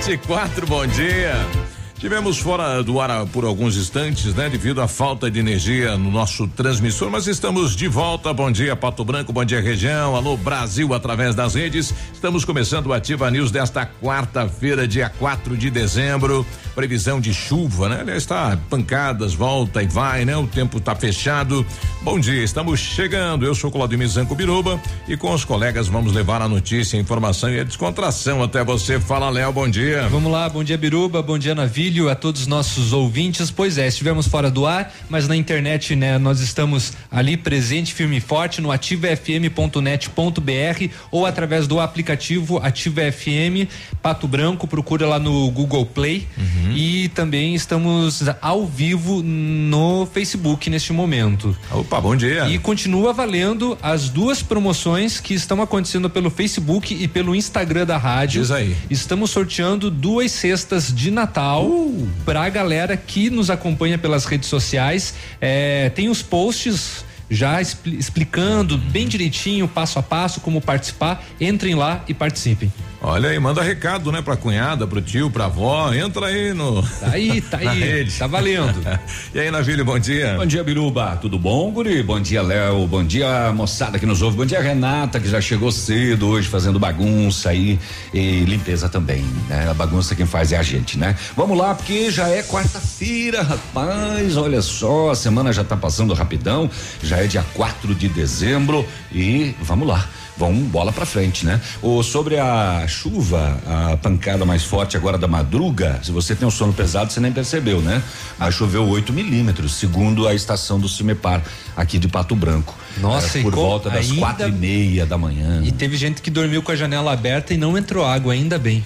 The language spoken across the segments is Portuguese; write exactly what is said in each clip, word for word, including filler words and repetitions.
sete e quatro, bom dia. Tivemos fora do ar por alguns instantes, né? Devido à falta de energia no nosso transmissor, mas estamos de volta. Bom dia, Pato Branco, bom dia, região. Alô, Brasil, através das redes. Estamos começando o Ativa News desta quarta-feira, dia quatro de dezembro. Previsão de chuva, né? Está pancadas, volta e vai, né? O tempo está fechado. Bom dia, estamos chegando. Eu sou Claudemir Zanco Biruba e com os colegas vamos levar a notícia, a informação e a descontração até você. Fala, Léo, bom dia. Vamos lá, bom dia, Biruba, bom dia, Navilho, a todos os nossos ouvintes. Pois é, estivemos fora do ar, mas na internet, né, nós estamos ali presente, firme e forte no ativa f m ponto net ponto b r ou através do aplicativo Ativa F M Pato Branco, procura lá no Google Play. Uhum. E também estamos ao vivo no Facebook neste momento. Opa, bom dia. E continua valendo as duas promoções que estão acontecendo pelo Facebook e pelo Instagram da rádio. Diz aí. Estamos sorteando duas cestas de Natal uh. pra galera que nos acompanha pelas redes sociais. É, tem os posts já expl- explicando bem direitinho, passo a passo, como participar. Entrem lá e participem. Olha aí, manda recado, né? Pra cunhada, pro tio, pra avó, entra aí no... Tá aí, tá aí, tá valendo. E aí, Navilho, bom dia. Bom dia, Biruba, tudo bom, guri? Bom dia, Léo, bom dia, moçada que nos ouve, bom dia, Renata, que já chegou cedo hoje fazendo bagunça aí e limpeza também, né? A bagunça quem faz é a gente, né? Vamos lá, porque já é quarta-feira, rapaz, olha só, a semana já tá passando rapidão, já é dia quatro de dezembro e vamos lá. Vamos bola pra frente, né? O, sobre a chuva, a pancada mais forte agora da madruga, se você tem um sono pesado, você nem percebeu, né? Mas choveu oito milímetros, segundo a estação do Cimepar aqui de Pato Branco. Nossa, é, por volta das quatro e meia da manhã. E teve gente que dormiu com a janela aberta e não entrou água, ainda bem.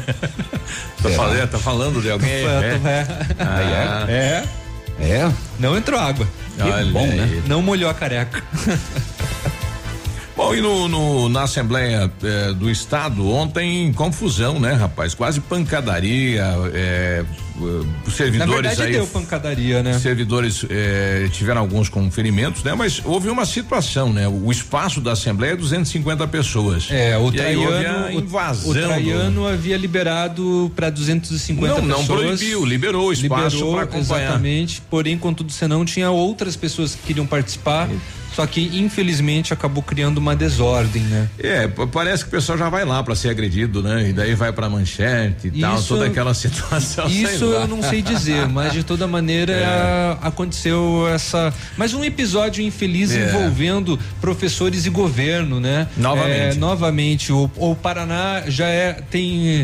tá, falando, tá falando de alguém? É. É. Ah, é? É. É. Não entrou água. Olha que bom, aí. né? Não molhou a careca. Bom, e no, no na Assembleia eh, do Estado ontem confusão, né, rapaz? Quase pancadaria, eh, servidores Na verdade, aí. deu pancadaria, né? Servidores eh, tiveram alguns com ferimentos, né? Mas houve uma situação, né? O espaço da Assembleia é duzentas e cinquenta pessoas. É, o e Traiano, aí houve a invasão. O, o Traiano do... havia liberado para duzentas e cinquenta não, pessoas. Não, proibiu, liberou o espaço para acompanhar. Exatamente, porém, contudo, senão tinha outras pessoas que queriam participar. Só que infelizmente acabou criando uma desordem, né? É, parece que o pessoal já vai lá para ser agredido, né? E daí vai pra manchete e isso, tal, toda aquela situação. Isso eu não sei dizer, mas de toda maneira é. a, aconteceu essa, mais um episódio infeliz é. envolvendo professores e governo, né? Novamente. É, novamente, o, o Paraná já é, tem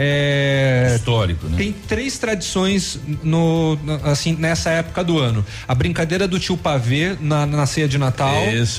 É, histórico, né? Tem três tradições no, assim, nessa época do ano. A brincadeira do tio Pavê na, na ceia de Natal. Isso.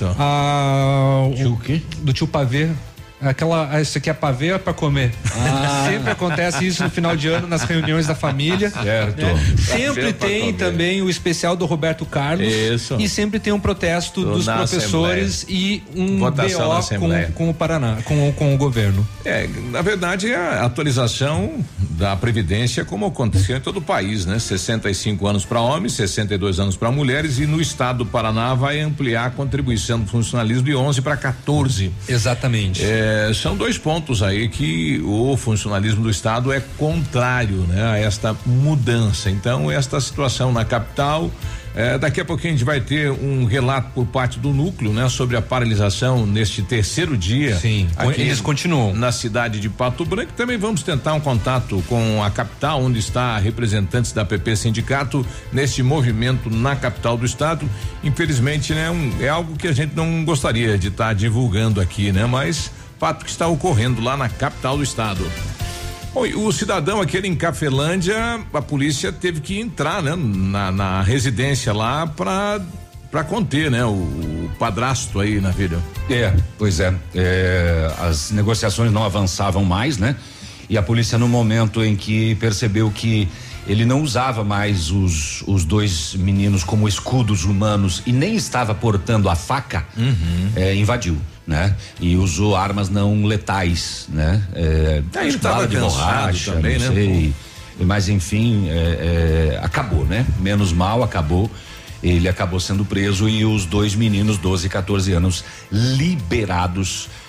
A, tio o quê? Do tio Pavê. Aquela, isso aqui é pra ver ou é pra comer? Ah. Sempre acontece isso no final de ano nas reuniões da família. Certo. Né? Sempre tem também o especial do Roberto Carlos. Isso. E sempre tem um protesto Tô dos professores Assembleia. E um Votação B O com, com o Paraná, com, com o governo. É, na verdade, a atualização da Previdência, como aconteceu em todo o país, né? sessenta e cinco anos para homens, sessenta e dois anos para mulheres, e no estado do Paraná vai ampliar a contribuição do funcionalismo de onze para quatorze. Exatamente. É, É, são dois pontos aí que o funcionalismo do estado é contrário, né, a esta mudança. Então, esta situação na capital, é, daqui a pouquinho a gente vai ter um relato por parte do núcleo, né, sobre a paralisação neste terceiro dia. Sim, aqui eles continuam na cidade de Pato Branco. Também vamos tentar um contato com a capital, onde está representantes da P P Sindicato neste movimento na capital do estado. Infelizmente, né, um, é algo que a gente não gostaria de estar tá divulgando aqui, né, mas fato que está ocorrendo lá na capital do estado. Bom, o cidadão aquele em Cafelândia, a polícia teve que entrar, né, na, na residência lá para para conter, né, o, o padrasto aí na vida. É, pois é, é, as negociações não avançavam mais, né? E a polícia, no momento em que percebeu que ele não usava mais os, os dois meninos como escudos humanos e nem estava portando a faca, uhum. é, invadiu, né? E usou armas não letais, né? É, ele estava de borracha, também, não né? sei, mas enfim, é, é, acabou, né? Menos mal, acabou. Ele acabou sendo preso e os dois meninos, doze e quatorze anos, liberados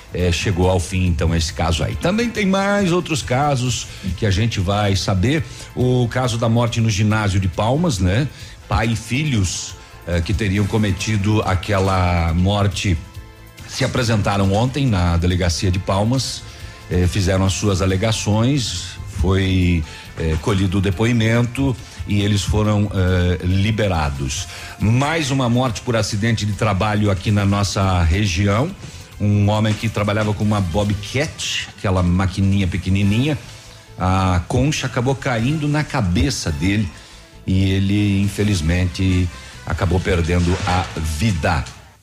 eh, chegou ao fim, então, esse caso aí. Também tem mais outros casos que a gente vai saber. O caso da morte no ginásio de Palmas, né? Pai e filhos eh, que teriam cometido aquela morte se apresentaram ontem na delegacia de Palmas, eh, fizeram as suas alegações, foi eh, colhido o depoimento e eles foram eh, liberados. Mais uma morte por acidente de trabalho aqui na nossa região. Um homem que trabalhava com uma Bobcat, aquela maquininha pequenininha, a concha acabou caindo na cabeça dele e ele infelizmente acabou perdendo a vida.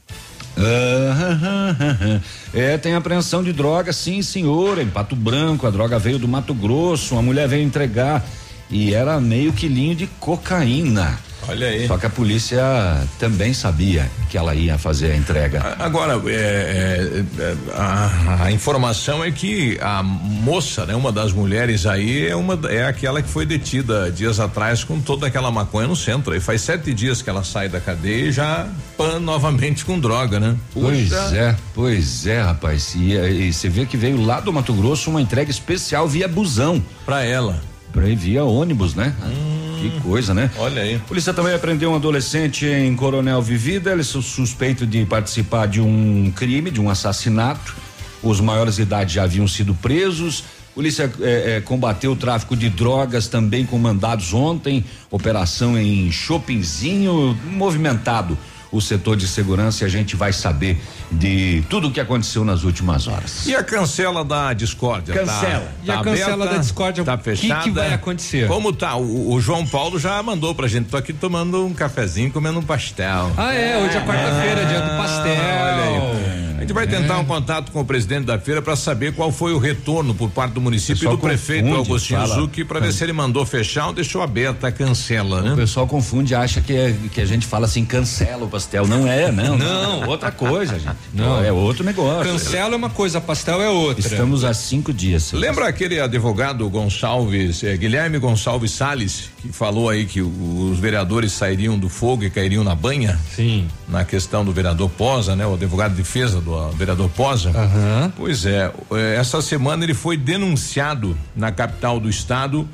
Ah, é, tem apreensão de droga, sim, senhor, em Pato Branco. A droga veio do Mato Grosso, uma mulher veio entregar e era meio quilinho de cocaína. Olha aí. Só que a polícia também sabia que ela ia fazer a entrega. Agora, é, é, a, a informação é que a moça, né, uma das mulheres aí é uma é aquela que foi detida dias atrás com toda aquela maconha no centro. Aí faz sete dias que ela sai da cadeia e já pan novamente com droga, né? Pois Puxa. é, pois é, rapaz. E você vê que veio lá do Mato Grosso uma entrega especial via busão. Pra ela. Pra ir via ônibus, né? Hum. Que coisa, né? Olha aí. Polícia também apreendeu um adolescente em Coronel Vivida. Ele é suspeito de participar de um crime, de um assassinato. Os maiores de idade já haviam sido presos. Polícia eh, eh, combateu o tráfico de drogas também com mandados ontem. Operação em Shoppingzinho, movimentado o setor de segurança, e a gente vai saber de tudo o que aconteceu nas últimas horas. E a cancela da discórdia? Cancela. Tá, E a tá cancela aberta, da discórdia, tá o que, fechada? que vai acontecer? Como tá? O, o João Paulo já mandou pra gente. Tô aqui tomando um cafezinho, comendo um pastel. Ah, é, hoje é quarta-feira, ah, dia do pastel. Olha aí. A gente vai tentar é. um contato com o presidente da feira para saber qual foi o retorno por parte do município e do prefeito Augustinho Zucchi para ver se ele mandou fechar ou deixou aberta a cancela, né? O pessoal confunde, acha que, é, que a gente fala assim, cancela o pastel. Não é, não. Não, outra coisa, gente. Não, é outro negócio. Cancela é uma coisa, pastel é outra. Estamos há cinco dias. Lembra aquele advogado Gonçalves, eh, Guilherme Gonçalves Salles, que falou aí que o, os vereadores sairiam do fogo e cairiam na banha? Sim. Na questão do vereador Posa, né? O advogado de defesa do uh, vereador Posa. Uhum. Pois é, eh, essa semana ele foi denunciado na capital do estado.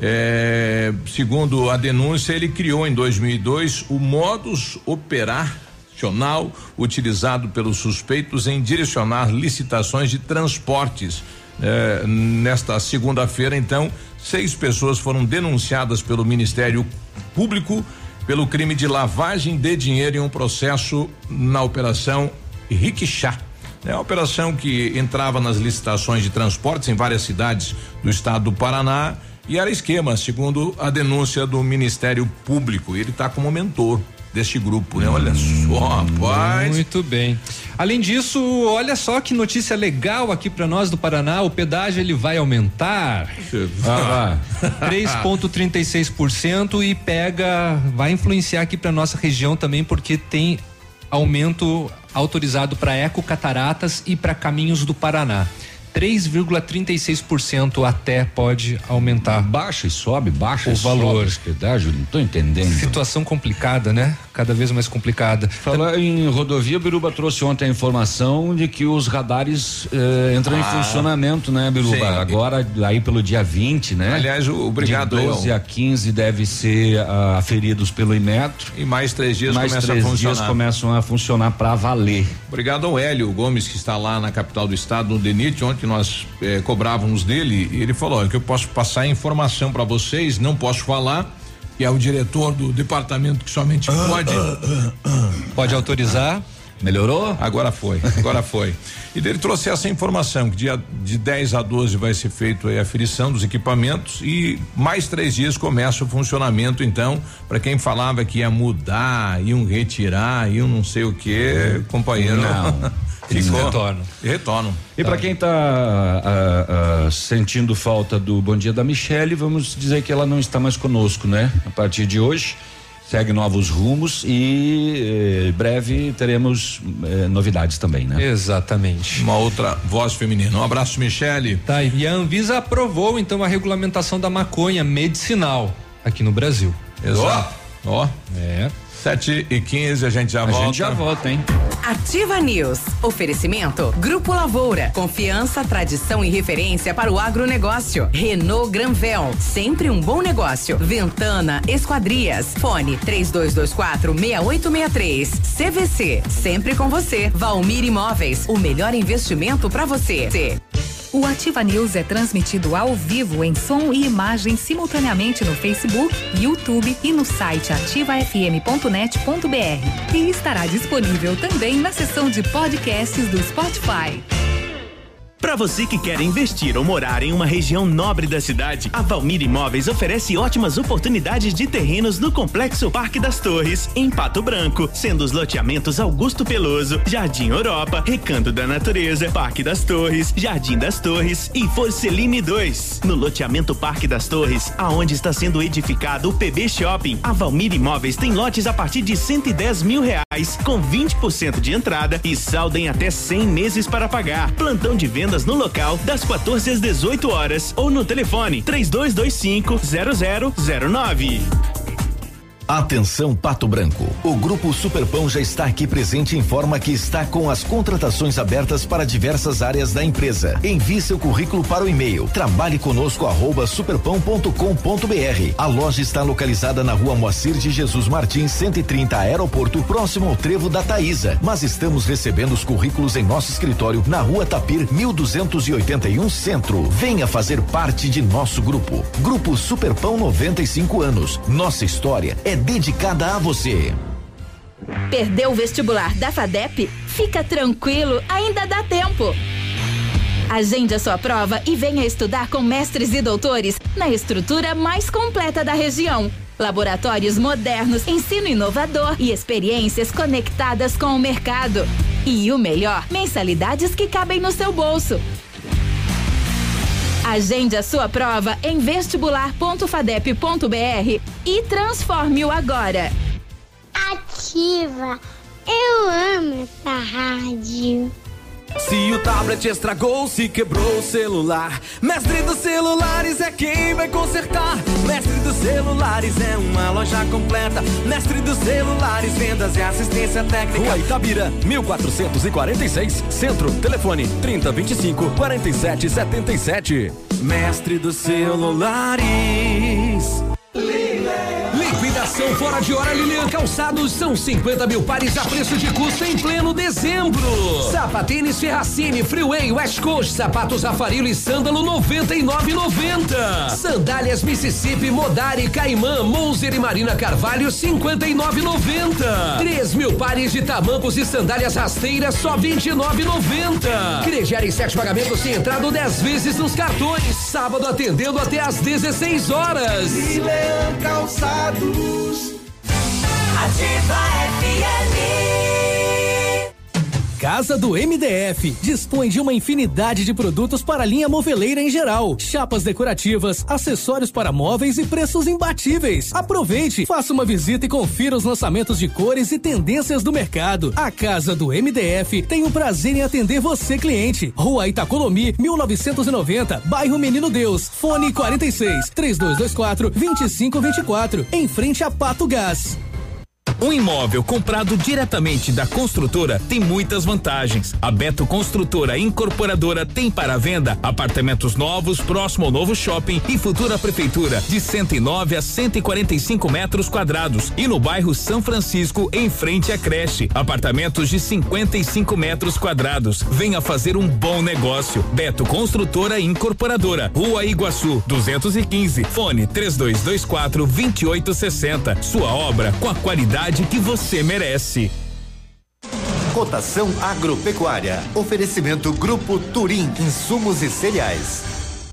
Eh, segundo a denúncia, ele criou em dois mil e dois o modus operacional utilizado pelos suspeitos em direcionar licitações de transportes. Eh, nesta segunda-feira, então, seis pessoas foram denunciadas pelo Ministério Público pelo crime de lavagem de dinheiro em um processo na operação Riquixá. É uma operação que entrava nas licitações de transportes em várias cidades do estado do Paraná e era esquema, segundo a denúncia do Ministério Público. Ele está como mentor deste grupo, né? Olha hum, só, rapaz. Muito bem. Além disso, olha só que notícia legal aqui para nós do Paraná, o pedágio ele vai aumentar ah, três vírgula trinta e seis por cento e pega, vai influenciar aqui para nossa região também porque tem aumento autorizado para Ecocataratas e para Caminhos do Paraná. três vírgula trinta e seis por cento até pode aumentar. Baixa e sobe, baixa o e valor. Sobe, pedágio, não tô entendendo. Situação complicada, né? Cada vez mais complicada. Falar em rodovia, Biruba trouxe ontem a informação de que os radares eh, entram ah, em funcionamento, né, Biruba? Sim. Agora, aí pelo dia vinte, né? Aliás, o, obrigado. De doze a quinze deve ser ah, aferidos pelo Inmetro. E mais três dias mais começa três a funcionar. dias começam a funcionar para valer. Obrigado ao Hélio Gomes, que está lá na capital do estado, no DENIT. Ontem nós eh, cobrávamos dele e ele falou: olha, que eu posso passar informação para vocês, não posso falar, que é o diretor do departamento que somente ah, pode ah, ah, ah. pode autorizar. Melhorou? Agora foi, agora foi. E ele trouxe essa informação que dia de dez a doze vai ser feito a aferição dos equipamentos e mais três dias começa o funcionamento. Então, para quem falava que ia mudar, iam retirar, iam não sei o que, hum. companheiro. Não. Ficou. Retornam. Retornam. E para quem está sentindo falta do Bom Dia da Michele, vamos dizer que ela não está mais conosco, né? A partir de hoje, segue novos rumos e eh, breve teremos eh, novidades também, né? Exatamente. Uma outra voz feminina. Um abraço, Michele. Tá, e a Anvisa aprovou então a regulamentação da maconha medicinal aqui no Brasil. Exato. Ó. É. Sete e quinze, a gente já a volta. A gente já volta, hein? Ativa News. Oferecimento Grupo Lavoura. Confiança, tradição e referência para o agronegócio. Renault Granvel. Sempre um bom negócio. Ventana Esquadrias. Fone três dois dois quatro, seis oito seis três. C V C. Sempre com você. Valmir Imóveis. O melhor investimento para você. O Ativa News é transmitido ao vivo em som e imagem simultaneamente no Facebook, YouTube e no site ativa f m ponto net ponto b r. E estará disponível também na seção de podcasts do Spotify. Para você que quer investir ou morar em uma região nobre da cidade, a Valmir Imóveis oferece ótimas oportunidades de terrenos no Complexo Parque das Torres, em Pato Branco, sendo os loteamentos Augusto Peloso, Jardim Europa, Recanto da Natureza, Parque das Torres, Jardim das Torres e Forceline dois. No loteamento Parque das Torres, aonde está sendo edificado o P B Shopping, a Valmir Imóveis tem lotes a partir de cento e dez mil reais, com vinte por cento de entrada e saldo em até cem meses para pagar. Plantão de venda no local das quatorze às dezoito horas ou no telefone três dois dois cinco, zero zero zero nove. Atenção Pato Branco, o Grupo Superpão já está aqui presente e informa que está com as contratações abertas para diversas áreas da empresa. Envie seu currículo para o e-mail trabalhe conosco arroba superpão ponto com ponto b r. A loja está localizada na rua Moacir de Jesus Martins, cento e trinta, Aeroporto, próximo ao Trevo da Taísa. Mas estamos recebendo os currículos em nosso escritório na rua Tapir, mil duzentos e oitenta e um, Centro. Venha fazer parte de nosso grupo. Grupo Superpão, noventa e cinco anos. Nossa história é dedicada a você. Perdeu o vestibular da FADEP? Fica tranquilo, ainda dá tempo. Agende a sua prova e venha estudar com mestres e doutores na estrutura mais completa da região. Laboratórios modernos, ensino inovador e experiências conectadas com o mercado. E o melhor, mensalidades que cabem no seu bolso. Agende a sua prova em vestibular ponto fadep ponto b r e transforme-o agora. Ativa, eu amo essa rádio. Se o tablet estragou, se quebrou o celular, Mestre dos Celulares é quem vai consertar. Mestre dos Celulares é uma loja completa. Mestre dos Celulares, vendas e assistência técnica. Rua Itabira, mil quatrocentos e quarenta e seis, Centro. Telefone trinta, vinte e cinco, quarenta e sete, setenta e sete. Mestre dos Celulares. Liquidação fora de hora Lilian Calçados, são cinquenta mil pares a preço de custo em pleno dezembro. Sapatênis Ferracini, Freeway, West Coast, sapatos Afarilo e sândalo noventa e nove e noventa. Sandálias Mississippi, Modari, Caimã, Monzer e Marina Carvalho cinquenta e nove e noventa. três mil pares de tamancos e sandálias rasteiras só vinte e nove e noventa. Crediário em sete pagamentos sem entrada ou dez vezes nos cartões. Sábado atendendo até às dezesseis horas. Lilian Calçados. Ativa F M. Casa do M D F dispõe de uma infinidade de produtos para a linha moveleira em geral, chapas decorativas, acessórios para móveis e preços imbatíveis. Aproveite, faça uma visita e confira os lançamentos de cores e tendências do mercado. A Casa do M D F tem o prazer em atender você, cliente. Rua Itacolomi, mil novecentos e noventa, bairro Menino Deus. Fone quarenta e seis, três dois dois quatro, vinte e cinco vinte e quatro, em frente a Pato Gás. Um imóvel comprado diretamente da construtora tem muitas vantagens. A Beto Construtora Incorporadora tem para venda apartamentos novos próximo ao novo shopping e futura prefeitura de cento e nove a cento e quarenta e cinco metros quadrados e no bairro São Francisco em frente à creche, apartamentos de cinquenta e cinco metros quadrados. Venha fazer um bom negócio. Beto Construtora Incorporadora, Rua Iguaçu, duzentos e quinze, fone três dois dois quatro, vinte e oito sessenta. Sua obra com a qualidade que você merece. Cotação agropecuária. Oferecimento Grupo Turim, insumos e cereais.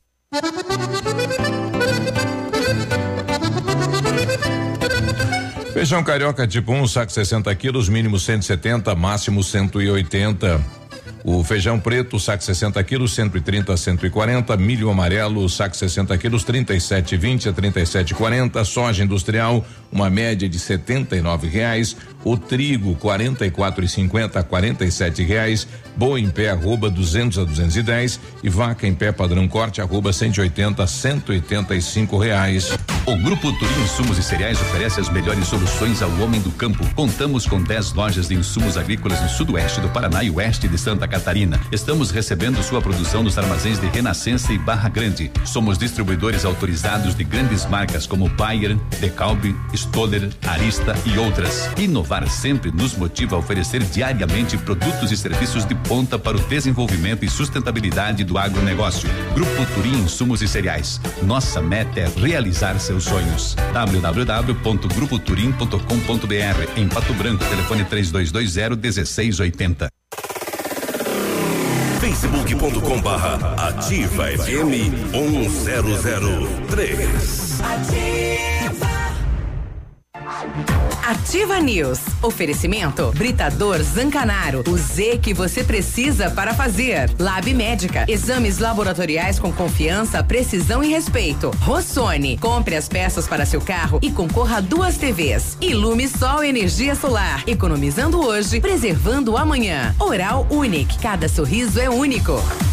Feijão carioca tipo um, saco sessenta quilos, mínimo cento e setenta, máximo cento e oitenta. O feijão preto, saco sessenta quilos, cento e trinta a cento e quarenta. Milho amarelo, saco sessenta quilos, trinta e sete e vinte a trinta e sete e quarenta. Soja industrial, uma média de setenta e nove reais. O trigo, quarenta e quatro e cinquenta a quarenta e sete reais. Boi em pé, arroba duzentos a duzentos e dez. E vaca em pé padrão corte, arroba cento e oitenta a cento e oitenta e cinco reais. O Grupo Turim Insumos e Cereais oferece as melhores soluções ao homem do campo. Contamos com dez lojas de insumos agrícolas no sudoeste do Paraná e oeste de Santa Catarina. Estamos recebendo sua produção nos armazéns de Renascença e Barra Grande. Somos distribuidores autorizados de grandes marcas como Bayer, DeKalb, Stoller, Arista e outras. Inovar sempre nos motiva a oferecer diariamente produtos e serviços de ponta para o desenvolvimento e sustentabilidade do agronegócio. Grupo Turim Insumos e Cereais. Nossa meta é realizar seus sonhos. w w w ponto grupo turim ponto com ponto b r. Em Pato Branco, telefone três dois dois zero um seis oito zero. facebook ponto com barra ativa F M um zero zero três. Ativa. Ativa News. Oferecimento Britador Zancanaro. O Z que você precisa para fazer. Lab Médica. Exames laboratoriais com confiança, precisão e respeito. Rossoni. Compre as peças para seu carro e concorra a duas T Vs. Ilume Sol Energia Solar. Economizando hoje, preservando amanhã. Oral Unique. Cada sorriso é único.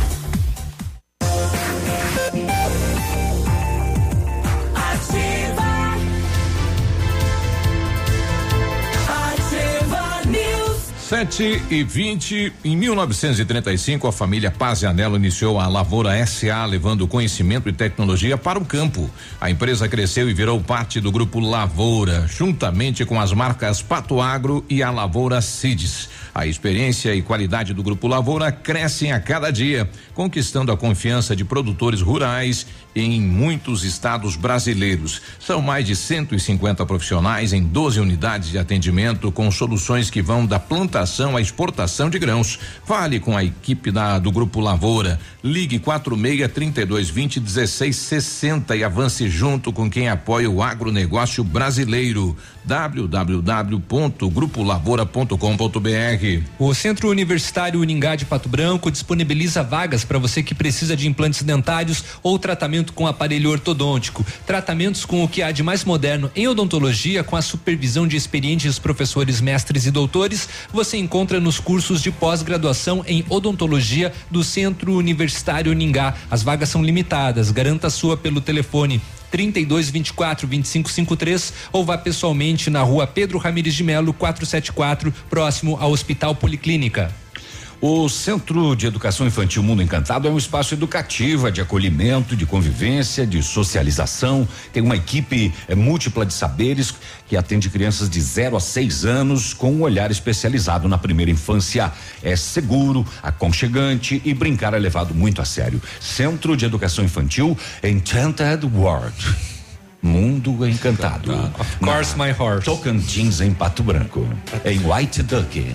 Sete e vinte, em mil novecentos e trinta e cinco, a família Paz e Anelo iniciou a Lavoura S A, levando conhecimento e tecnologia para o campo. A empresa cresceu e virou parte do grupo Lavoura, juntamente com as marcas Pato Agro e a Lavoura Seeds. A experiência e qualidade do grupo Lavoura crescem a cada dia, conquistando a confiança de produtores rurais em muitos estados brasileiros. São mais de cento e cinquenta profissionais em doze unidades de atendimento, com soluções que vão da plantação à exportação de grãos. Fale com a equipe da, do Grupo Lavoura. Ligue quatro seis, trinta e dois, vinte, dezesseis, sessenta e avance junto com quem apoia o agronegócio brasileiro. w w w ponto grupo lavoura ponto com ponto b r. O Centro Universitário Uningá de Pato Branco disponibiliza vagas para você que precisa de implantes dentários ou tratamento com aparelho ortodôntico. Tratamentos com o que há de mais moderno em odontologia, com a supervisão de experientes professores, mestres e doutores, você encontra nos cursos de pós-graduação em odontologia do Centro Universitário Uningá. As vagas são limitadas. Garanta a sua pelo telefone trinta e dois, vinte e quatro, vinte e cinco, cinquenta e três ou vá pessoalmente na rua Pedro Ramires de Melo, quatrocentos e setenta e quatro, próximo ao Hospital Policlínica. O Centro de Educação Infantil Mundo Encantado é um espaço educativo, de acolhimento, de convivência, de socialização. Tem uma equipe é, múltipla de saberes que atende crianças de zero a seis anos com um olhar especializado na primeira infância. É seguro, aconchegante e brincar é levado muito a sério. Centro de Educação Infantil Enchanted World. Mundo Encantado. Of course, my horse. Tocantins, em Pato Branco. Em White Duck.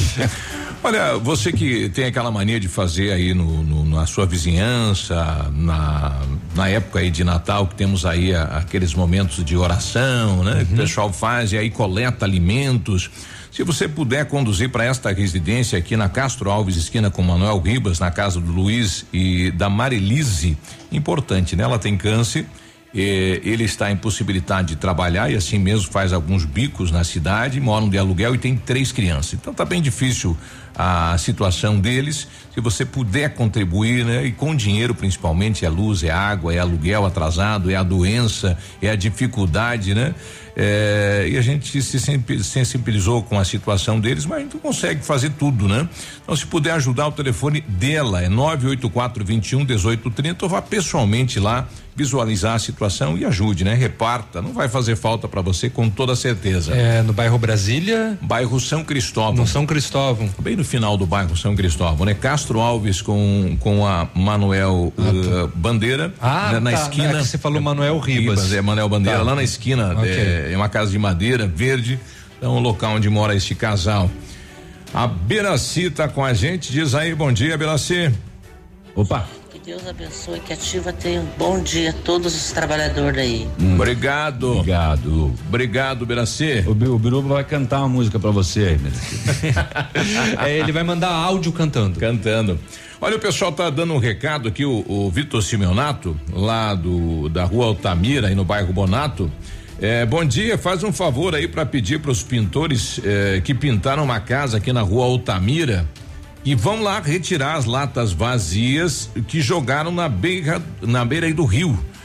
Olha, você que tem aquela mania de fazer aí no, no na sua vizinhança, na na época aí de Natal, que temos aí a, aqueles momentos de oração, né? Uhum. Que o pessoal faz e aí coleta alimentos. Se você puder conduzir para esta residência aqui na Castro Alves, esquina com Manuel Ribas, na casa do Luiz e da Marilise, importante, né? Ela tem câncer. Eh, ele está impossibilitado de trabalhar e assim mesmo faz alguns bicos na cidade, moram de aluguel e tem três crianças. Então tá bem difícil a situação deles. Se você puder contribuir, né? E com dinheiro principalmente, é luz, é água, é aluguel atrasado, é a doença, é a dificuldade, né? É, e a gente se sensibilizou com a situação deles, mas a gente não consegue fazer tudo, né? Então, se puder ajudar, o telefone dela é nove oito quatro, vinte e um, dezoito, trinta, ou vá pessoalmente lá visualizar a situação e ajude, né? Reparta, não vai fazer falta para você, com toda certeza. É no bairro Brasília? Bairro São Cristóvão. No São Cristóvão. Bem no final do bairro São Cristóvão, né? Castro Alves com com a Manuel ah, uh, Bandeira, ah, né? Na tá, esquina. É que você falou Manuel Ribas. Ribas é Manuel Bandeira, tá. Lá na esquina, okay. é, é uma casa de madeira verde, é um local onde mora este casal. A Beraci tá com a gente, diz aí, bom dia, Beraci. Opa. Que Deus abençoe, que Ativa tenha um bom dia a todos os trabalhadores aí. Hum. Obrigado. Obrigado. Obrigado, Beraci. O, o Biruba vai cantar uma música pra você, é, ele vai mandar áudio cantando. Cantando. Olha, o pessoal tá dando um recado aqui, o, o Vitor Simeonato, lá do da Rua Altamira, aí no bairro Bonato. É, bom dia, faz um favor aí para pedir para os pintores é, que pintaram uma casa aqui na Rua Altamira e vão lá retirar as latas vazias que jogaram na beira na beira aí do rio.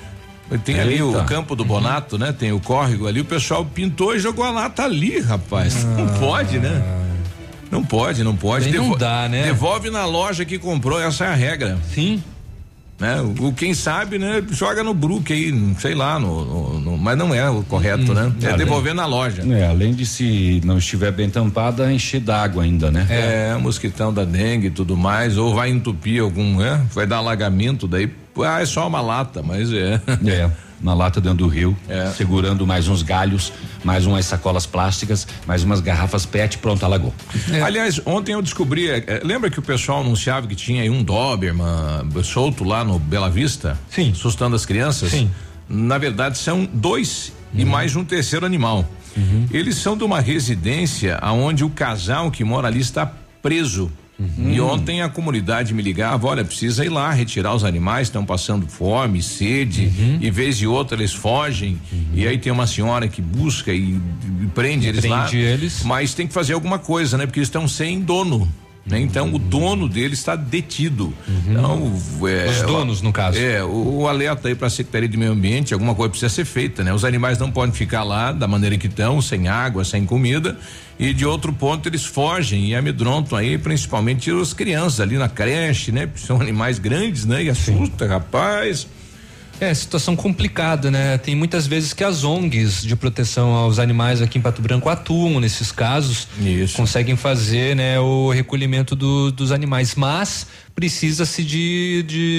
Tem ali Eita. o campo do Bonato, né? Tem o córrego ali, o pessoal pintou e jogou a lata ali, rapaz. Ah. Não pode, né? Não pode, não pode. Devo- não dá, né? Devolve na loja que comprou, essa é a regra. Sim. Né? O, quem sabe, né? Joga no Brook aí, sei lá, no, no, no, mas não é o correto, hum, né? É além, devolver na loja. É, além de se não estiver bem tampada, encher d'água ainda, né? É, mosquitão da dengue e tudo mais, ou vai entupir algum, né? Vai dar alagamento, daí, ah, é só uma lata, mas é. É. Uma lata dentro do rio, é. segurando mais uns galhos, mais umas sacolas plásticas, mais umas garrafas P E T, pronto, alagou. É. Aliás, ontem eu descobri, é, lembra que o pessoal anunciava que tinha aí um Doberman solto lá no Bela Vista? Sim. Assustando as crianças? Sim. Na verdade são dois uhum. e mais um terceiro animal. Uhum. Eles são de uma residência aonde o casal que mora ali está preso. Uhum. E ontem a comunidade me ligava, olha, precisa ir lá retirar os animais, estão passando fome, sede, uhum. e vez e outra eles fogem, uhum. e aí tem uma senhora que busca e, e prende e eles prende lá, eles. Mas tem que fazer alguma coisa, né? Porque eles estão sem dono. Né? Então uhum. o dono dele está detido. Uhum. Então, é, os donos, no caso. É, o, o alerta aí para a Secretaria de Meio Ambiente, alguma coisa precisa ser feita, né? Os animais não podem ficar lá da maneira que estão, sem água, sem comida, e de outro ponto eles fogem e amedrontam aí, principalmente as crianças ali na creche, né? São animais grandes, né? E assusta, rapaz. É, situação complicada, né? Tem muitas vezes que as O N Gs de proteção aos animais aqui em Pato Branco atuam nesses casos. Isso. Conseguem fazer, né, o recolhimento do, dos animais, mas precisa-se de,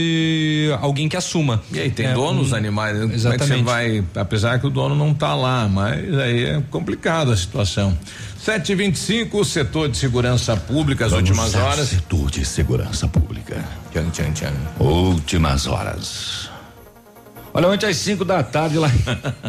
de alguém que assuma. E aí, tem é, dono dos um, animais, né? Exatamente. Como é que você vai, apesar que o dono não tá lá, mas aí é complicado a situação. sete e vinte e cinco, setor de segurança pública, as Vamos últimas horas. Setor de segurança pública. Tchan, tchan, tchan. Últimas horas. Olha, ontem às cinco da tarde lá.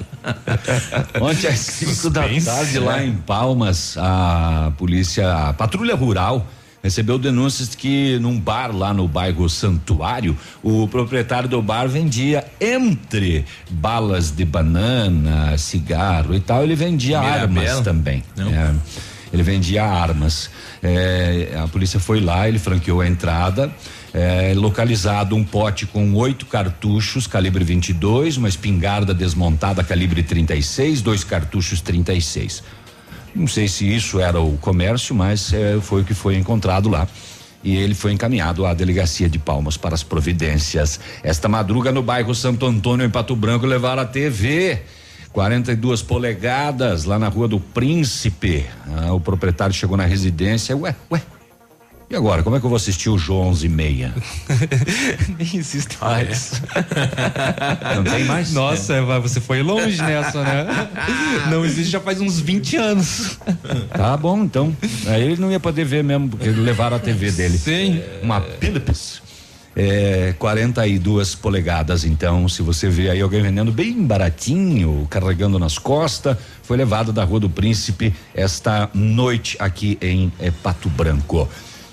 ontem às cinco da tarde lá em Palmas, a polícia, a patrulha rural recebeu denúncias que num bar lá no bairro Santuário, o proprietário do bar vendia, entre balas de banana, cigarro e tal, ele vendia Mirabel. armas também. É, ele vendia armas. É, a polícia foi lá, ele franqueou a entrada. É, localizado um pote com oito cartuchos calibre vinte e dois, uma espingarda desmontada calibre trinta e seis, dois cartuchos trinta e seis. Não sei se isso era o comércio, mas é, foi o que foi encontrado lá. E ele foi encaminhado à delegacia de Palmas para as providências. Esta madruga no bairro Santo Antônio, em Pato Branco, levaram a T V quarenta e duas polegadas lá na Rua do Príncipe. Ah, o proprietário chegou na residência, ué, ué. E agora, como é que eu vou assistir o João onze e meia? Nem existe mais. Ah, é? Não tem mais? Nossa, é. Você foi longe nessa, né? Não existe já faz uns vinte anos. Tá bom, então. Aí ele não ia poder ver mesmo, porque levaram a T V dele. Sim. Uma Philips. É, quarenta e duas polegadas, então, se você vê aí alguém vendendo bem baratinho, carregando nas costas, foi levado da Rua do Príncipe esta noite aqui em é, Pato Branco.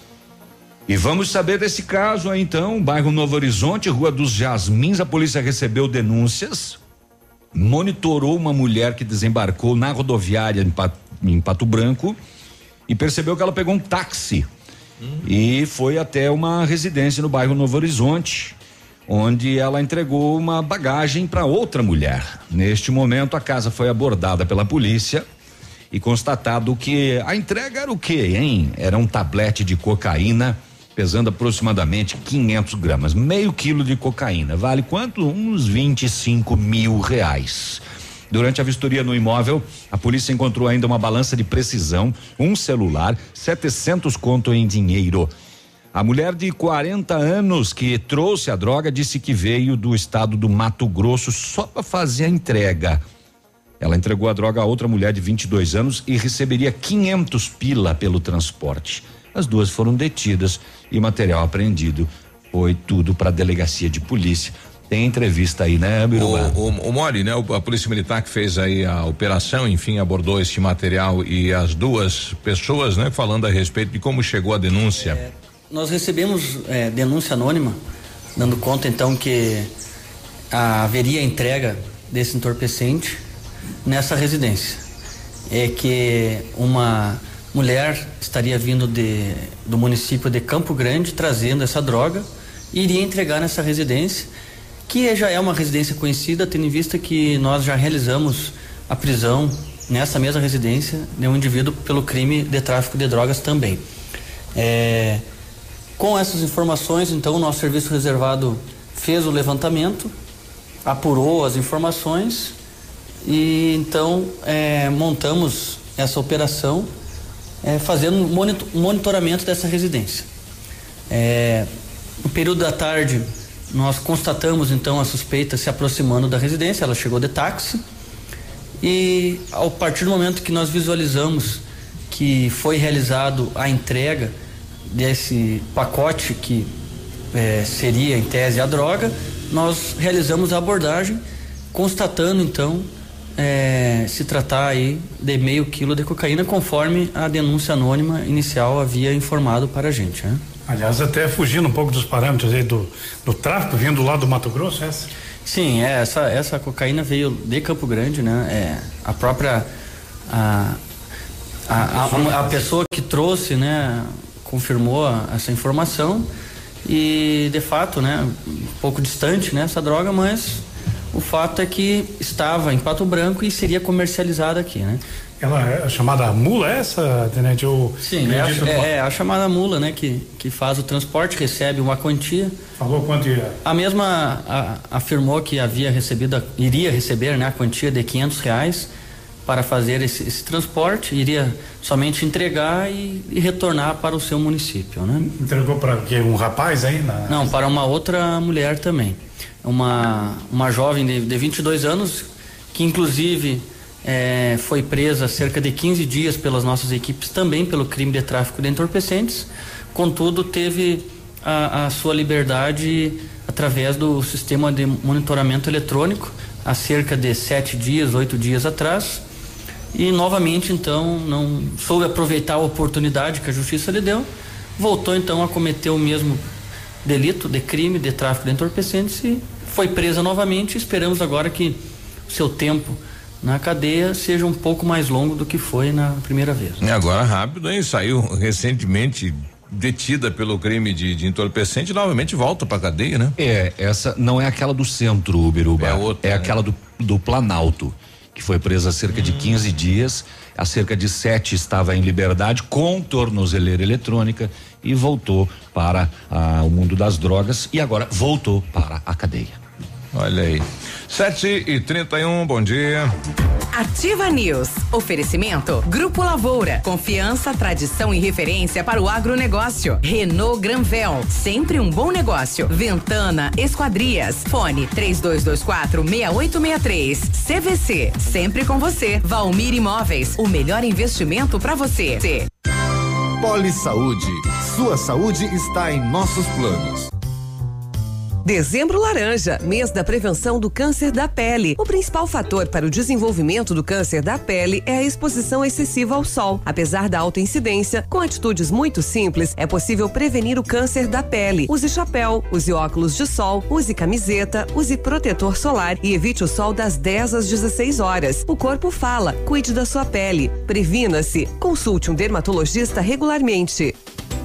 E vamos saber desse caso aí então, bairro Novo Horizonte, Rua dos Jasmins, a polícia recebeu denúncias, monitorou uma mulher que desembarcou na rodoviária em Pato, em Pato Branco e percebeu que ela pegou um táxi hum. e foi até uma residência no bairro Novo Horizonte, onde ela entregou uma bagagem para outra mulher. Neste momento a casa foi abordada pela polícia e constatado que a entrega era o quê, hein? Era um tablete de cocaína pesando aproximadamente quinhentos gramas, meio quilo de cocaína. Vale quanto? Uns vinte e cinco mil reais. Durante a vistoria no imóvel, a polícia encontrou ainda uma balança de precisão, um celular, setecentos conto em dinheiro. A mulher de quarenta anos que trouxe a droga disse que veio do estado do Mato Grosso só para fazer a entrega. Ela entregou a droga a outra mulher de vinte e dois anos e receberia quinhentos pila pelo transporte. As duas foram detidas e material apreendido. Foi tudo para a delegacia de polícia. Tem entrevista aí, né, Biruba? O, o, o Mori, né? A Polícia Militar que fez aí a operação, enfim, abordou este material e as duas pessoas, né? Falando a respeito de como chegou a denúncia. É, nós recebemos é, denúncia anônima, dando conta então que haveria entrega desse entorpecente nessa residência. É que uma mulher estaria vindo de, do município de Campo Grande trazendo essa droga e iria entregar nessa residência que já é uma residência conhecida, tendo em vista que nós já realizamos a prisão nessa mesma residência de um indivíduo pelo crime de tráfico de drogas também. É, com essas informações, então, o nosso serviço reservado fez o levantamento, apurou as informações e então é, montamos essa operação é, fazendo um monitoramento dessa residência. É, no período da tarde nós constatamos então a suspeita se aproximando da residência, ela chegou de táxi e a partir do momento que nós visualizamos que foi realizado a entrega desse pacote que é, seria em tese a droga, nós realizamos a abordagem, constatando então é, se tratar aí de meio quilo de cocaína, conforme a denúncia anônima inicial havia informado para a gente, né? Aliás, até fugindo um pouco dos parâmetros aí do, do tráfico, vindo lá do Mato Grosso, essa? Sim, é, essa, essa cocaína veio de Campo Grande, né? É, a própria a, a, a, a pessoa que trouxe, né, confirmou a, essa informação e de fato, né, um pouco distante, né, essa droga, mas o fato é que estava em Pato Branco e seria comercializada aqui, né? Ela é a chamada mula essa, Tenente? Ou sim, é a, é, é a chamada mula, né? Que, que faz o transporte, recebe uma quantia. Falou quanto ia? A mesma a, afirmou que havia recebido, iria receber, né, a quantia de quinhentos reais para fazer esse, esse transporte, iria somente entregar e, e retornar para o seu município, né? Entregou para quê? Um rapaz aí? Na... Não, para uma outra mulher também. Uma, uma jovem de, de vinte e dois anos, que inclusive É, foi presa há cerca de quinze dias pelas nossas equipes também pelo crime de tráfico de entorpecentes, contudo teve a, a sua liberdade através do sistema de monitoramento eletrônico há cerca de sete dias, oito dias atrás, e novamente então não soube aproveitar a oportunidade que a justiça lhe deu, voltou então a cometer o mesmo delito de crime de tráfico de entorpecentes e foi presa novamente. Esperamos agora que o seu tempo na cadeia seja um pouco mais longo do que foi na primeira vez. E agora rápido, hein? Saiu recentemente detida pelo crime de, de entorpecente e novamente volta pra cadeia, né? É, essa não é aquela do centro, Biruba. É outra. É né? Aquela do, do Planalto, que foi presa há cerca hum. de quinze dias, há cerca de sete estava em liberdade com tornozeleira eletrônica e voltou para ah, o mundo das drogas e agora voltou para a cadeia. Olha aí. sete e trinta e um, bom dia. Ativa News. Oferecimento Grupo Lavoura. Confiança, tradição e referência para o agronegócio. Renault Granvel. Sempre um bom negócio. Ventana Esquadrias. Fone três dois dois quatro, seis oito seis três. C V C. Sempre com você. Valmir Imóveis. O melhor investimento para você. C. Poli Saúde. Sua saúde está em nossos planos. Dezembro Laranja, mês da prevenção do câncer da pele. O principal fator para o desenvolvimento do câncer da pele é a exposição excessiva ao sol. Apesar da alta incidência, com atitudes muito simples, é possível prevenir o câncer da pele. Use chapéu, use óculos de sol, use camiseta, use protetor solar e evite o sol das dez às dezesseis horas. O corpo fala, cuide da sua pele. Previna-se. Consulte um dermatologista regularmente.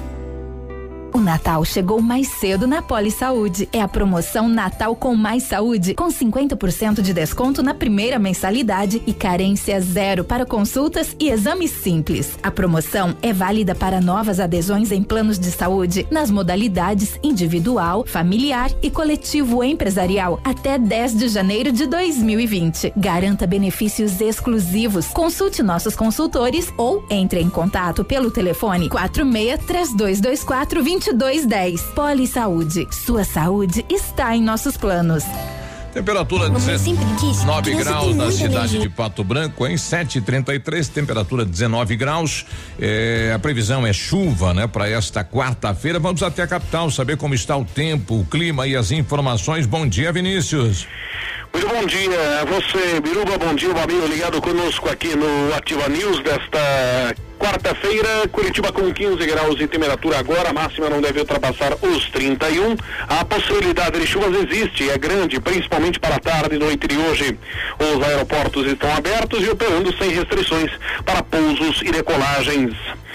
O Natal chegou mais cedo na Poli Saúde. É a promoção Natal com Mais Saúde, com cinquenta por cento de desconto na primeira mensalidade e carência zero para consultas e exames simples. A promoção é válida para novas adesões em planos de saúde, nas modalidades individual, familiar e coletivo empresarial, até dez de janeiro de dois mil e vinte. Garanta benefícios exclusivos. Consulte nossos consultores ou entre em contato pelo telefone quatro seis três dois dois quatro vinte e dois dez. Poli Saúde. Sua saúde está em nossos planos. Temperatura dezenove graus na cidade de Pato Branco, em sete e trinta e três, temperatura dezenove graus. É, a previsão é chuva, né, para esta quarta-feira. Vamos até a capital saber como está o tempo, o clima e as informações. Bom dia, Vinícius. Muito bom dia a você, Biruba, bom dia, meu amigo ligado conosco aqui no Ativa News desta quarta-feira. Curitiba com quinze graus de temperatura agora, a máxima não deve ultrapassar os trinta e um. A possibilidade de chuvas existe, é grande, principalmente para a tarde e noite de hoje. Os aeroportos estão abertos e operando sem restrições para pousos e decolagens.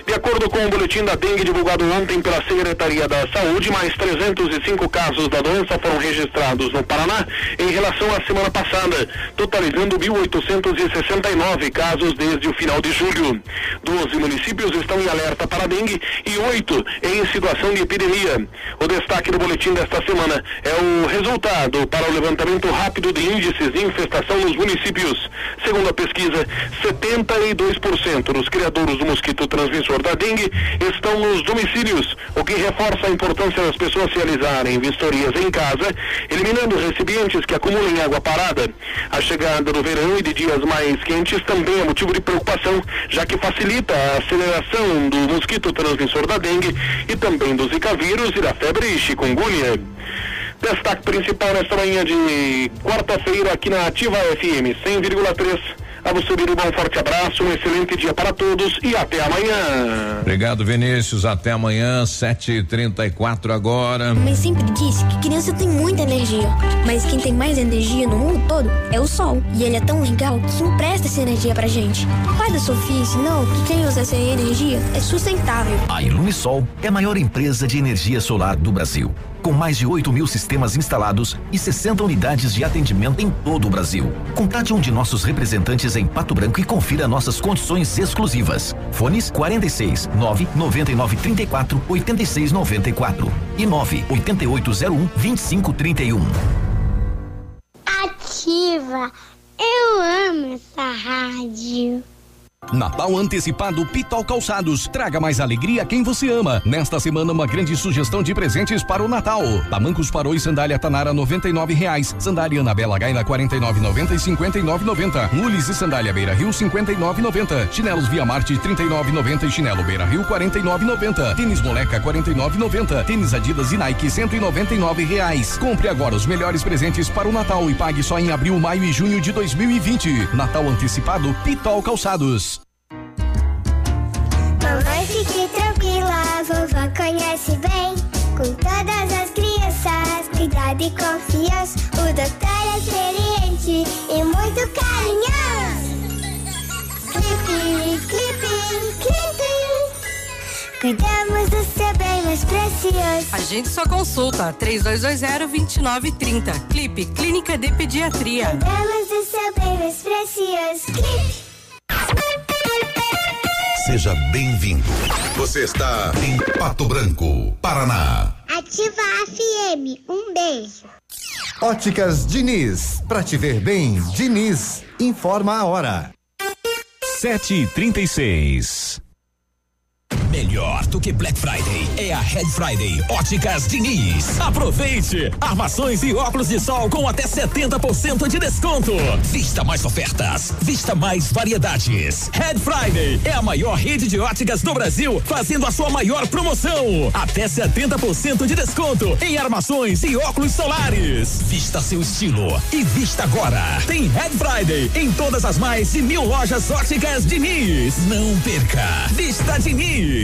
De acordo com o boletim da dengue divulgado ontem pela Secretaria da Saúde, mais trezentos e cinco casos da doença foram registrados no Paraná em relação à semana passada, totalizando mil oitocentos e sessenta e nove casos desde o final de julho. doze municípios estão em alerta para a dengue e oito em situação de epidemia. O destaque do boletim desta semana é o resultado para o levantamento rápido de índices de infestação nos municípios. Segundo a pesquisa, setenta e dois por cento dos criadouros do mosquito transmissor da dengue estão nos domicílios, o que reforça a importância das pessoas realizarem vistorias em casa, eliminando recipientes que acumulem água parada. A chegada do verão e de dias mais quentes também é motivo de preocupação, já que facilita a aceleração do mosquito transmissor da dengue e também do zika vírus e da febre chikungunya. Destaque principal nesta manhã de quarta-feira aqui na Ativa F M cem vírgula três. A você, Biruba, um forte abraço, um excelente dia para todos e até amanhã. Obrigado, Vinícius. Até amanhã, sete e trinta e quatro agora. Mãe sempre disse que criança tem muita energia, mas quem tem mais energia no mundo todo é o sol. E ele é tão legal que empresta essa energia pra gente. O pai da Sofia ensinou que quem usa essa energia é sustentável. A Ilumisol é a maior empresa de energia solar do Brasil, com mais de oito mil sistemas instalados e sessenta unidades de atendimento em todo o Brasil. Contate um de nossos representantes em Pato Branco e confira nossas condições exclusivas. Fones quarenta e seis, nove noventa e nove trinta e quatro, oitenta e seis noventa e quatro e nove oitenta e oito zero um vinte e cinco trinta e um. Ativa, eu amo essa rádio. Natal antecipado Pitol Calçados. Traga mais alegria a quem você ama. Nesta semana, uma grande sugestão de presentes para o Natal. Tamancos Parou e sandália Tanara noventa e nove reais. Sandália Anabela Gaina quarenta e nove noventa e cinquenta e nove noventa. Mules e sandália Beira Rio cinquenta e nove noventa. Chinelos Via Marte trinta e nove noventa e chinelo Beira Rio quarenta e nove noventa. Tênis Moleca quarenta e nove noventa. Tênis Adidas e Nike cento e noventa e nove reais. Compre agora os melhores presentes para o Natal e pague só em abril, maio e junho de dois mil e vinte. Natal antecipado Pitol Calçados. Mamãe, fique tranquila, vovó conhece bem. Com todas as crianças, cuidado e confiança. O doutor é experiente e muito carinhoso. Clipe, clipe, clipe. Cuidamos do seu bem mais precioso. A gente só consulta três dois dois zero, dois nove três zero. Clipe, Clínica de Pediatria. Cuidamos do seu bem mais precioso. Clipe. Seja bem-vindo. Você está em Pato Branco, Paraná. Ativa F M, um beijo. Óticas Diniz, pra te ver bem, Diniz, informa a hora. sete e trinta e seis. Melhor do que Black Friday é a Red Friday Óticas Diniz. Aproveite! Armações e óculos de sol com até setenta por cento de desconto. Vista mais ofertas, vista mais variedades. Red Friday é a maior rede de óticas do Brasil, fazendo a sua maior promoção. Até setenta por cento de desconto em armações e óculos solares. Vista seu estilo e vista agora. Tem Red Friday em todas as mais de mil lojas Óticas Diniz. Não perca! Vista Diniz.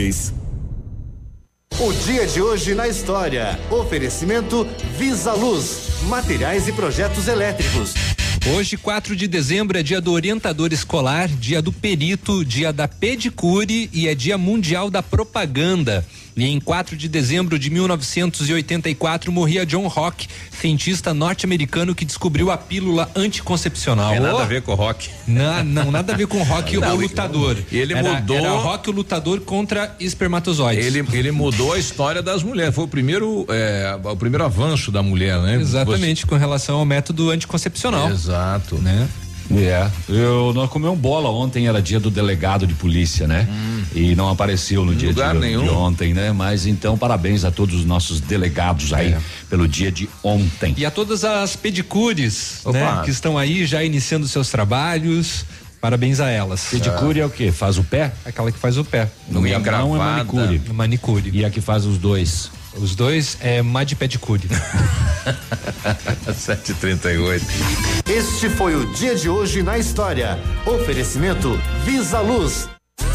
O dia de hoje na história. Oferecimento Visa Luz, materiais e projetos elétricos. Hoje, quatro de dezembro, é dia do orientador escolar, dia do perito, dia da pedicure e é dia mundial da propaganda. E em quatro de dezembro de mil novecentos e oitenta e quatro morria John Rock, cientista norte-americano que descobriu a pílula anticoncepcional. Tem nada oh. a ver com o rock. Não, não, nada a ver com o rock, não, o lutador. Ele era, mudou. Era rock, o lutador contra espermatozoides. Ele, ele mudou a história das mulheres. Foi o primeiro, é, o primeiro avanço da mulher, né? Exatamente, Você... com relação ao método anticoncepcional. Exato. Né? É, eu, nós comemos bola ontem, era dia do delegado de polícia, né? Hum. E não apareceu no dia de, de ontem, né? Mas então, parabéns a todos os nossos delegados aí é. pelo dia de ontem. E a todas as pedicures, né? Que estão aí já iniciando seus trabalhos. Parabéns a elas. Pedicure é, é o quê? Faz o pé? Aquela que faz o pé. Não, não é manicure. Manicure. E a que faz os dois? Os dois é madipedicure. sete e trinta e oito. Este foi o dia de hoje na história. Oferecimento Visa Luz.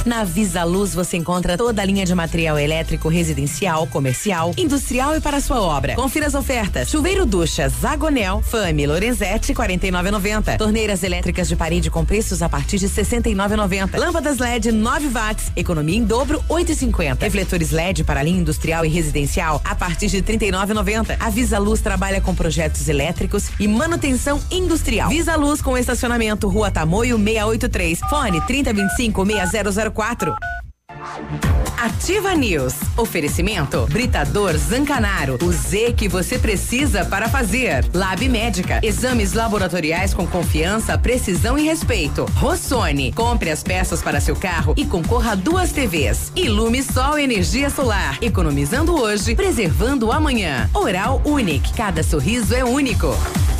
Na Visa Luz você encontra toda a linha de material elétrico residencial, comercial, industrial e para sua obra. Confira as ofertas. Chuveiro ducha Zagonel, Fame, Lorenzetti, quarenta e nove e noventa. Torneiras elétricas de parede com preços a partir de sessenta e nove e noventa. Lâmpadas L E D nove watts, economia em dobro, oito e cinquenta. Refletores L E D para linha industrial e residencial a partir de trinta e nove e noventa. A Visa Luz trabalha com projetos elétricos e manutenção industrial. Visa Luz com estacionamento Rua Tamoio seiscentos e oitenta e três. Fone trinta, vinte e cinco, seis zero zero quatro. Ativa News. Oferecimento Britador Zancanaro. O Z que você precisa para fazer. Lab Médica. Exames laboratoriais com confiança, precisão e respeito. Rossoni. Compre as peças para seu carro e concorra a duas T Vs. Ilume Sol Energia Solar. Economizando hoje, preservando amanhã. Oral Unique. Cada sorriso é único.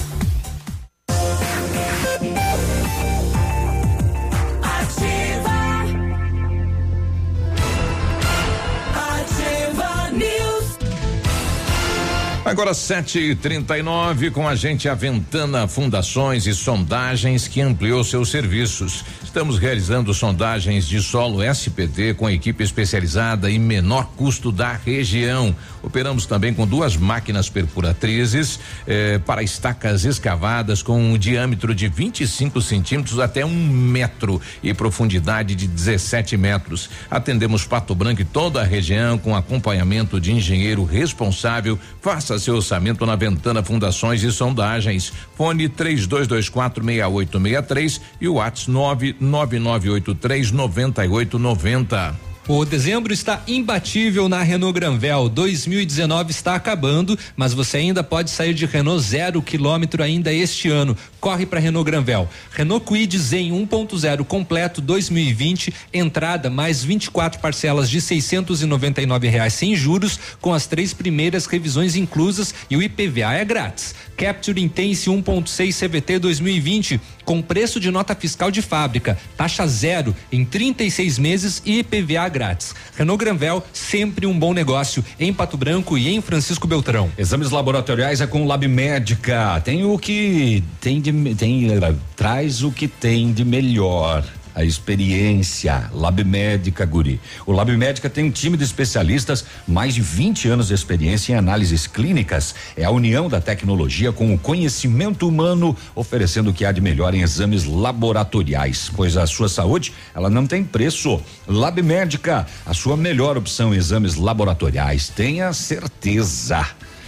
Agora sete e trinta e nove, com a gente a Ventana Fundações e Sondagens, que ampliou seus serviços. Estamos realizando sondagens de solo S P T com equipe especializada e menor custo da região. Operamos também com duas máquinas perfuratrizes eh, para estacas escavadas com um diâmetro de vinte e cinco centímetros até um metro e profundidade de dezessete metros. Atendemos Pato Branco e toda a região com acompanhamento de engenheiro responsável. Faça seu orçamento na Ventana Fundações e Sondagens. Fone três dois dois quatro, seis oito seis três e o WhatsApp nove nove nove oito três nove oito nove zero. O dezembro está imbatível na Renault Granvel. dois mil e dezenove está acabando, mas você ainda pode sair de Renault zero quilômetro ainda este ano. Corre para Renault Granvel. Renault Kwid Zen um ponto zero completo dois mil e vinte, entrada mais vinte e quatro parcelas de seiscentos e noventa e nove reais sem juros, com as três primeiras revisões inclusas e o I P V A é grátis. Capture Intense um ponto seis C V T dois mil e vinte com preço de nota fiscal de fábrica, taxa zero em trinta e seis meses e I P V A grátis. Renault Granvel, sempre um bom negócio em Pato Branco e em Francisco Beltrão. Exames laboratoriais é com Lab Médica. Tem o que tem de tem traz o que tem de melhor. A experiência, Lab Médica, guri. O Lab Médica tem um time de especialistas, mais de vinte anos de experiência em análises clínicas. É a união da tecnologia com o conhecimento humano, oferecendo o que há de melhor em exames laboratoriais, pois a sua saúde, ela não tem preço. Lab Médica, a sua melhor opção em exames laboratoriais, tenha certeza.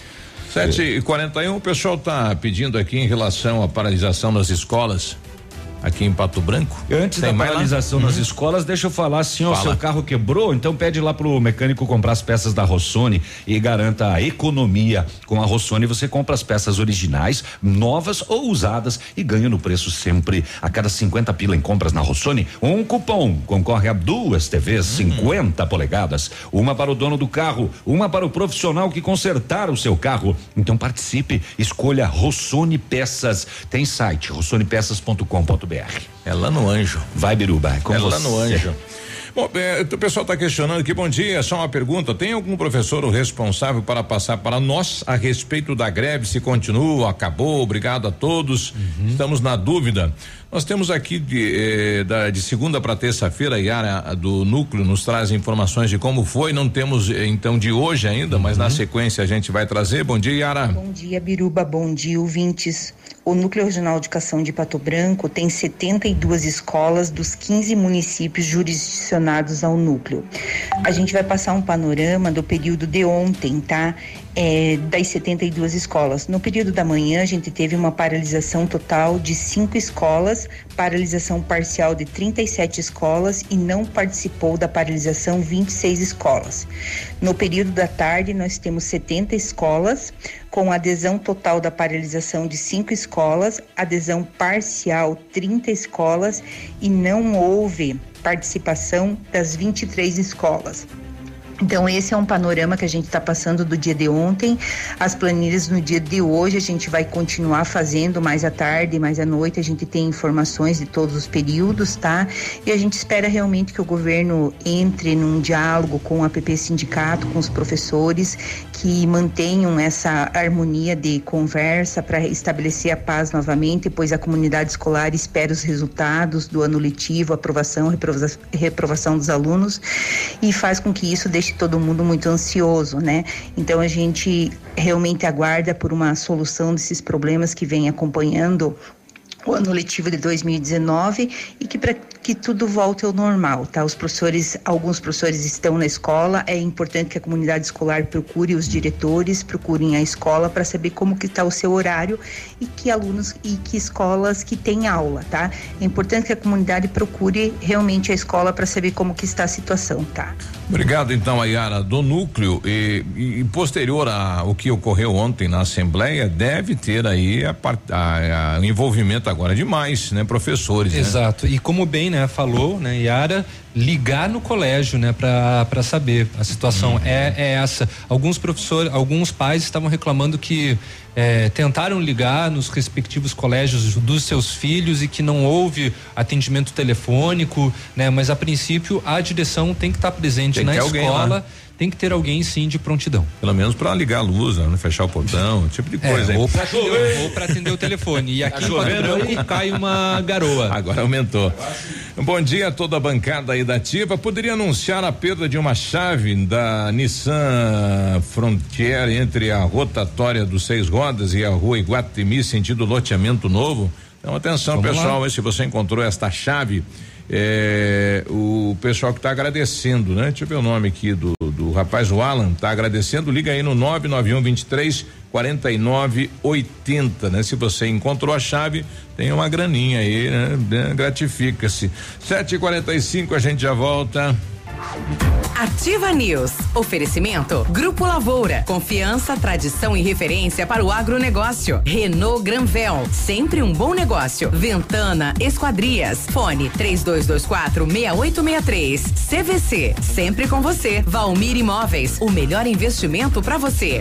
sete e quarenta e um, o pessoal está pedindo aqui em relação à paralisação das escolas. Aqui em Pato Branco. Antes Tem da paralisação nas uhum. escolas, deixa eu falar assim, ó, seu carro quebrou, então pede lá pro mecânico comprar as peças da Rossoni e garanta a economia. Com a Rossoni você compra as peças originais, novas ou usadas e ganha no preço sempre. A cada cinquenta pila em compras na Rossoni, um cupom concorre a duas T Vs uhum. cinquenta polegadas, uma para o dono do carro, uma para o profissional que consertar o seu carro. Então participe, escolha Rossoni Peças. Tem site rossoni peças ponto com ponto br. É lá no Anjo. Vai, Biruba, é com é você. lá no Anjo. Bom, é, o pessoal está questionando aqui, bom dia, só uma pergunta, tem algum professor responsável para passar para nós a respeito da greve, se continua, acabou, obrigado a todos, uhum. estamos na dúvida. Nós temos aqui de, eh, da, de segunda para terça-feira, a Yara do Núcleo nos traz informações de como foi, não temos eh, então de hoje ainda, uhum. mas na sequência a gente vai trazer. Bom dia, Yara. Bom dia, Biruba, bom dia, ouvintes. O Núcleo Regional de Educação de Pato Branco tem setenta e duas escolas dos quinze municípios jurisdicionados ao núcleo. A gente vai passar um panorama do período de ontem, tá? É, das setenta e duas escolas. No período da manhã, a gente teve uma paralisação total de cinco escolas, paralisação parcial de trinta e sete escolas e não participou da paralisação vinte e seis escolas. No período da tarde, nós temos setenta escolas, com adesão total da paralisação de cinco escolas, adesão parcial trinta escolas e não houve participação das vinte e três escolas. Então esse é um panorama que a gente está passando do dia de ontem. As planilhas no dia de hoje a gente vai continuar fazendo mais à tarde, mais à noite, a gente tem informações de todos os períodos, tá? E a gente espera realmente que o governo entre num diálogo com a P P Sindicato, com os professores, que mantenham essa harmonia de conversa para estabelecer a paz novamente, pois a comunidade escolar espera os resultados do ano letivo, aprovação, reprova- reprovação dos alunos, e faz com que isso deixe todo mundo muito ansioso, né? Então a gente realmente aguarda por uma solução desses problemas que vem acompanhando o ano letivo de dois mil e dezenove e que para que tudo volte ao normal, tá? Os professores, alguns professores estão na escola, é importante que a comunidade escolar procure os diretores, procurem a escola para saber como que está o seu horário e que alunos e que escolas que têm aula, tá? É importante que a comunidade procure realmente a escola para saber como que está a situação, tá? Obrigado, então, Ayara, do núcleo e, e posterior ao que ocorreu ontem na Assembleia, deve ter aí a, a, a envolvimento agora de mais, né, professores. Exato. Né? E como bem, né, falou, né, Yara, ligar no colégio, né, para para saber a situação. Hum. é, é essa. Alguns professores, alguns pais estavam reclamando que é, tentaram ligar nos respectivos colégios dos seus filhos e que não houve atendimento telefônico, né, mas a princípio a direção tem que estar presente tem na escola. Tem que ter alguém sim de prontidão. Pelo menos para ligar a luz, né? Fechar o portão, tipo de coisa. É, hein? ou para atender, atender o telefone. E aqui em Pato Branco cai uma garoa. Agora aumentou. Bom dia a toda a bancada aí da Ativa. Poderia anunciar a perda de uma chave da Nissan Frontier entre a rotatória dos Seis Rodas e a rua Iguatemi, sentido loteamento novo? Então atenção, Vamos pessoal, lá. Se você encontrou esta chave, É, o pessoal que está agradecendo, né? Deixa eu ver o nome aqui do, do rapaz, o Alan, tá agradecendo, liga aí no nove nove um vinte e três quarenta e nove oitenta, né? Se você encontrou a chave, tem uma graninha aí, né? Gratifica-se. sete e quarenta e cinco, a gente já volta. Ativa News. Oferecimento Grupo Lavoura. Confiança, tradição e referência para o agronegócio. Renault Granvel. Sempre um bom negócio. Ventana Esquadrias. Fone três dois dois quatro seis oito seis três. C V C. Sempre com você. Valmir Imóveis. O melhor investimento para você.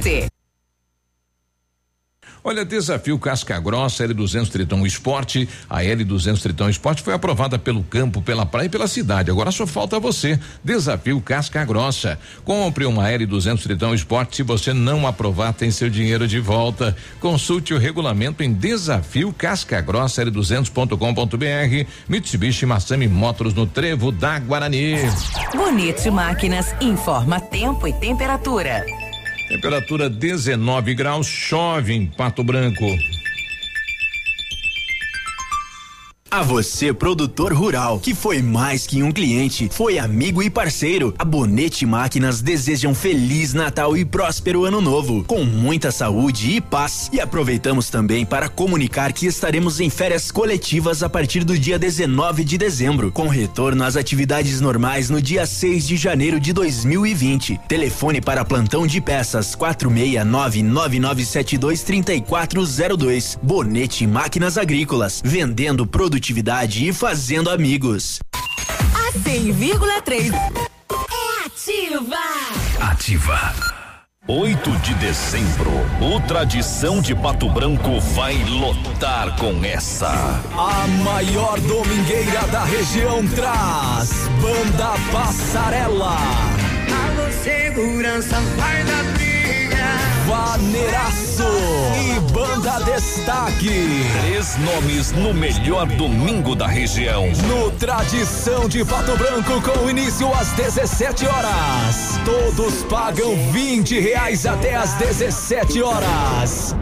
Olha, desafio Casca Grossa L duzentos Triton Esporte. A L duzentos Triton Esporte foi aprovada pelo campo, pela praia e pela cidade. Agora só falta você. Desafio Casca Grossa. Compre uma L duzentos Triton Esporte. Se você não aprovar, tem seu dinheiro de volta. Consulte o regulamento em desafio casca grossa L duzentos ponto com ponto br. Mitsubishi Massami Motors no Trevo da Guarani. Bonito Máquinas informa tempo e temperatura. Temperatura dezenove graus, chove em Pato Branco. A você, produtor rural, que foi mais que um cliente, foi amigo e parceiro. A Bonete Máquinas deseja um feliz Natal e próspero ano novo, com muita saúde e paz. E aproveitamos também para comunicar que estaremos em férias coletivas a partir do dia dezenove de dezembro, com retorno às atividades normais no dia seis de janeiro de dois mil e vinte. Telefone para plantão de peças quatro seis nove nove nove sete dois três quatro zero dois. Bonete Máquinas Agrícolas, vendendo produtividade e fazendo amigos. A cem vírgula três é Ativa. Ativa. oito de dezembro, o Tradição de Pato Branco vai lotar com essa. A maior domingueira da região traz Banda Passarela. Alô, segurança, vai da briga. Vaneiraço e Banda Destaque. Três nomes no melhor domingo da região. No Tradição de Pato Branco, com início às dezessete horas. Todos pagam vinte reais até às dezessete horas.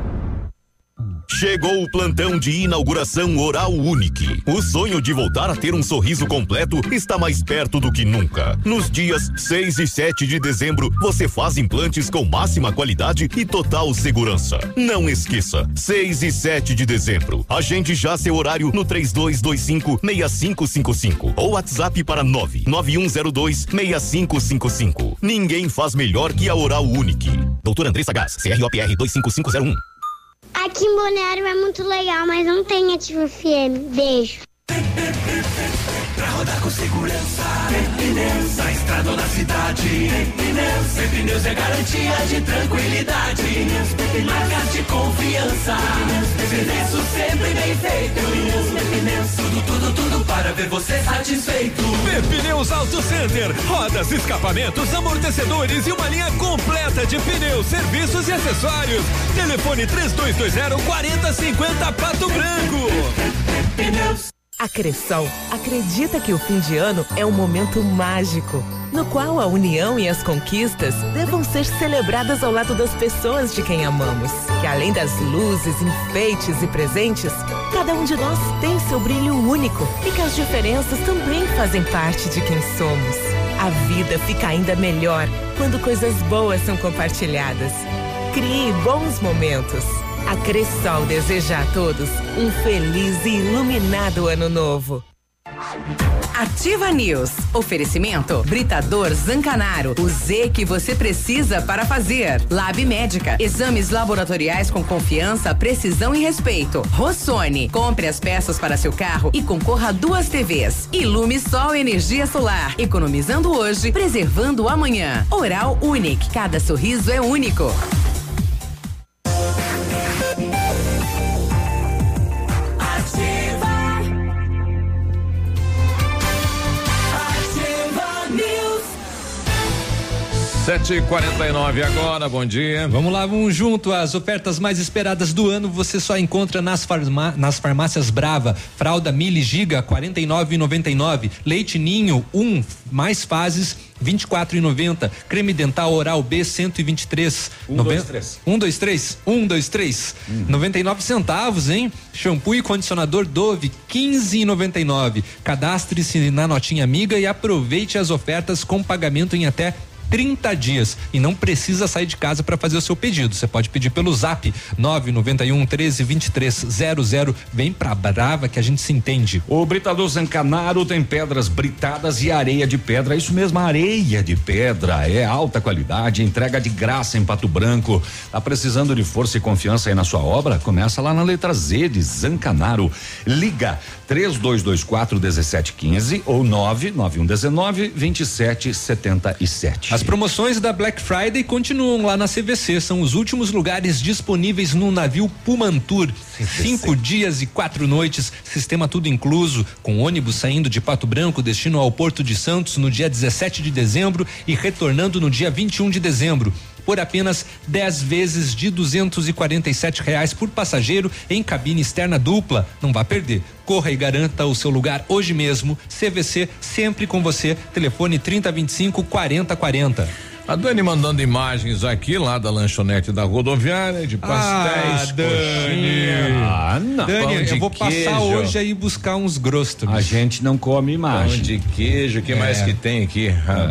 Chegou o plantão de inauguração Oral Unique. O sonho de voltar a ter um sorriso completo está mais perto do que nunca. Nos dias seis e sete de dezembro, você faz implantes com máxima qualidade e total segurança. Não esqueça, seis e sete de dezembro. Agende já seu horário no três dois dois cinco seis cinco cinco cinco ou WhatsApp para nove nove um zero dois seis cinco cinco cinco. Ninguém faz melhor que a Oral Unique. Doutora Andressa Gás, C R O P R dois cinco cinco zero um. Aqui em Balneário é muito legal, mas não tem Ativa F M. Beijo. Pra rodar com segurança, pneus, a estrada parado na cidade. Pneus, Pneus é garantia de tranquilidade. Pneus, marcas de confiança. Serviço sempre bem feito. Pneus, tudo, tudo, tudo para ver você satisfeito. Pneus Auto Center, rodas, escapamentos, amortecedores e uma linha completa de pneus, serviços e acessórios. Telefone três dois dois zero, quatro zero cinco zero Pato Branco. Pneus. A Cressol acredita que o fim de ano é um momento mágico, no qual a união e as conquistas devam ser celebradas ao lado das pessoas de quem amamos. Que além das luzes, enfeites e presentes, cada um de nós tem seu brilho único e que as diferenças também fazem parte de quem somos. A vida fica ainda melhor quando coisas boas são compartilhadas. Crie bons momentos. A Cressol deseja a todos um feliz e iluminado ano novo. Ativa News. Oferecimento Britador Zancanaro. O Z que você precisa para fazer. Lab Médica. Exames laboratoriais com confiança, precisão e respeito. Rossoni. Compre as peças para seu carro e concorra a duas T Vs. Ilume Sol Energia Solar. Economizando hoje, preservando amanhã. Oral Unique. Cada sorriso é único. sete e quarenta e nove agora, bom dia. Vamos lá, vamos junto. As ofertas mais esperadas do ano você só encontra nas, farma, nas farmácias Brava. Fralda Mili Giga, quarenta e nove e noventa e nove. Leite Ninho, um, mais fases, vinte e quatro e noventa. Creme dental Oral B, cento e vinte e três. Um, dois, três. Um, dois, três. Um, dois, três. Uhum. noventa e nove centavos, hein? Shampoo e condicionador Dove, quinze e noventa e nove. Cadastre-se na Notinha Amiga e aproveite as ofertas com pagamento em até trinta dias e não precisa sair de casa para fazer o seu pedido. Você pode pedir pelo Zap nove nove um, treze, vinte e três zero zero. Vem pra Brava que a gente se entende. O Britador Zancanaro tem pedras britadas e areia de pedra. Isso mesmo, areia de pedra. É alta qualidade, entrega de graça em Pato Branco. Tá precisando de força e confiança aí na sua obra? Começa lá na letra Z de Zancanaro. Liga três dois dois quatro, um sete um cinco ou nove nove um um nove, vinte e sete setenta e sete. As promoções da Black Friday continuam lá na C V C. São os últimos lugares disponíveis no navio Pumantur. Cinco dias e quatro noites, sistema tudo incluso, com ônibus saindo de Pato Branco, destino ao Porto de Santos no dia dezessete de dezembro e retornando no dia vinte e um de dezembro. Por apenas dez vezes de duzentos e quarenta e sete reais por passageiro em cabine externa dupla. Não vá perder. Corra e garanta o seu lugar hoje mesmo. C V C sempre com você. Telefone trinta, vinte e cinco, quarenta, quarenta. A Dani mandando imagens aqui lá da lanchonete da rodoviária de pastéis, ah, Dani. Ah, não. Dani, eu vou queijo. passar hoje aí buscar uns grostos. A gente não come imagem. Pão de queijo, o que é. mais que tem aqui?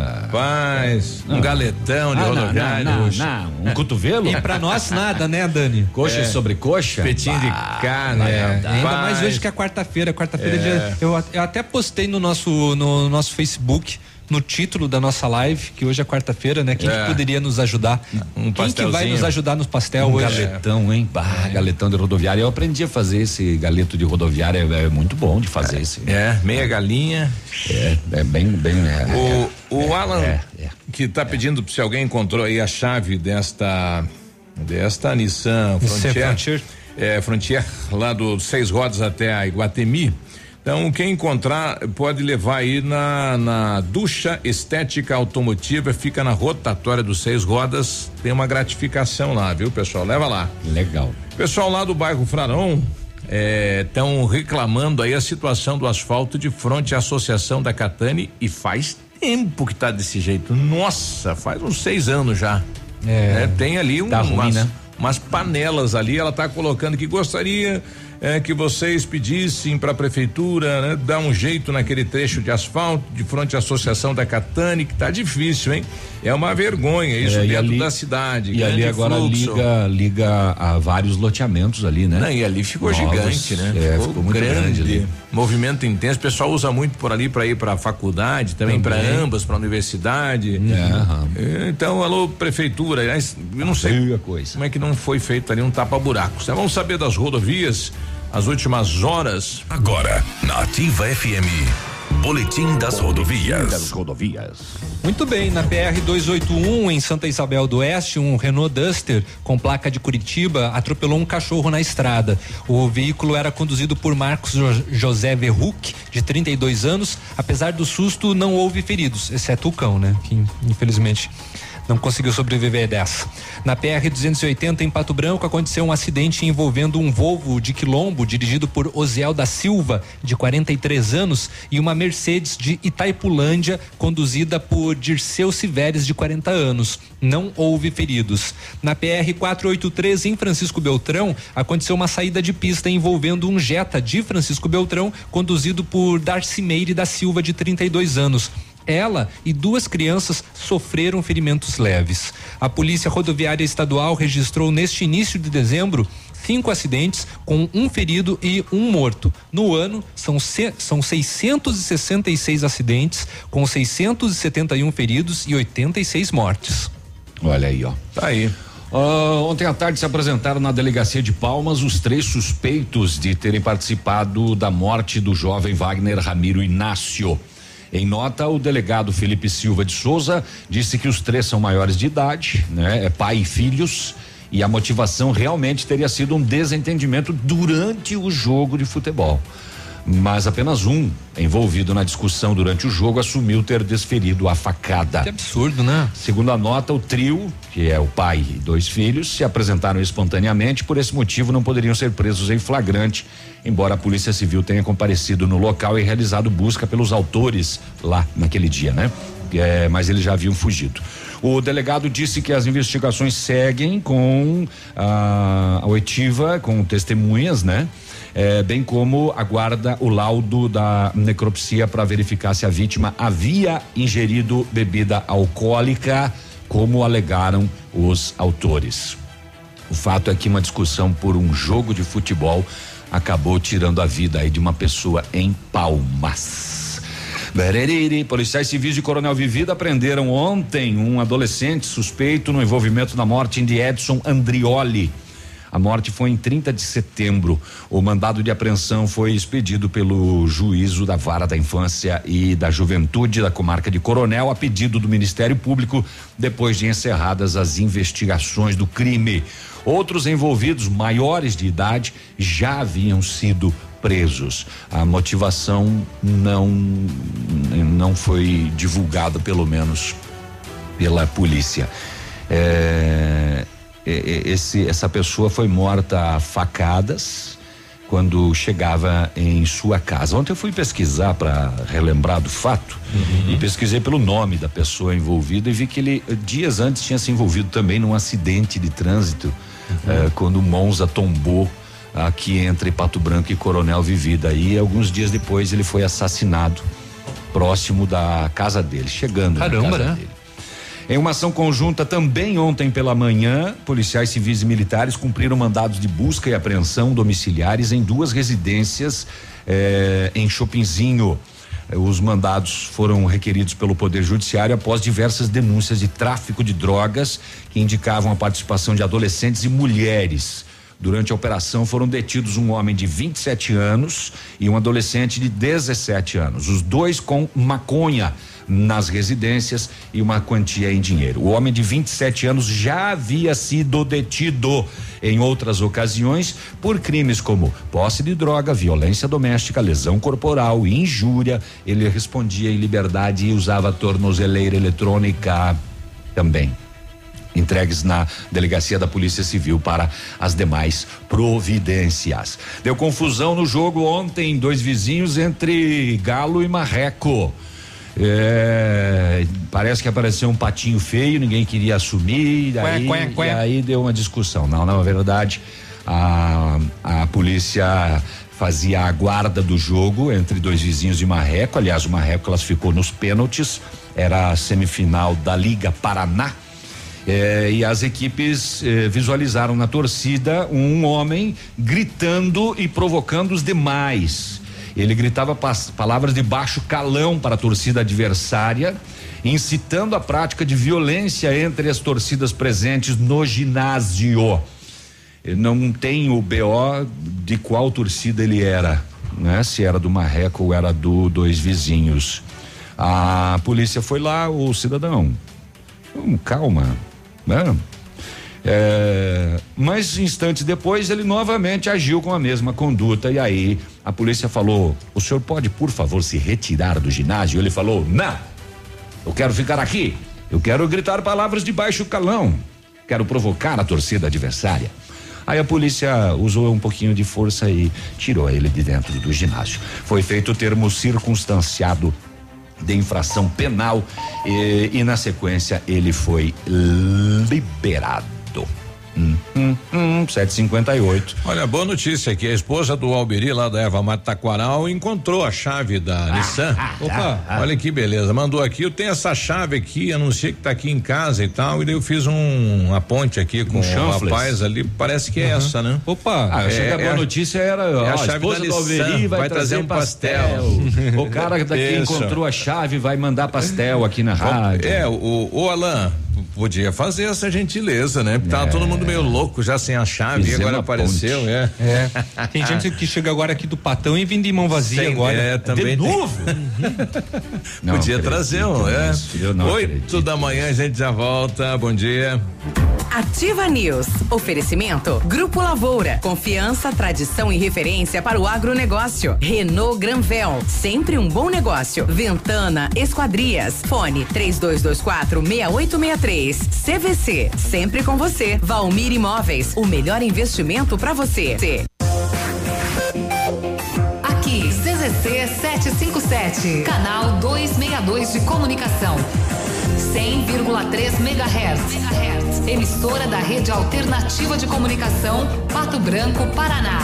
Rapaz, ah, um galetão de ah, rodoviária. Não, não, não, não. Um cotovelo? E pra nós nada, né, Dani? Coxa é. sobre coxa? Petinho bah, de carne. É. Ainda mais hoje que é quarta-feira. Quarta-feira é. dia, eu, eu até postei no nosso, no nosso Facebook, no título da nossa live, que hoje é quarta-feira, né? Quem é. que poderia nos ajudar? Um Quem que vai nos ajudar nos pastel um hoje? Galetão, hein? Bah, é. Galetão de rodoviária. Eu aprendi a fazer esse galeto de rodoviária, é, é muito bom de fazer é. esse. É, meia galinha. É, é bem, bem. É, o o é, Alan, é, é, que tá é. pedindo se alguém encontrou aí a chave desta, desta Nissan Frontier. Frontier. É, Frontier, lá do Seis Rodas até a Iguatemi. Então, quem encontrar pode levar aí na, na Ducha Estética Automotiva, fica na rotatória dos Seis Rodas, tem uma gratificação lá, viu, pessoal? Leva lá. Legal. Pessoal lá do bairro Frarão estão é, reclamando aí a situação do asfalto de frente à associação da Catani e faz tempo que tá desse jeito. Nossa, faz uns seis anos já. É. é tem ali um, tá ruim, umas, né? umas panelas ali, ela tá colocando que gostaria é, que vocês pedissem para a prefeitura, né, dar um jeito naquele trecho de asfalto de frente à associação da Catani, que tá difícil, hein? É uma vergonha isso é, dentro ali, da cidade. E ali agora fluxo. liga liga a vários loteamentos ali, né? Não, e ali ficou Novos, gigante, né? É, ficou, ficou muito grande, grande ali. Movimento intenso, o pessoal usa muito por ali para ir para a faculdade, também, também. para ambas, para a universidade. Uhum. Então, alô prefeitura, eu não sei coisa. como é que não foi feito ali um tapa-buracos. Então, vamos saber das rodovias, as últimas horas. Agora, na Ativa F M, Boletim das rodovias. Das rodovias. Muito bem, na P R duzentos e oitenta e um, em Santa Isabel do Oeste, um Renault Duster com placa de Curitiba atropelou um cachorro na estrada. O veículo era conduzido por Marcos jo- José Verruc, de trinta e dois anos. Apesar do susto, não houve feridos, exceto o cão, né? Que infelizmente não conseguiu sobreviver dessa. Na P R duzentos e oitenta, em Pato Branco, aconteceu um acidente envolvendo um Volvo de Quilombo, dirigido por Osiel da Silva, de quarenta e três anos, e uma Mercedes de Itaipulândia, conduzida por Dirceu Siveres, de quarenta anos. Não houve feridos. Na P R quatrocentos e oitenta e três, em Francisco Beltrão, aconteceu uma saída de pista envolvendo um Jetta de Francisco Beltrão, conduzido por Darcimeire da Silva, de trinta e dois anos. Ela e duas crianças sofreram ferimentos leves. A Polícia Rodoviária Estadual registrou neste início de dezembro cinco acidentes com um ferido e um morto. No ano, são, se, são seiscentos e sessenta e seis acidentes com seiscentos e setenta e um feridos e oitenta e seis mortes. Olha aí, ó. Tá aí. Uh, ontem à tarde se apresentaram na delegacia de Palmas os três suspeitos de terem participado da morte do jovem Wagner Ramiro Inácio. Em nota, o delegado Felipe Silva de Souza disse que os três são maiores de idade, né? É pai e filhos, e a motivação realmente teria sido um desentendimento durante o jogo de futebol. Mas apenas um, envolvido na discussão durante o jogo, assumiu ter desferido a facada. Que absurdo, né? Segundo a nota, o trio, que é o pai e dois filhos, se apresentaram espontaneamente, por esse motivo não poderiam ser presos em flagrante, embora a Polícia Civil tenha comparecido no local e realizado busca pelos autores lá naquele dia, né? É, mas eles já haviam fugido. O delegado disse que as investigações seguem com a, a oitiva, com testemunhas, né? É, bem como aguarda o laudo da necropsia para verificar se a vítima havia ingerido bebida alcoólica, como alegaram os autores. O fato é que uma discussão por um jogo de futebol acabou tirando a vida aí de uma pessoa em Palmas. Bereriri, policiais civis de Coronel Vivida prenderam ontem um adolescente suspeito no envolvimento na morte de Edson Andrioli. A morte foi em trinta de setembro. O mandado de apreensão foi expedido pelo juízo da Vara da Infância e da Juventude da comarca de Coronel, a pedido do Ministério Público, depois de encerradas as investigações do crime. Outros envolvidos, maiores de idade, já haviam sido presos. A motivação não não foi divulgada, pelo menos pela polícia. É, esse essa pessoa foi morta a facadas quando chegava em sua casa. Ontem eu fui pesquisar para relembrar do fato, uhum, e pesquisei pelo nome da pessoa envolvida e vi que ele dias antes tinha se envolvido também num acidente de trânsito, uhum, eh, quando o Monza tombou aqui entre Pato Branco e Coronel Vivida, e alguns dias depois ele foi assassinado próximo da casa dele, chegando Caramba, na casa né? dele. Em uma ação conjunta também ontem pela manhã, policiais civis e militares cumpriram mandados de busca e apreensão domiciliares em duas residências eh, em Chopinzinho. Os mandados foram requeridos pelo Poder Judiciário após diversas denúncias de tráfico de drogas que indicavam a participação de adolescentes e mulheres. Durante a operação foram detidos um homem de vinte e sete anos e um adolescente de dezessete anos, os dois com maconha nas residências e uma quantia em dinheiro. O homem de vinte e sete anos já havia sido detido em outras ocasiões por crimes como posse de droga, violência doméstica, lesão corporal e injúria. Ele respondia em liberdade e usava tornozeleira eletrônica também. Entregues na delegacia da Polícia Civil para as demais providências. Deu confusão no jogo ontem, dois vizinhos entre Galo e Marreco. É, parece que apareceu um patinho feio, ninguém queria assumir, aí, Quê, quê, quê. e aí deu uma discussão. Não, na verdade, a, a polícia fazia a guarda do jogo entre dois vizinhos de Marreco. Aliás, o Marreco classificou nos pênaltis, era a semifinal da Liga Paraná. É, e as equipes eh, visualizaram na torcida um homem gritando e provocando os demais. Ele gritava pas, palavras de baixo calão para a torcida adversária, incitando a prática de violência entre as torcidas presentes no ginásio. Não tem o B O de qual torcida ele era, né? Se era do Marreco ou era do Dois Vizinhos. A polícia foi lá, o cidadão, hum, calma, né? É, mas instantes depois ele novamente agiu com a mesma conduta e aí a polícia falou: o senhor pode por favor se retirar do ginásio? Ele falou: não, eu quero ficar aqui, eu quero gritar palavras de baixo calão, quero provocar a torcida adversária. Aí a polícia usou um pouquinho de força e tirou ele de dentro do ginásio. Foi feito o termo circunstanciado de infração penal e, e na sequência ele foi liberado. Hum, hum, hum, sete e cinquenta e oito. Olha, boa notícia aqui, a esposa do Alberi lá da Erva Mata Taquaral encontrou a chave da ah, Nissan. Ah, Opa, ah, olha que beleza, mandou aqui, eu tenho essa chave aqui, anunciei que tá aqui em casa e tal, e daí eu fiz um, uma ponte aqui com um o rapaz ali, parece que é uhum. essa, né? Opa, ah, eu achei é, que a boa é notícia era, é ó, a, a chave esposa da do Alberi vai, vai trazer, trazer um pastel. pastel. O cara daqui encontrou a chave, vai mandar pastel aqui na rádio. É, o, o Alain podia fazer essa gentileza, né? Tava é. todo mundo meio louco já sem a chave e agora apareceu, é. é. Tem gente que chega agora aqui do Patão e vem de mão vazia sem, agora. É, também. De novo? Não podia trazer um, é. Oito da manhã a gente já volta, bom dia. Ativa News. Oferecimento Grupo Lavoura. Confiança, tradição e referência para o agronegócio. Renault Granvel. Sempre um bom negócio. Ventana Esquadrias. Fone três dois dois quatro seis oito seis três. C V C. Sempre com você. Valmir Imóveis. O melhor investimento para você. Aqui, C Z C setecentos e cinquenta e sete. Canal duzentos e sessenta e dois de comunicação. cem vírgula três megahertz. Emissora da Rede Alternativa de Comunicação, Pato Branco, Paraná.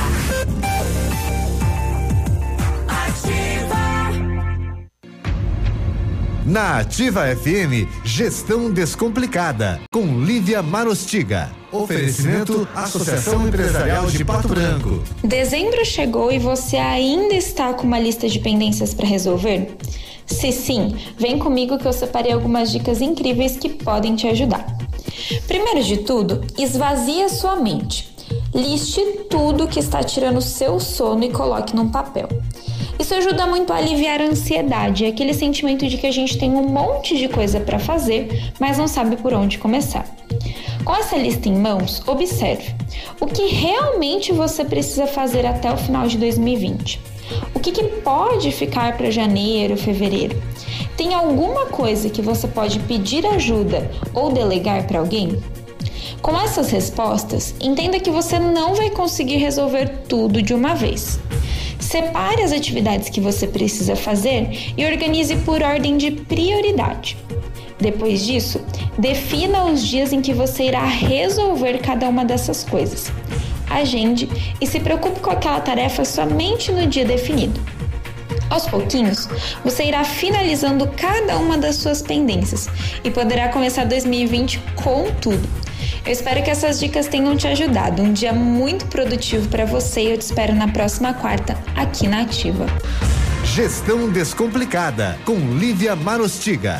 Ativa. Na Ativa F M, Gestão Descomplicada, com Lívia Marostiga. Oferecimento Associação Empresarial de Pato Branco. Dezembro chegou e você ainda está com uma lista de pendências para resolver? Se sim, vem comigo que eu separei algumas dicas incríveis que podem te ajudar. Primeiro de tudo, esvazie a sua mente. Liste tudo que está tirando o seu sono e coloque num papel. Isso ajuda muito a aliviar a ansiedade, aquele sentimento de que a gente tem um monte de coisa para fazer, mas não sabe por onde começar. Com essa lista em mãos, observe o que realmente você precisa fazer até o final de dois mil e vinte. O que, que pode ficar para janeiro, fevereiro? Tem alguma coisa que você pode pedir ajuda ou delegar para alguém? Com essas respostas, entenda que você não vai conseguir resolver tudo de uma vez. Separe as atividades que você precisa fazer e organize por ordem de prioridade. Depois disso, defina os dias em que você irá resolver cada uma dessas coisas. Agende e se preocupe com aquela tarefa somente no dia definido. Aos pouquinhos, você irá finalizando cada uma das suas pendências e poderá começar dois mil e vinte com tudo. Eu espero que essas dicas tenham te ajudado. Um dia muito produtivo para você e eu te espero na próxima quarta, aqui na Ativa. Gestão Descomplicada, com Lívia Marostiga.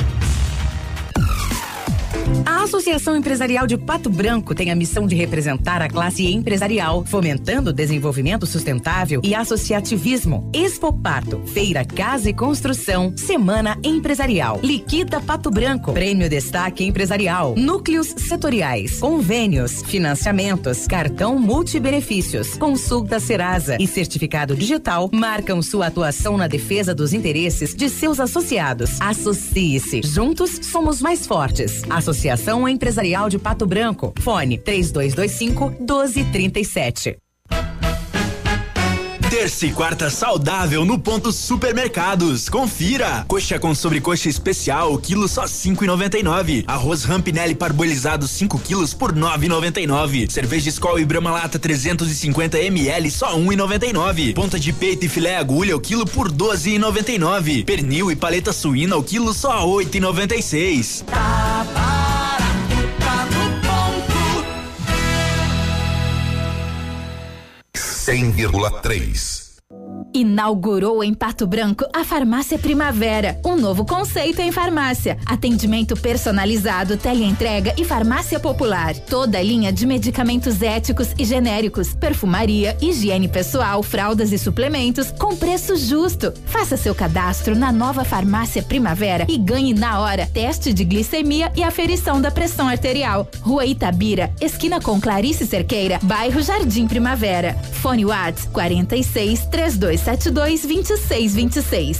A Associação Empresarial de Pato Branco tem a missão de representar a classe empresarial, fomentando o desenvolvimento sustentável e associativismo. Expo Pato, Feira Casa e Construção, Semana Empresarial, Liquida Pato Branco, Prêmio Destaque Empresarial, Núcleos Setoriais, Convênios, Financiamentos, Cartão Multibenefícios, Consulta Serasa e Certificado Digital marcam sua atuação na defesa dos interesses de seus associados. Associe-se. Juntos somos mais fortes. Associação Empresarial de Pato Branco. Fone três dois dois cinco, um dois três sete. Terça e quarta saudável no Ponto Supermercados. Confira. Coxa com sobrecoxa especial, quilo só cinco e noventa e nove. Arroz Rampinelli parbolizado cinco quilos por nove e noventa e nove. Cerveja Skol e Brahma Lata trezentos e cinquenta mililitros só um e noventa e nove. Ponta de peito e filé agulha o quilo por doze e noventa e nove. Pernil e paleta suína o quilo só oito e noventa e seis. Tá barato, tá no ponto. cem vírgula três. Inaugurou em Pato Branco a Farmácia Primavera, um novo conceito em farmácia. Atendimento personalizado, teleentrega e farmácia popular. Toda a linha de medicamentos éticos e genéricos, perfumaria, higiene pessoal, fraldas e suplementos com preço justo. Faça seu cadastro na nova Farmácia Primavera e ganhe na hora teste de glicemia e aferição da pressão arterial. Rua Itabira, esquina com Clarice Cerqueira, bairro Jardim Primavera. Fone WhatsApp quarenta e seis, trinta e dois setenta e dois, vinte e seis vinte e seis.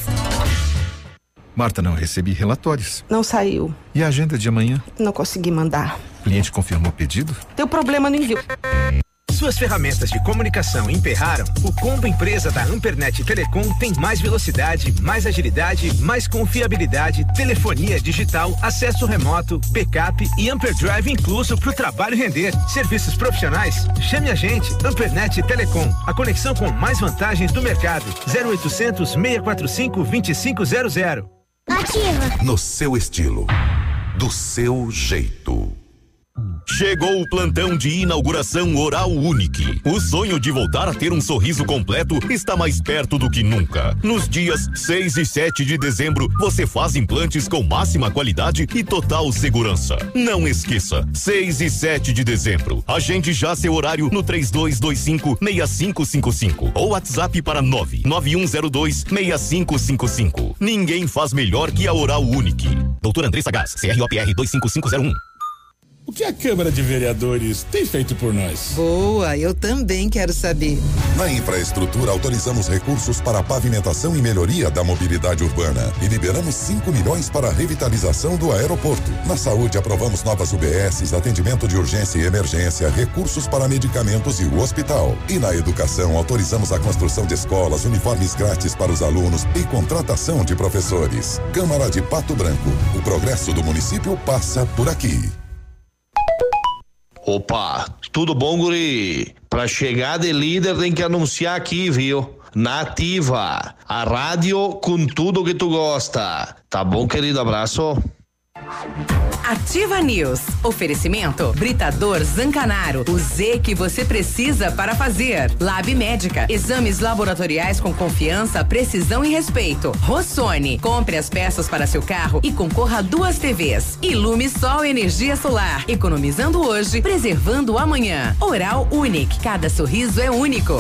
Marta, não recebi relatórios. Não saiu. E a agenda de amanhã? Não consegui mandar. O cliente confirmou o pedido? Deu problema no envio. Suas ferramentas de comunicação emperraram? O combo empresa da Ampernet Telecom tem mais velocidade, mais agilidade, mais confiabilidade, telefonia digital, acesso remoto, backup e Amperdrive incluso para o trabalho render. Serviços profissionais? Chame a gente, Ampernet Telecom, a conexão com mais vantagens do mercado. zero oitocentos, seiscentos e quarenta e cinco, vinte e cinco zero zero. Ativa. No seu estilo, do seu jeito. Chegou o plantão de inauguração Oral Unique. O sonho de voltar a ter um sorriso completo está mais perto do que nunca. Nos dias seis e sete de dezembro, você faz implantes com máxima qualidade e total segurança. Não esqueça, seis e sete de dezembro. Agende já seu horário no três dois dois cinco, seis cinco cinco cinco ou WhatsApp para nove nove um zero dois, seis cinco cinco cinco. Ninguém faz melhor que a Oral Unique. Doutora Andressa Gás, C R O P R dois cinco cinco zero um. O que a Câmara de Vereadores tem feito por nós? Boa, eu também quero saber. Na infraestrutura, autorizamos recursos para a pavimentação e melhoria da mobilidade urbana e liberamos cinco milhões para a revitalização do aeroporto. Na saúde, aprovamos novas U B S, atendimento de urgência e emergência, recursos para medicamentos e o hospital. E na educação, autorizamos a construção de escolas, uniformes grátis para os alunos e contratação de professores. Câmara de Pato Branco. O progresso do município passa por aqui. Opa, tudo bom, guri? Pra chegar de líder tem que anunciar aqui, viu? Na Ativa, a rádio com tudo que tu gosta. Tá bom, querido? Abraço. Ativa News. Oferecimento Britador Zancanaro. O Z que você precisa para fazer. Lab Médica. Exames laboratoriais com confiança, precisão e respeito. Rossoni. Compre as peças para seu carro e concorra a duas T Vs. Ilume Sol Energia Solar. Economizando hoje, preservando amanhã. Oral Unique. Cada sorriso é único.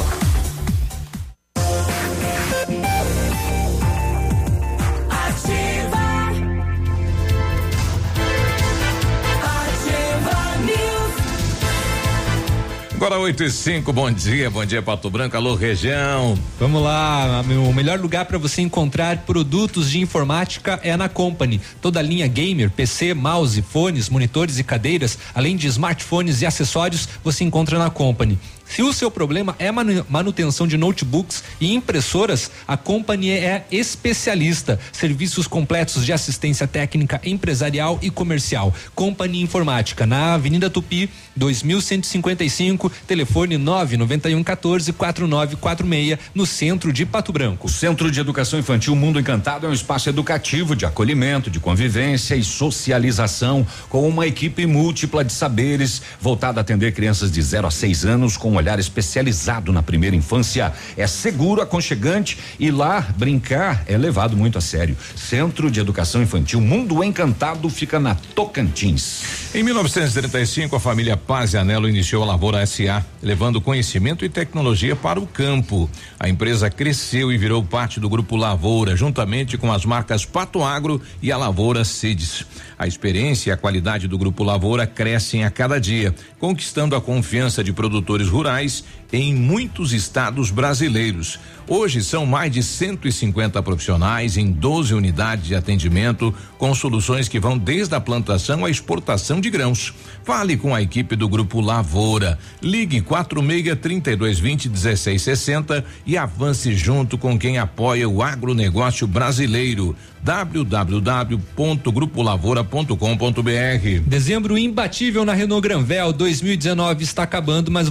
Agora oito e cinco, bom dia, bom dia Pato Branco, alô região. Vamos lá, o melhor lugar para você encontrar produtos de informática é na Company. Toda a linha gamer, P C, mouse, fones, monitores e cadeiras, além de smartphones e acessórios, você encontra na Company. Se o seu problema é manutenção de notebooks e impressoras, a Company é especialista. Serviços completos de assistência técnica empresarial e comercial. Company Informática, na Avenida Tupi, dois mil cento e cinquenta e cinco, telefone nove nove um um quatro, quatro nove quatro seis, no centro de Pato Branco. O Centro de Educação Infantil Mundo Encantado é um espaço educativo de acolhimento, de convivência e socialização, com uma equipe múltipla de saberes, voltada a atender crianças de zero a seis anos, com um olhar especializado na primeira infância. É seguro, aconchegante e lá brincar é levado muito a sério. Centro de Educação Infantil Mundo Encantado fica na Tocantins. Em mil novecentos e trinta e cinco, a família Paz e Anelo iniciou a Lavoura S A, levando conhecimento e tecnologia para o campo. A empresa cresceu e virou parte do Grupo Lavoura, juntamente com as marcas Pato Agro e a Lavoura Seeds. A experiência e a qualidade do Grupo Lavoura crescem a cada dia, conquistando a confiança de produtores rurais em muitos estados brasileiros. Hoje são mais de cento e cinquenta profissionais em doze unidades de atendimento, com soluções que vão desde a plantação à exportação de grãos. Fale com a equipe do Grupo Lavoura. Ligue quatro seis, trinta e dois vinte, dezesseis sessenta e avance junto com quem apoia o agronegócio brasileiro. w w w ponto grupo lavoura ponto com ponto b r. Dezembro imbatível na Renault Granvel dois mil e dezenove está acabando, mas você ainda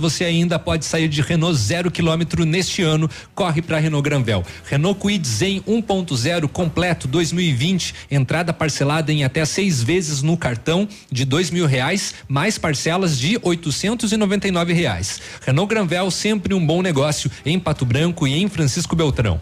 ainda pode sair de Renault zero quilômetro neste ano. Corre para Renault Granvel. Renault Kwid Zen um ponto zero completo dois mil e vinte, entrada parcelada em até seis vezes no cartão de dois mil reais, mais parcelas de oitocentos e noventa e nove reais. Renault Granvel, sempre um bom negócio em Pato Branco e em Francisco Beltrão.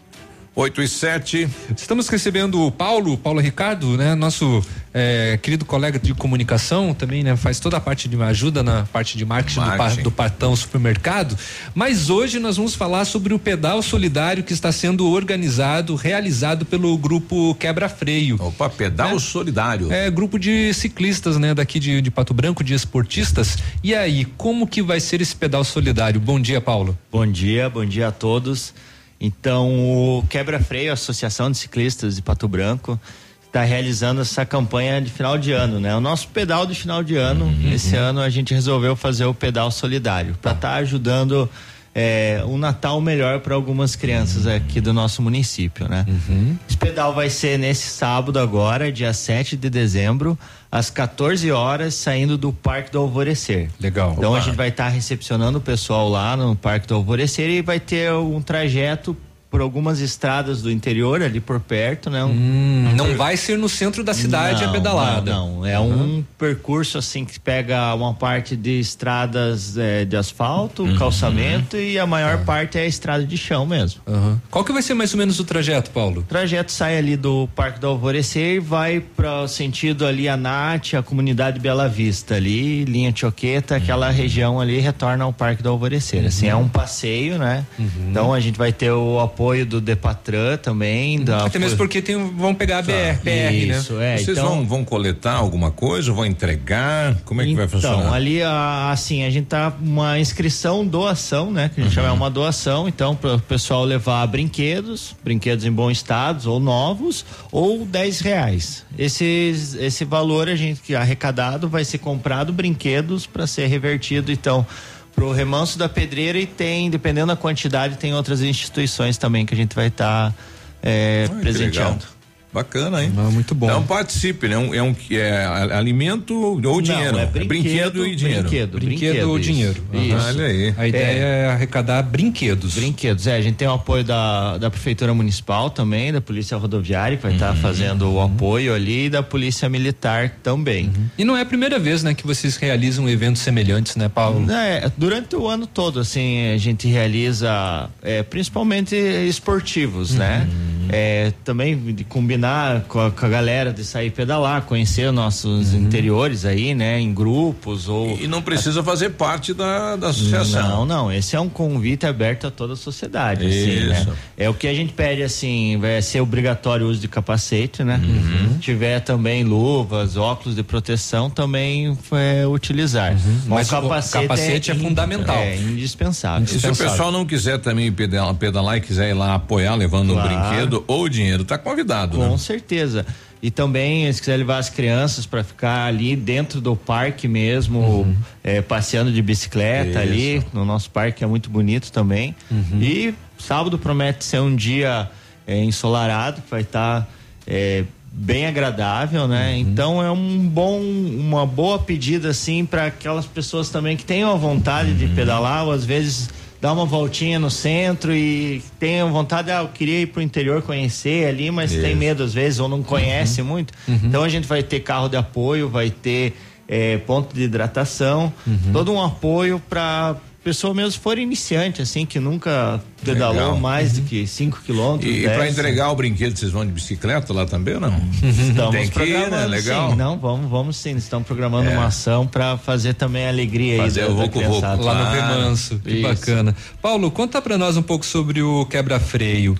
oito e sete. Estamos recebendo o Paulo, Paulo Ricardo, né? Nosso é, querido colega de comunicação também, né? Faz toda a parte de ajuda na parte de marketing, marketing. Do, do Patão Supermercado. Mas hoje nós vamos falar sobre o pedal solidário que está sendo organizado, realizado pelo grupo Quebra Freio. Opa, pedal né? solidário. É, grupo de ciclistas, né? Daqui de, de Pato Branco, de esportistas. E aí, como que vai ser esse pedal solidário? Bom dia, Paulo. Bom dia, bom dia a todos. Então, o Quebra Freio, a Associação de Ciclistas de Pato Branco, está realizando essa campanha de final de ano, né? O nosso pedal de final de ano, uhum. Esse ano a gente resolveu fazer o pedal solidário para estar tá ajudando é, um Natal melhor para algumas crianças aqui do nosso município, né? Uhum. Esse pedal vai ser nesse sábado agora, dia sete de dezembro, às quatorze horas, saindo do Parque do Alvorecer. Legal. Então Opa. A gente vai estar tá recepcionando o pessoal lá no Parque do Alvorecer e vai ter um trajeto por algumas estradas do interior ali por perto, né? Um, hum, não per... vai ser no centro da cidade não, a pedalada. Não, não. É uhum. um percurso assim que pega uma parte de estradas é, de asfalto, uhum. calçamento e a maior uhum. parte é a estrada de chão mesmo. Uhum. Qual que vai ser mais ou menos o trajeto, Paulo? O trajeto sai ali do Parque do Alvorecer e vai para o sentido ali a Nath, a comunidade Bela Vista ali, linha Choqueta, aquela uhum. região ali retorna ao Parque do Alvorecer. Uhum. Assim, é um passeio, né? Uhum. Então a gente vai ter o apoio apoio do Depatran também. Da Até mesmo porque tem, vão pegar a B R, P R, Isso, né? É, Vocês então, vão, vão coletar alguma coisa, vão entregar? Como é que então, vai funcionar? Então, ali, assim, a gente tá uma inscrição, doação, né? Que a gente uhum. chama uma doação, então, para o pessoal levar brinquedos, brinquedos em bom estado, ou novos, ou dez reais. Esse, esse valor a gente arrecadado vai ser comprado brinquedos para ser revertido, então, pro Remanso da Pedreira, e tem, dependendo da quantidade, tem outras instituições também que a gente vai estar tá, é, presenteando. Bacana, hein? Ah, muito bom. Então participe, né? Um, é um é alimento ou dinheiro? Não, é brinquedo, é brinquedo e dinheiro. Brinquedo, brinquedo ou dinheiro. Isso. Ah, olha aí. A ideia é. é arrecadar brinquedos. Brinquedos, é. A gente tem o apoio da, da Prefeitura Municipal também, da Polícia Rodoviária, que vai estar uhum. tá fazendo o apoio ali, e da Polícia Militar também. Uhum. E não é a primeira vez, né, que vocês realizam eventos semelhantes, né, Paulo? É, durante o ano todo, assim, a gente realiza, é, principalmente esportivos, uhum. né? É, também de combinar com a, com a galera de sair pedalar, conhecer nossos uhum. interiores aí, né? Em grupos ou... E não precisa fazer parte da, da associação. Não, não, esse é um convite aberto a toda a sociedade, assim, né? É o que a gente pede, assim, vai ser obrigatório o uso de capacete, né? Uhum. Se tiver também luvas, óculos de proteção, também é, utilizar. Uhum. Mas o capacete, o capacete é, é fundamental. É indispensável. E se o pessoal não quiser também pedalar, pedalar e quiser ir lá apoiar, levando claro. um brinquedo ou dinheiro, tá convidado, Com né? certeza. E também, se quiser levar as crianças para ficar ali dentro do parque mesmo, uhum. é, passeando de bicicleta Isso. ali, no nosso parque é muito bonito também. Uhum. E sábado promete ser um dia é, ensolarado, que vai estar tá, é, bem agradável, né? Uhum. Então é um bom, uma boa pedida assim para aquelas pessoas também que tenham a vontade uhum. de pedalar, ou às vezes dar uma voltinha no centro e tenham vontade, ah, eu queria ir pro interior conhecer ali, mas Isso. tem medo às vezes ou não conhece uhum. muito. Uhum. Então a gente vai ter carro de apoio, vai ter é, ponto de hidratação, uhum. todo um apoio para pessoa mesmo for iniciante, assim, que nunca pedalou Legal. mais uhum. do que cinco quilômetros. E, e para entregar o brinquedo, vocês vão de bicicleta lá também ou não? Estamos Tem que ir, né? Legal. Sim, não, vamos, vamos sim. Estamos programando é. uma ação para fazer também a alegria fazer aí. Fazer o Voco Voco. Lá no Remanso. Que Isso. bacana. Paulo, conta para nós um pouco sobre o Quebra Freio.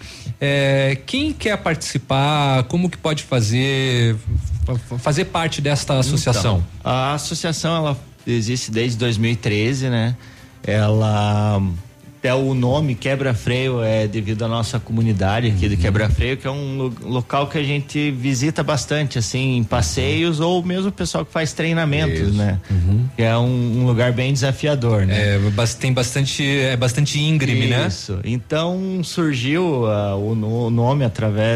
É, quem quer participar, como que pode fazer, fazer parte desta associação? Então, a associação, ela existe desde dois mil e treze, né? Ela, até o nome Quebra Freio é devido à nossa comunidade aqui de Quebra Freio, que é um local que a gente visita bastante, assim, em passeios ou mesmo o pessoal que faz treinamentos, Isso. né? Uhum. Que é um, um lugar bem desafiador, né? É, tem bastante, é bastante íngreme, Isso. né? Isso. Então surgiu uh, o, o nome através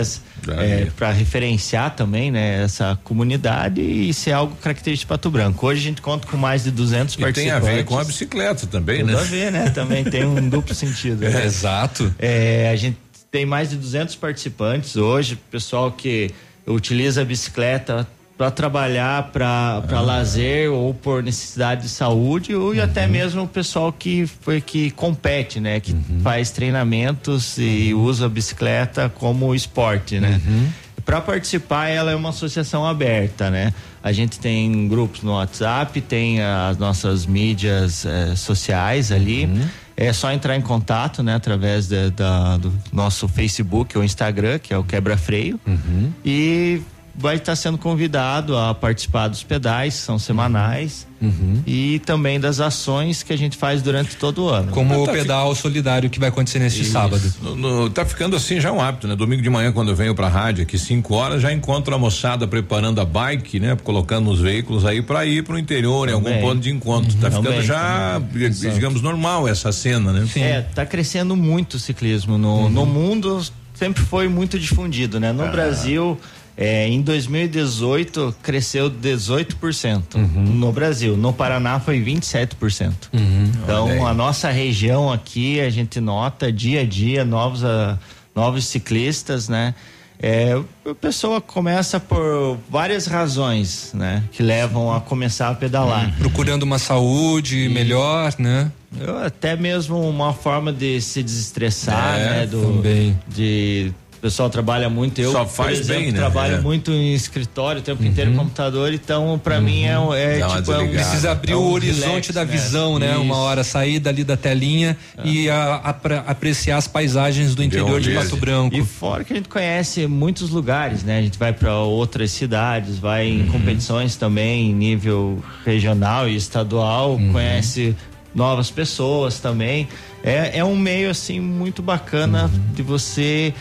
para referenciar também, né, essa comunidade e ser algo característico de Pato Branco. Hoje a gente conta com mais de duzentos e participantes. Tem a ver com a bicicleta também, Tudo né? a ver, né? Também tem um duplo sentido. É, né? exato. É, a gente tem mais de duzentos participantes hoje, pessoal que utiliza a bicicleta para trabalhar, para ah. lazer ou por necessidade de saúde, ou uhum. até mesmo o pessoal que foi que compete, né, que uhum. faz treinamentos e usa a bicicleta como esporte, né? Uhum. Para participar, ela é uma associação aberta, né? A gente tem grupos no WhatsApp, tem as nossas mídias eh, sociais ali. Uhum. É só entrar em contato, né, através de, da, do nosso Facebook ou Instagram, que é o Quebra Freio, uhum. e vai estar sendo convidado a participar dos pedais, são semanais, uhum. e também das ações que a gente faz durante todo o ano. Como ah, o tá pedal fi... solidário que vai acontecer neste Isso. sábado. No, no, tá ficando assim já um hábito, né? Domingo de manhã, quando eu venho pra rádio aqui, cinco horas, já encontro a moçada preparando a bike, né? Colocando os veículos aí pra ir pro interior, também. Em algum ponto de encontro. Uhum. Tá ficando também, já, também. digamos, normal essa cena, né? Sim. É, tá crescendo muito o ciclismo no, uhum. no mundo, sempre foi muito difundido, né? No ah. Brasil, É, em dois mil e dezoito cresceu dezoito por cento uhum. no Brasil. No Paraná foi vinte e sete por cento. Uhum. Então a nossa região aqui, a gente nota dia a dia novos, uh, novos ciclistas, né? É, a pessoa começa por várias razões, né? Que levam a começar a pedalar. Uhum. Procurando uma saúde e melhor, né? Até mesmo uma forma de se desestressar, é, né? Do, também. De O pessoal trabalha muito, eu, Só faz por exemplo, bem, né? trabalho é. muito em escritório, o tempo uhum. inteiro em computador, então pra uhum. mim é, é tipo... É um, precisa abrir é um o horizonte relax, da visão, né? né? Uma hora, sair dali da telinha é. e a, a, pra, apreciar as paisagens do interior de Pato Branco. E fora que a gente conhece muitos lugares, né? A gente vai pra outras cidades, vai em uhum. competições também, em nível regional e estadual, uhum. conhece novas pessoas também. É, é um meio, assim, muito bacana uhum. de você...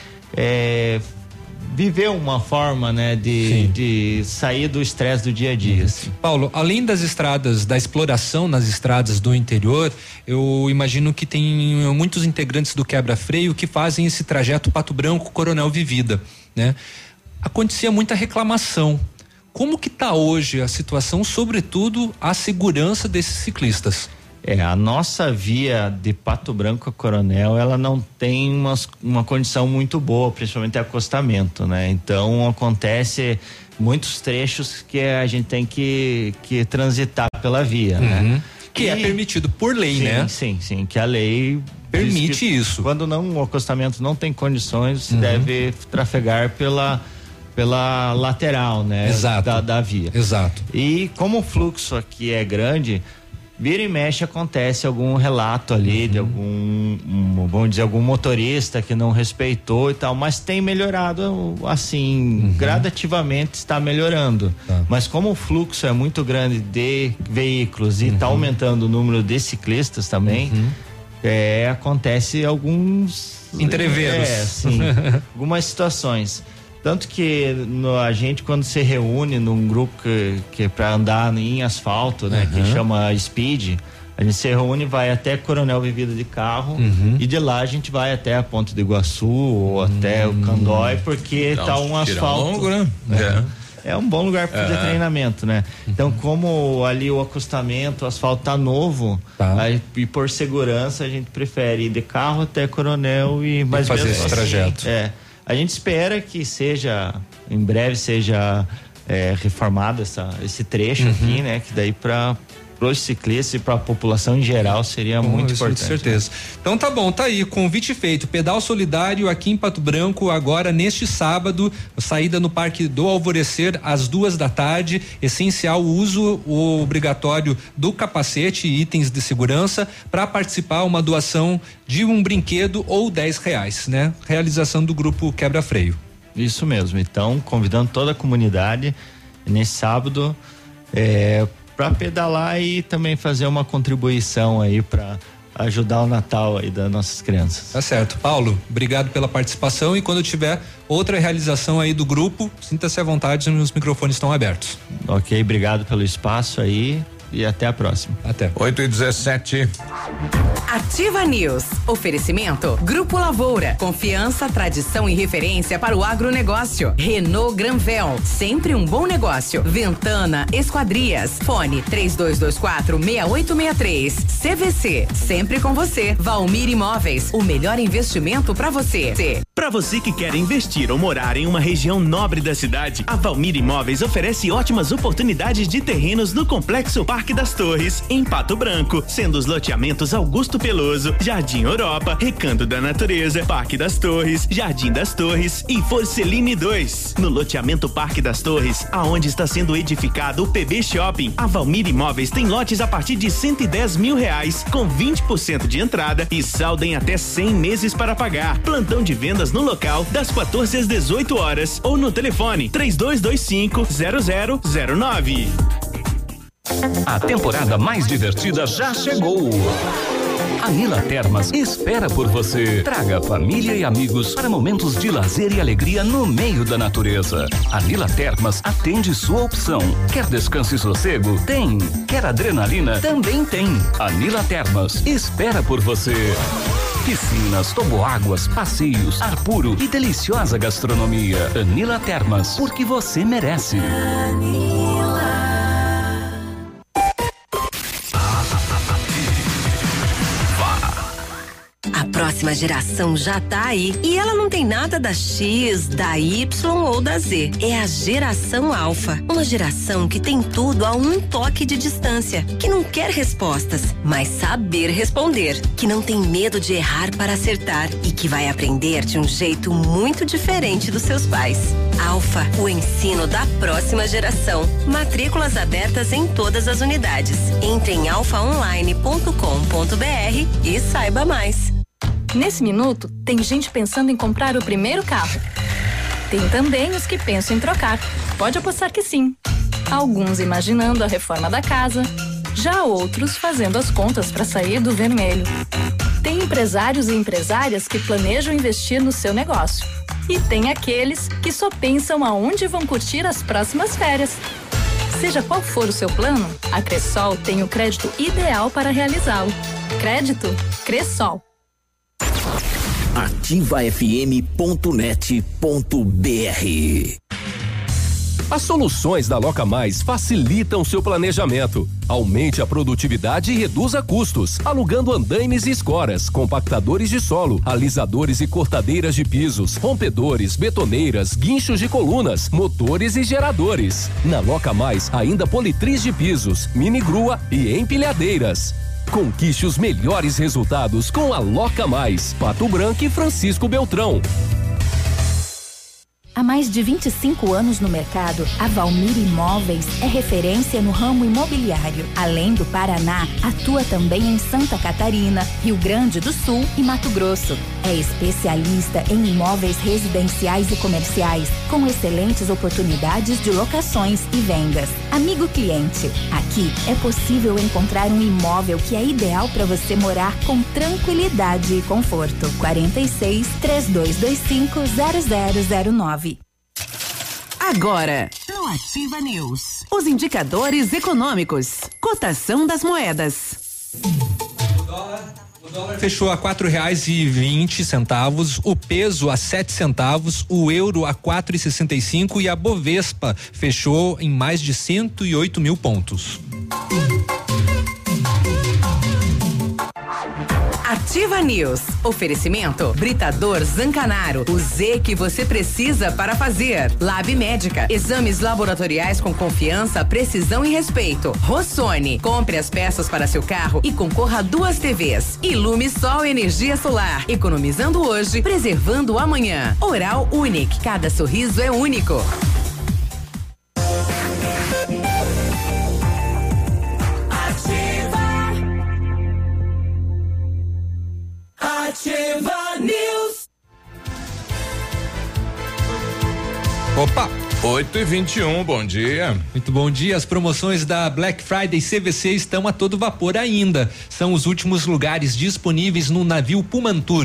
É, viver uma forma, né, de, de sair do estresse do dia a dia. Assim. Paulo, além das estradas, da exploração nas estradas do interior, eu imagino que tem muitos integrantes do Quebra-Freio que fazem esse trajeto Pato Branco, Coronel Vivida, né? Acontecia muita reclamação. Como que tá hoje a situação, sobretudo a segurança desses ciclistas? É, a nossa via de Pato Branco a Coronel, ela não tem uma, uma condição muito boa, principalmente acostamento, né? Então acontece muitos trechos que a gente tem que, que transitar pela via, uhum. né? Que e, é permitido por lei, sim, né? Sim, sim, que a lei permite isso. Quando não, o acostamento não tem condições, se uhum. deve trafegar pela pela lateral, né? Exato. Da, da via. Exato. E como o fluxo aqui é grande, vira e mexe acontece algum relato ali uhum. de algum, um, vamos dizer, algum motorista que não respeitou e tal, mas tem melhorado assim, uhum. gradativamente está melhorando. Tá. Mas como o fluxo é muito grande de veículos e está uhum. aumentando o número de ciclistas também, uhum. é, acontece alguns entreveros. É, sim, algumas situações. Tanto que no, a gente, quando se reúne num grupo que, que é para andar em asfalto, né? Uhum. Que chama Speed, a gente se reúne, vai até Coronel Vivida de carro uhum. e de lá a gente vai até a Ponte do Iguaçu ou uhum. até o Candói, porque então, tá um asfalto. Longo, né? É. É um bom lugar para fazer é. treinamento, né? Então, como ali o acostamento, o asfalto tá novo, tá. Aí, e por segurança a gente prefere ir de carro até Coronel e mais e fazer esse assim, trajeto. É. A gente espera que seja, em breve seja é, reformado essa, esse trecho uhum. aqui, né? Que daí para os ciclistas e para a população em geral seria bom, muito importante. Com certeza. Né? Então tá bom, tá aí, convite feito. Pedal solidário aqui em Pato Branco, agora neste sábado, saída no Parque do Alvorecer às duas da tarde. Essencial o uso o obrigatório do capacete e itens de segurança. Para participar, uma doação de um brinquedo ou dez reais, né? Realização do grupo Quebra Freio. Isso mesmo. Então, convidando toda a comunidade nesse sábado, é, para pedalar e também fazer uma contribuição aí para ajudar o Natal aí das nossas crianças. Tá certo. Paulo, obrigado pela participação e quando tiver outra realização aí do grupo, sinta-se à vontade, os microfones estão abertos. Ok, obrigado pelo espaço aí e até a próxima. Até. oito e dezessete. Ativa News. Oferecimento Grupo Lavoura. Confiança, tradição e referência para o agronegócio. Renault Granvel. Sempre um bom negócio. Ventana Esquadrias. Fone três dois dois quatro, seis oito seis três. C V C. Sempre com você. Valmir Imóveis. O melhor investimento para você. Para você que quer investir ou morar em uma região nobre da cidade, a Valmir Imóveis oferece ótimas oportunidades de terrenos no Complexo Parque das Torres, em Pato Branco, sendo os loteamentos Augusto Peloso, Jardim Europa, Recanto da Natureza, Parque das Torres, Jardim das Torres e Forceline dois. No loteamento Parque das Torres, aonde está sendo edificado o P B Shopping, a Valmir Imóveis tem lotes a partir de cento e dez mil reais, com vinte por cento de entrada e saldo em até cem meses para pagar. Plantão de vendas no local das quatorze às dezoito horas ou no telefone três dois dois cinco, zero zero zero nove. A temporada mais divertida já chegou. A Nila Termas espera por você. Traga família e amigos para momentos de lazer e alegria no meio da natureza. A Nila Termas atende sua opção. Quer descanso e sossego? Tem. Quer adrenalina? Também tem. A Nila Termas espera por você. Piscinas, toboáguas, passeios, ar puro e deliciosa gastronomia. Anila Termas, porque você merece. A próxima geração já tá aí e ela não tem nada da X, da Y ou da Z. É a geração Alfa, uma geração que tem tudo a um toque de distância, que não quer respostas, mas saber responder, que não tem medo de errar para acertar e que vai aprender de um jeito muito diferente dos seus pais. Alfa, o ensino da próxima geração. Matrículas abertas em todas as unidades. Entre em alfa online ponto com ponto br e saiba mais. Nesse minuto, tem gente pensando em comprar o primeiro carro. Tem também os que pensam em trocar. Pode apostar que sim. Alguns imaginando a reforma da casa, já outros fazendo as contas para sair do vermelho. Tem empresários e empresárias que planejam investir no seu negócio. E tem aqueles que só pensam aonde vão curtir as próximas férias. Seja qual for o seu plano, a Cressol tem o crédito ideal para realizá-lo. Crédito Cressol. ativa f m ponto net ponto b r. As soluções da Loca Mais facilitam seu planejamento. Aumente a produtividade e reduza custos, alugando andaimes e escoras, compactadores de solo, alisadores e cortadeiras de pisos, rompedores, betoneiras, guinchos de colunas, motores e geradores. Na Loca Mais, ainda politriz de pisos, mini grua e empilhadeiras. Conquiste os melhores resultados com a Loca Mais, Pato Branco e Francisco Beltrão. Há mais de vinte e cinco anos no mercado, a Valmir Imóveis é referência no ramo imobiliário. Além do Paraná, atua também em Santa Catarina, Rio Grande do Sul e Mato Grosso. É especialista em imóveis residenciais e comerciais, com excelentes oportunidades de locações e vendas. Amigo cliente, aqui é possível encontrar um imóvel que é ideal para você morar com tranquilidade e conforto. quarenta e seis, três dois dois cinco, zero zero zero nove. Agora, no Ativa News, os indicadores econômicos, cotação das moedas. O dólar fechou a quatro reais e vinte centavos, o peso a sete centavos, o euro a quatro e sessenta e cinco e a Bovespa fechou em mais de cento e oito mil pontos. Ativa News. Oferecimento Britador Zancanaro. O Z que você precisa para fazer. Lab Médica. Exames laboratoriais com confiança, precisão e respeito. Rossoni. Compre as peças para seu carro e concorra a duas T Vs. Ilume Sol Energia Solar. Economizando hoje, preservando amanhã. Oral Unique. Cada sorriso é único. Ativa News. Opa! oito e vinte e um, bom dia. Muito bom dia. As promoções da Black Friday C V C estão a todo vapor ainda. São os últimos lugares disponíveis no navio Pumantur.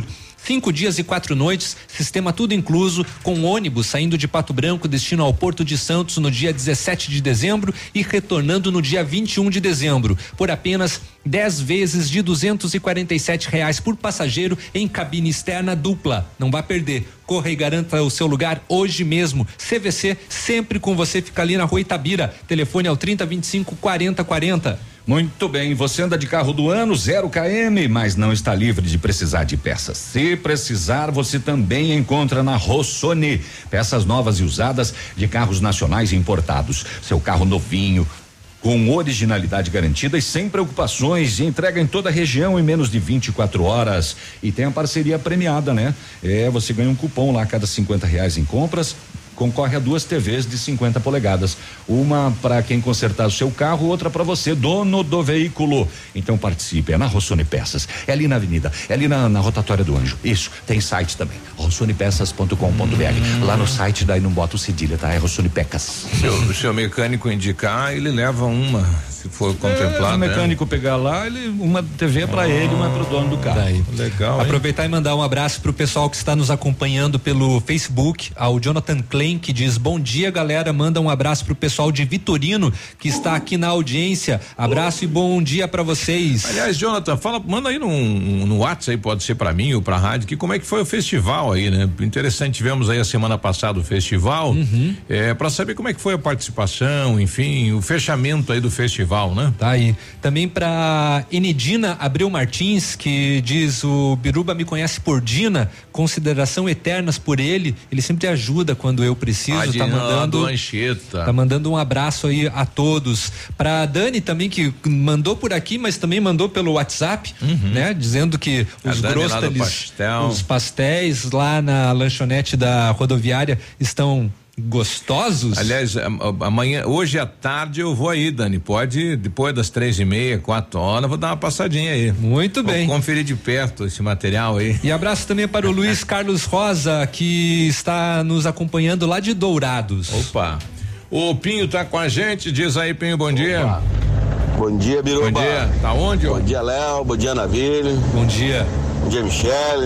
Cinco dias e quatro noites, sistema tudo incluso, com ônibus saindo de Pato Branco, destino ao Porto de Santos no dia dezessete de dezembro e retornando no dia vinte e um de dezembro, por apenas dez vezes de duzentos e quarenta e sete reais por passageiro em cabine externa dupla. Não vá perder. Corra e garanta o seu lugar hoje mesmo. C V C sempre com você, fica ali na Rua Itabira. Telefone é o trinta, vinte e cinco, quarenta, quarenta. Muito bem, você anda de carro do ano, zero quilômetros, mas não está livre de precisar de peças. Se precisar, você também encontra na Rossoni. Peças novas e usadas de carros nacionais e importados. Seu carro novinho, com originalidade garantida e sem preocupações, e entrega em toda a região em menos de vinte e quatro horas. E tem a parceria premiada, né? É, você ganha um cupom lá a cada cinquenta reais em compras. Concorre a duas T Vs de cinquenta polegadas, uma para quem consertar o seu carro, outra para você, dono do veículo. Então participe, é na Rossoni Peças, é ali na avenida, é ali na, na rotatória do Anjo. Isso, tem site também, rossoni peças ponto com ponto b r. Hum. Lá no site daí não bota o cedilha, tá? É Rossoni Pecas. Se o seu mecânico indicar, ele leva uma, se for contemplado. Se o mecânico é. pegar lá, ele, uma T V é para ah, ele, uma é pro dono do carro. Daí. Legal. Aproveitar hein? e mandar um abraço pro pessoal que está nos acompanhando pelo Facebook, ao Jonathan Klein, que diz: bom dia, galera, manda um abraço pro pessoal de Vitorino que está aqui na audiência. Abraço e bom dia para vocês. Aliás, Jonathan, fala, manda aí no, no WhatsApp aí, pode ser para mim ou pra rádio, que como é que foi o festival aí, né? Interessante, tivemos aí a semana passada o festival, uhum. é, para saber como é que foi a participação, enfim, o fechamento aí do festival, né? Tá aí. Também pra Enedina Abreu Martins, que diz: o Biruba me conhece por Dina, consideração eternas por ele, ele sempre ajuda quando eu preciso, ah, tá mandando Anchieta. tá mandando um abraço aí a todos. Pra Dani também, que mandou por aqui, mas também mandou pelo WhatsApp, uhum. né? Dizendo que os grostales, pastel. os pastéis lá na lanchonete da rodoviária estão gostosos. Aliás, amanhã, hoje à tarde eu vou aí, Dani, pode, depois das três e meia, quatro horas, vou dar uma passadinha aí. Muito bem. Vou conferir de perto esse material aí. E abraço também para o Luiz Carlos Rosa, que está nos acompanhando lá de Dourados. Opa, o Pinho tá com a gente, diz aí, Pinho, bom dia. Opa. Bom dia, Biruba. Bom dia, tá onde? Bom ó? dia, Léo, bom dia, Navilho. Bom dia. Bom dia, Michele.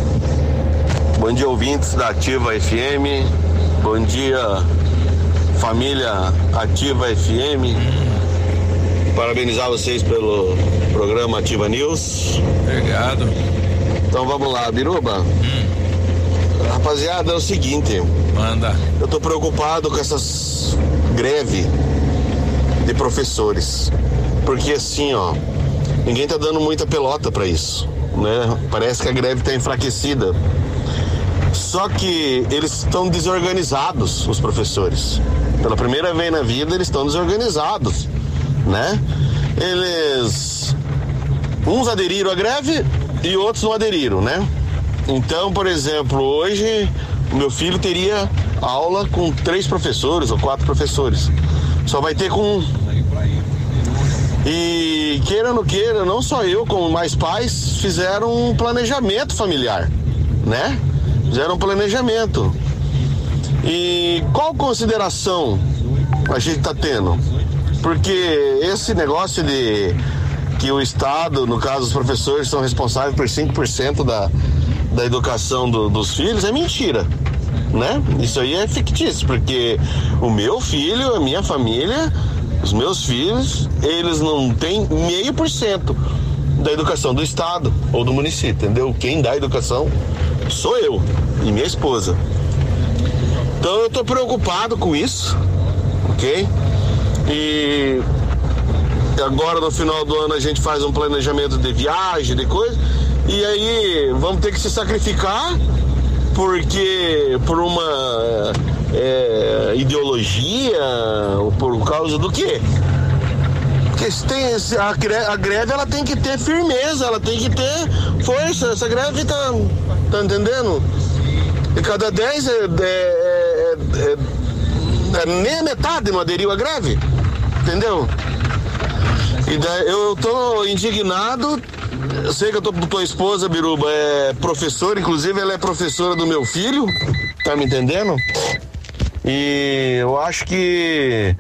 Bom dia, ouvintes da Ativa F M. Bom dia, família Ativa F M. Parabenizar vocês pelo programa Ativa News. Obrigado. Então vamos lá, Biruba. Hum. Rapaziada, é o seguinte. Manda. Eu tô preocupado com essas greves de professores. Porque assim, ó, ninguém tá dando muita pelota pra isso, né? Parece que a greve tá enfraquecida. Só que eles estão desorganizados, os professores. Pela primeira vez na vida, eles estão desorganizados, né? Eles... Uns aderiram à greve e outros não aderiram, né? Então, por exemplo, hoje, meu filho teria aula com três professores ou quatro professores. Só vai ter com um. E queira ou não queira, não só eu, como mais pais, fizeram um planejamento familiar, né? Fizeram um planejamento. E qual consideração a gente está tendo? Porque esse negócio de que o Estado, no caso os professores, são responsáveis por cinco por cento da, da educação do, dos filhos, é mentira, né? Isso aí é fictício, porque o meu filho, a minha família, os meus filhos, eles não têm meio por cento da educação do Estado ou do município, entendeu? Quem dá a educação sou eu e minha esposa. Então eu tô preocupado com isso, ok? E agora no final do ano a gente faz um planejamento de viagem, de coisa, e aí vamos ter que se sacrificar porque por uma é, ideologia, ou por causa do quê? Porque se tem, a, greve, a greve ela tem que ter firmeza, ela tem que ter força. Essa greve tá, tá entendendo? E cada dez é, é, é, é, é nem a metade não aderiu à greve, entendeu? E daí eu tô indignado. Eu sei que eu tô com tua esposa, Biruba, é professora, inclusive ela é professora do meu filho, tá me entendendo? E eu acho que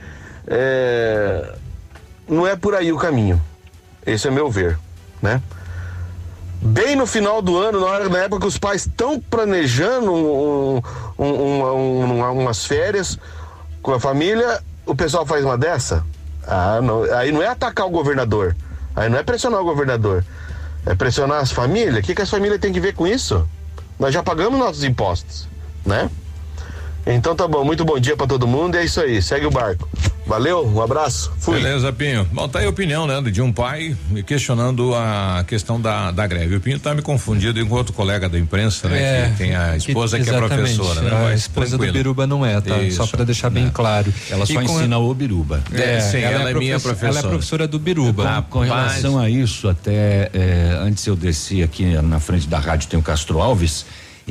é, não é por aí o caminho. Esse é meu ver, né? bem no final do ano, na, hora, na época que os pais estão planejando um, um, um, um, umas férias com a família, o pessoal faz uma dessa? Ah, não, aí não é atacar o governador, aí não é pressionar o governador, é pressionar as famílias. O que, que as famílias têm que ver com isso? Nós já pagamos nossos impostos, né? Então tá bom, muito bom dia pra todo mundo, e é isso aí, segue o barco. Valeu, um abraço, fui. Beleza, Pinho. Bom, tá aí a opinião, né, de um pai questionando a questão da, da greve. O Pinho tá me confundindo com outro colega da imprensa, né, é, que tem a esposa que, que é professora, né? A Mas esposa tranquilo. do Biruba não é, tá? Isso, só pra deixar bem né? claro. Ela só ensina a... o Biruba. É, é sim, ela, ela é, é minha professora. Ela é professora do Biruba. Ah, com relação a isso, até é, antes eu desci aqui na frente da rádio, tem o Castro Alves,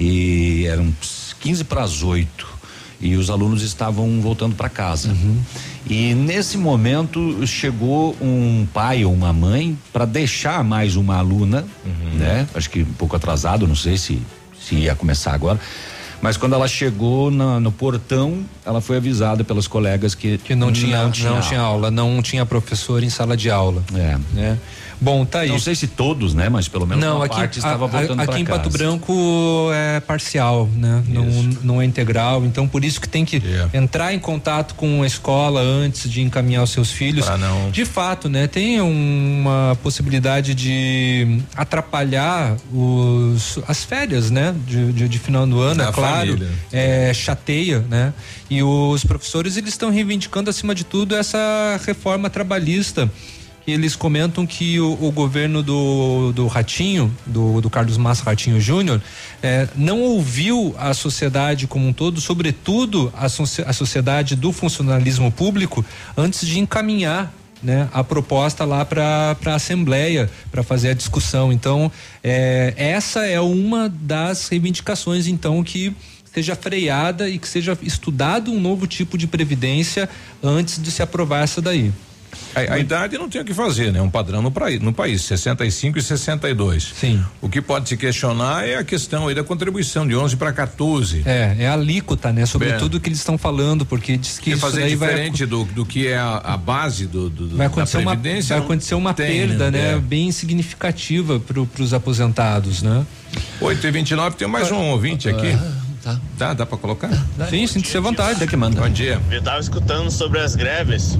e eram quinze para as oito. E os alunos estavam voltando para casa. Uhum. E nesse momento chegou um pai ou uma mãe para deixar mais uma aluna, uhum. né? Acho que um pouco atrasado, não sei se se ia começar agora. Mas quando ela chegou na, no portão, ela foi avisada pelas colegas que que não tinha não tinha, não tinha aula, não tinha professor em sala de aula. É, né? Bom, tá aí. Não sei se todos, né? Mas pelo menos não, uma aqui, parte estava a, voltando para casa. Aqui em Pato Branco é parcial, né? Não, não é integral, então por isso que tem que yeah. entrar em contato com a escola antes de encaminhar os seus filhos. Pra não... De fato, né? Tem uma possibilidade de atrapalhar os, as férias, né? De, de, de final do ano, da é claro. Família. É, chateia, né? E os professores, eles estão reivindicando acima de tudo essa reforma trabalhista. Eles comentam que o, o governo do, do Ratinho, do, do Carlos Massa Ratinho Júnior, eh, não ouviu a sociedade como um todo, sobretudo a, a sociedade do funcionalismo público, antes de encaminhar, né, a proposta lá para a Assembleia para fazer a discussão. Então, eh, essa é uma das reivindicações, então, que seja freada e que seja estudado um novo tipo de previdência antes de se aprovar essa daí. A, a idade não tem o que fazer, né? Um padrão no, praí, no país, sessenta e cinco e sessenta e dois. Sim. O que pode se questionar é a questão aí da contribuição de onze para quatorze. É, é a alíquota, né? Sobretudo o que eles estão falando, porque diz que e isso fazer daí diferente vai, do, do que é a, a base do, do vai acontecer da uma, previdência. vai acontecer uma tem, perda, né? É. Bem significativa para os aposentados, né? oito e vinte e nove, tem mais um ouvinte aqui. Ah, tá. Dá, dá para colocar? Dá. Sim, sinta-se à vontade, é que manda. Bom dia. Eu tava escutando sobre as greves.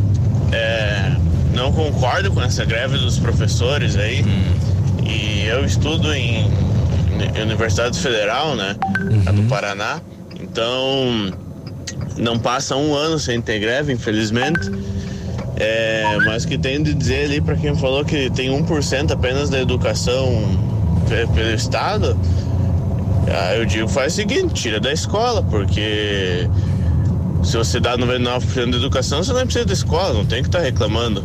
É, não concordo com essa greve dos professores aí. Hum. E eu estudo em, em Universidade Federal, né? Uhum. Do Paraná. Então, não passa um ano sem ter greve, infelizmente. É, mas o que tenho de dizer ali para quem falou que tem um por cento apenas da educação pelo Estado, eu digo faz o seguinte, tira da escola, porque se você dá noventa e nove por cento da educação, você não precisa da escola, não tem que estar tá reclamando.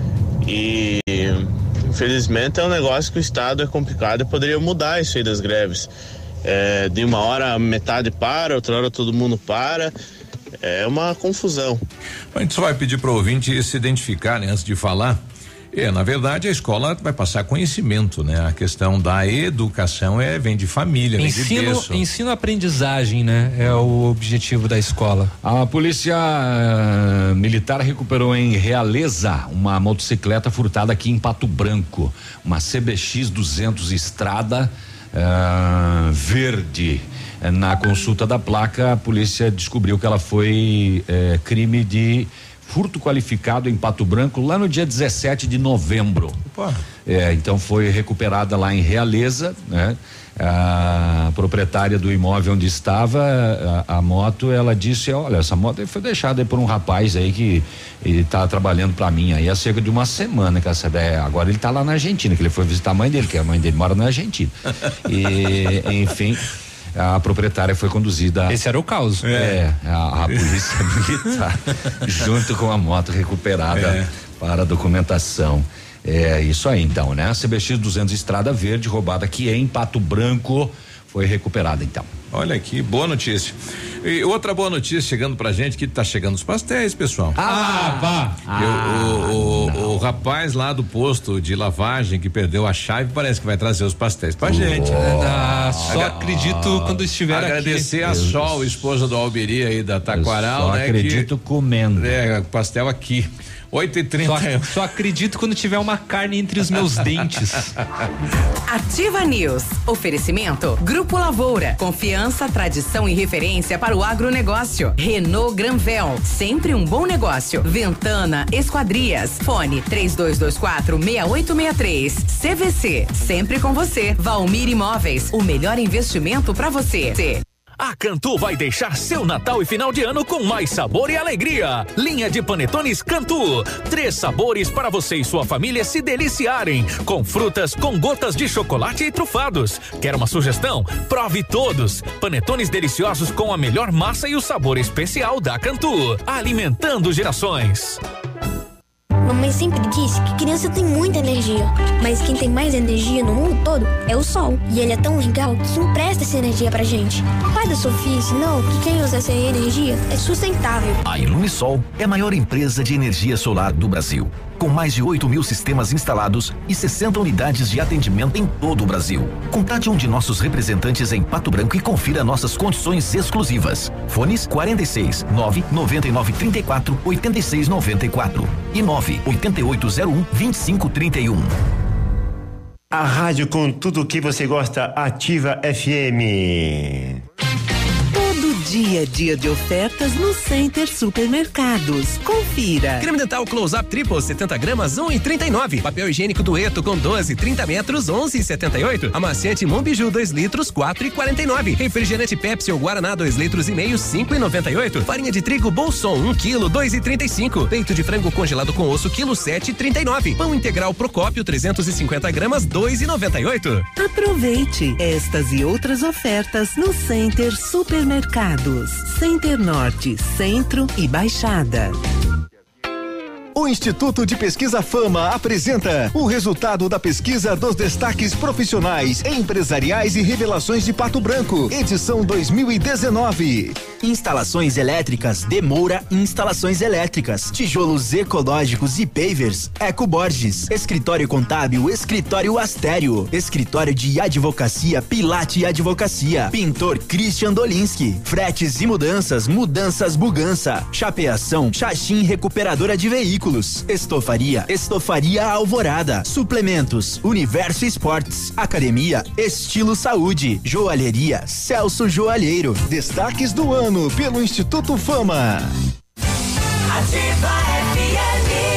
E infelizmente é um negócio que o Estado é complicado e poderia mudar isso aí das greves. É, de uma hora metade para, outra hora todo mundo para. É uma confusão. A gente só vai pedir para o ouvinte se identificar, né, antes de falar. É, na verdade, a escola vai passar conhecimento, né? A questão da educação é vem de família, vem de berço. Ensino-aprendizagem, né? É o objetivo da escola. A polícia uh, militar recuperou em Realeza uma motocicleta furtada aqui em Pato Branco, uma C B X duzentos Estrada uh, verde. Na consulta da placa, a polícia descobriu que ela foi uh, crime de furto qualificado em Pato Branco lá no dia dezessete de novembro. Opa. É, então foi recuperada lá em Realeza, né? A proprietária do imóvel onde estava a, a moto, ela disse, olha, essa moto foi deixada aí por um rapaz aí que ele tá trabalhando para mim aí há cerca de uma semana, que essa, é, agora ele tá lá na Argentina, que ele foi visitar a mãe dele, que a mãe dele mora na Argentina. E, enfim, a proprietária foi conduzida. Esse era o caos. É, é a, a polícia militar, junto com a moto recuperada é. para a documentação. É isso aí, então, né? A C B X duzentos Estrada Verde, roubada aqui em Pato Branco, foi recuperada, então. Olha aqui, boa notícia. E outra boa notícia chegando pra gente, que tá chegando os pastéis, pessoal. Ah, vá. Eu, o, o, o rapaz lá do posto de lavagem que perdeu a chave parece que vai trazer os pastéis pra oh. gente. Ah, só Agra acredito quando estiver agradecer aqui. Agradecer a Sol, esposa do Alberi aí da Taquaral, eu só né? acredito que, comendo. É, pastel aqui. oito e trinta. Só, só acredito quando tiver uma carne entre os meus dentes. Ativa News. Oferecimento Grupo Lavoura. Confiança, tradição e referência para o agronegócio. Renault Granvel. Sempre um bom negócio. Ventana Esquadrias. Fone três dois dois quatro, seis oito seis três. C V C. Sempre com você. Valmir Imóveis. O melhor investimento para você. A Cantu vai deixar seu Natal e final de ano com mais sabor e alegria. Linha de panetones Cantu. Três sabores para você e sua família se deliciarem. Com frutas, com gotas de chocolate e trufados. Quer uma sugestão? Prove todos. Panetones deliciosos com a melhor massa e o sabor especial da Cantu. Alimentando gerações. Mamãe sempre disse que criança tem muita energia, mas quem tem mais energia no mundo todo é o sol. E ele é tão legal que empresta essa energia pra gente. O pai da Sofia ensinou que quem usa essa energia é sustentável. A Ilumisol é a maior empresa de energia solar do Brasil, com mais de oito mil sistemas instalados e sessenta unidades de atendimento em todo o Brasil. Contate um de nossos representantes em Pato Branco e confira nossas condições exclusivas. Fones quarenta e seis, nove noventa e nove trinta e quatro, oitenta e seis noventa e quatro e nove oitenta e oito zero um vinte e cinco trinta e um. A rádio com tudo que você gosta, Ativa F M. Dia a dia de ofertas no Center Supermercados. Confira. Creme dental Close-Up Triple setenta gramas, um e trinta e nove. Papel higiênico Dueto com doze, trinta metros, onze e setenta e oito. Amaciante Monbiju dois litros, quatro e quarenta e nove. Refrigerante Pepsi ou Guaraná dois litros e meio, cinco e noventa e oito. Farinha de trigo Bolson um quilo, dois e trinta e cinco. Peito de frango congelado com osso quilo sete e trinta e nove. Pão integral Procópio trezentos e cinquenta gramas, dois e noventa e oito. Aproveite estas e outras ofertas no Center Supermercados. Center Norte, Centro e Baixada. O Instituto de Pesquisa Fama apresenta o resultado da pesquisa dos destaques profissionais, empresariais e revelações de Pato Branco, edição dois mil e dezenove. Instalações elétricas Demoura Instalações Elétricas, tijolos ecológicos e pavers Eco Borges, escritório contábil Escritório Astério, escritório de advocacia Pilate Advocacia, pintor Christian Dolinski, fretes e mudanças Mudanças Bugança, chapeação Xaxim Recuperadora de Veículos, estofaria Estofaria Alvorada, suplementos Universo Esportes, academia Estilo Saúde, joalheria Celso Joalheiro. Destaques do ano pelo Instituto Fama. Ativa F M.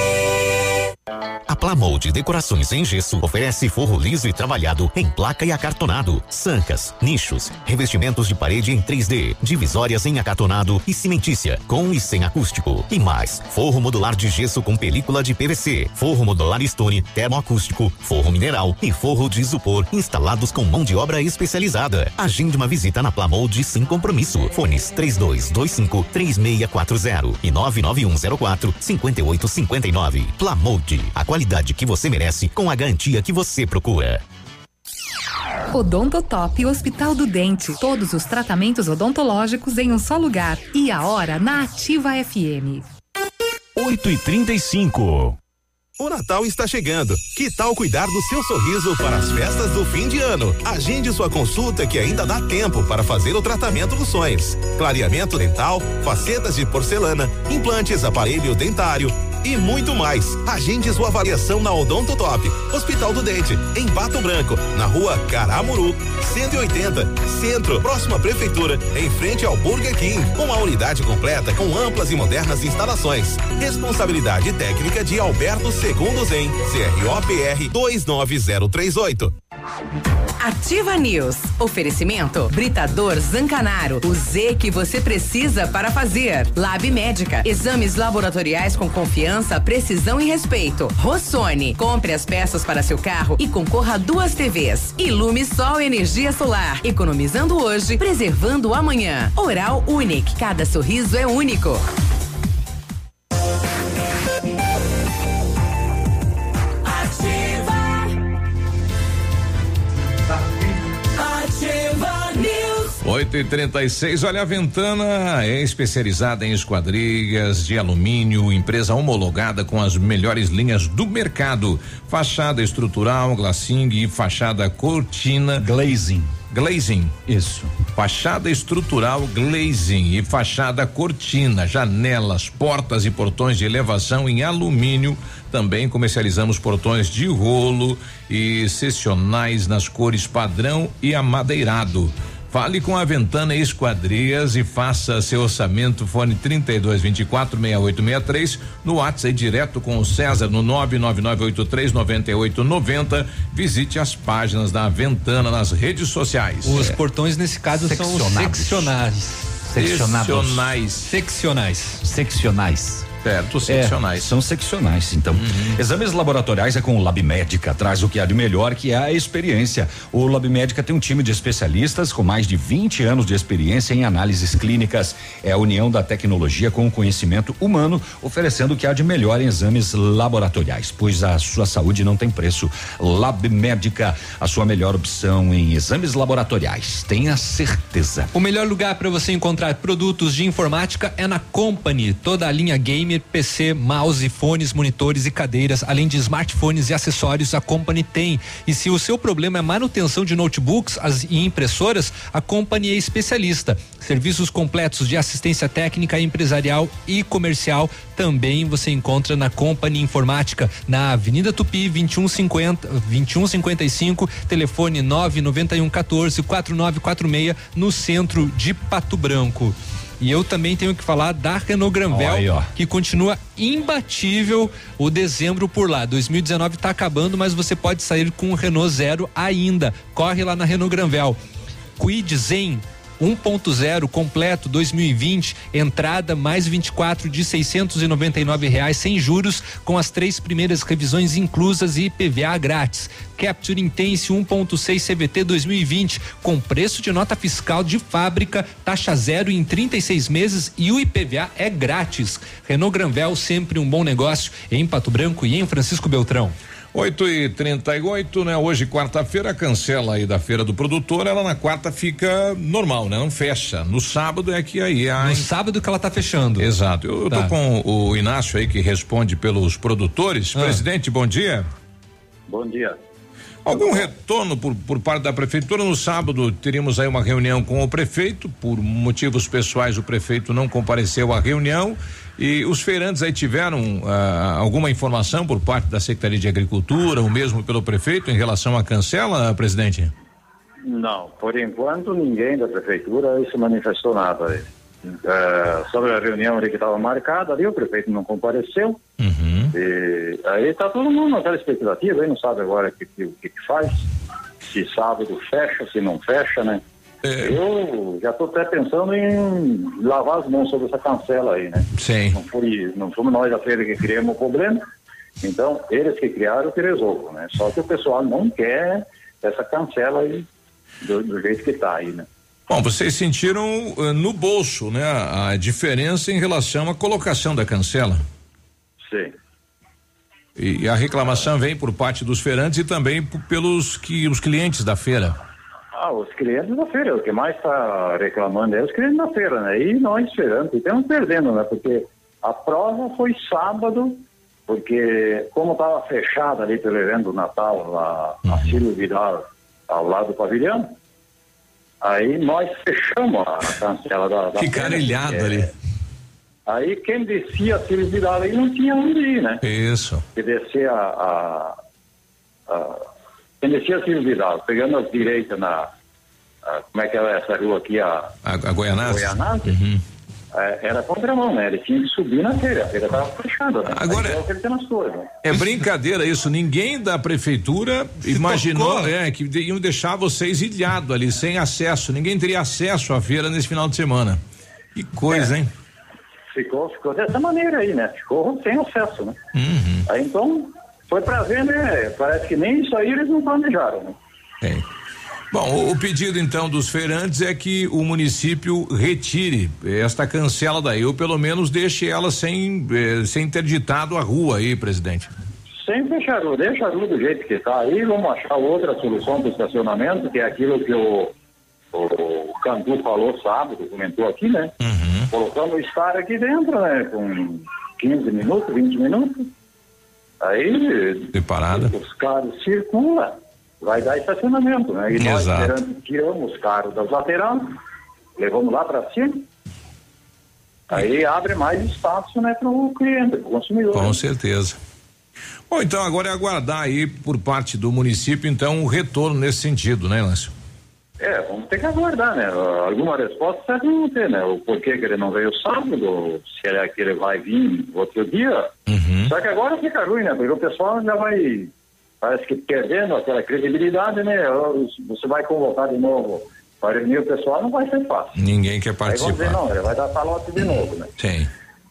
A Plamold Decorações em Gesso oferece forro liso e trabalhado em placa e acartonado, sancas, nichos, revestimentos de parede em três D, divisórias em acartonado e cimentícia, com e sem acústico. E mais, forro modular de gesso com película de P V C, forro modular Stone, termoacústico, forro mineral e forro de isopor, instalados com mão de obra especializada. Agende uma visita na Plamold sem compromisso. Fones três dois dois cinco, três seis quatro zero e nove nove um zero quatro, cinco oito cinco nove. Plamold, a qualidade que você merece com a garantia que você procura. Odontotop Hospital do Dente. Todos os tratamentos odontológicos em um só lugar. E a hora na Ativa F M. oito e trinta e cinco. O Natal está chegando. Que tal cuidar do seu sorriso para as festas do fim de ano? Agende sua consulta que ainda dá tempo para fazer o tratamento dos sonhos. Clareamento dental, facetas de porcelana, implantes, aparelho dentário e muito mais. Agende sua avaliação na Odontotop, Hospital do Dente, em Pato Branco, na rua Caramuru, cento e oitenta, Centro, próxima Prefeitura, em frente ao Burger King. Uma unidade completa com amplas e modernas instalações. Responsabilidade técnica de Alberto Segundo Zen, C R O P R dois nove zero três oito. Ativa News. Oferecimento Britador Zancanaro. O Z que você precisa para fazer. Lab Médica. Exames laboratoriais com confiança, precisão e respeito. Rossoni. Compre as peças para seu carro e concorra a duas T Vs. Ilume Sol Energia Solar. Economizando hoje, preservando amanhã. Oral Unique. Cada sorriso é único. oito e trinta e seis, olha, a Ventana é especializada em esquadrias de alumínio, empresa homologada com as melhores linhas do mercado. Fachada estrutural, glassing e fachada cortina. Glazing. Glazing. Isso. Fachada estrutural, glazing e fachada cortina, janelas, portas e portões de elevação em alumínio. Também comercializamos portões de rolo e seccionais nas cores padrão e amadeirado. Fale com a Ventana Esquadrias e faça seu orçamento. Fone trinta e dois, vinte e quatro, sessenta e oito sessenta e três, no WhatsApp direto com o César no nove nove nove oito três nove oito nove zero. Visite as páginas da Ventana nas redes sociais. Os é. portões nesse caso são seccionados. Seccionados. Seccionais. Seccionais. Seccionais. Certo, seccionais. É, são seccionais, então. Uhum. Exames laboratoriais é com o Lab Médica, traz o que há de melhor, que é a experiência. O Lab Médica tem um time de especialistas com mais de vinte anos de experiência em análises clínicas. É a união da tecnologia com o conhecimento humano, oferecendo o que há de melhor em exames laboratoriais, pois a sua saúde não tem preço. Lab Médica, a sua melhor opção em exames laboratoriais. Tenha certeza. O melhor lugar para você encontrar produtos de informática é na Company. Toda a linha gamer, P C, mouse, fones, monitores e cadeiras, além de smartphones e acessórios, a Company tem. E se o seu problema é manutenção de notebooks as, e impressoras, a Company é especialista. Serviços completos de assistência técnica, empresarial e comercial também você encontra na Company Informática, na Avenida Tupi, vinte e um cinquenta, vinte e um cinquenta e cinco, telefone nove nove um um quatro, quatro nove quatro seis, no centro de Pato Branco. E eu também tenho que falar da Renault Granvel, aí, que continua imbatível o dezembro por lá. dois mil e dezenove está acabando, mas você pode sair com o Renault Zero ainda. Corre lá na Renault Granvel. Kwid Zen um ponto zero completo dois mil e vinte, entrada mais vinte e quatro de seiscentos e noventa e nove reais sem juros, com as três primeiras revisões inclusas e I P V A grátis. Capture Intense um ponto seis C V T dois mil e vinte, com preço de nota fiscal de fábrica, taxa zero em trinta e seis meses e o I P V A é grátis. Renault Granvel, sempre um bom negócio em Pato Branco e em Francisco Beltrão. oito e trinta e oito, né? Hoje, quarta-feira, a cancela aí da Feira do Produtor, ela na quarta fica normal, né? Não fecha. No sábado é que aí a. No sábado que ela tá fechando. Exato. Eu, eu tá. tô com o Inácio aí que responde pelos produtores. Ah. Presidente, bom dia. Bom dia. Algum retorno por, por parte da prefeitura? No sábado teríamos aí uma reunião com o prefeito, por motivos pessoais o prefeito não compareceu à reunião e os feirantes aí tiveram ah, alguma informação por parte da Secretaria de Agricultura ou mesmo pelo prefeito em relação à cancela, presidente? Não, por enquanto ninguém da prefeitura se manifestou nada. É, sobre a reunião ali que estava marcada ali, o prefeito não compareceu. Uhum. E aí tá todo mundo naquela expectativa, aí não sabe agora o que, que, que, que faz, se sábado fecha, se não fecha, né? É. Eu já tô até pensando em lavar as mãos sobre essa cancela aí, né? Sim. Não, foi, não fomos nós da feira que criamos o problema, então eles que criaram que resolvam, né? Só que o pessoal não quer essa cancela aí do, do jeito que tá aí, né? Bom, vocês sentiram uh, no bolso, né? A diferença em relação à colocação da cancela. Sim. E, e a reclamação vem por parte dos feirantes e também p- pelos que os clientes da feira. Ah, os clientes da feira, o que mais está reclamando é os clientes da feira, né? E nós feirantes estamos perdendo, né? Porque a prova foi sábado, porque como estava fechada ali pelo evento do Natal, a, a Sílvio Vidal ao lado do pavilhão, aí nós fechamos a cancela da, da Ficaram ilhados ali. Aí quem descia a Sílvio Vidal aí não tinha onde ir, né? Isso. Que descia a, a, a quem descia a Sílvio Vidal, pegando as direitas na a, como é que é essa rua aqui, a, a, a Goianás? Goianás, uhum. é, era contramão, né? Ele tinha que subir na feira, a feira estava fechada, né? Agora, é o que ele tem nas coisas, né? É brincadeira isso, ninguém da prefeitura Se imaginou é, que iam deixar vocês ilhados ali, sem acesso, ninguém teria acesso à feira nesse final de semana. Que coisa, é. hein? Ficou, ficou dessa maneira aí, né? Ficou sem acesso, né? Uhum. Aí então, foi pra ver, né? Parece que nem isso aí eles não planejaram, né? É. Bom, o, o pedido então dos feirantes é que o município retire esta cancela daí, ou pelo menos deixe ela sem, eh, sem interditado a rua aí, presidente. Sem fechar, deixa a rua do jeito que tá aí, vamos achar outra solução para o estacionamento, que é aquilo que o, o Cantu falou sábado, comentou aqui, né? Uhum. Colocamos o estar aqui dentro, né? Com quinze minutos, vinte minutos. Aí preparada. Os carros circulam, vai dar estacionamento, né? E nós tiramos, tiramos os carros das laterais, levamos lá para cima. Aí abre mais espaço, né, para o cliente, para o consumidor. Com certeza. Bom, então agora é aguardar aí por parte do município, então, o retorno nesse sentido, né, Lâncio? É, vamos ter que aguardar, né? Alguma resposta certo não ter, né? O porquê que ele não veio sábado, se ele, que ele vai vir outro dia. Uhum. Só que agora fica ruim, né? Porque o pessoal já vai, parece que perdendo aquela credibilidade, né? Você vai convocar de novo para reunir o pessoal, não vai ser fácil. Ninguém quer participar. Aí vamos dizer, não, ele vai dar calote de novo, né? Sim.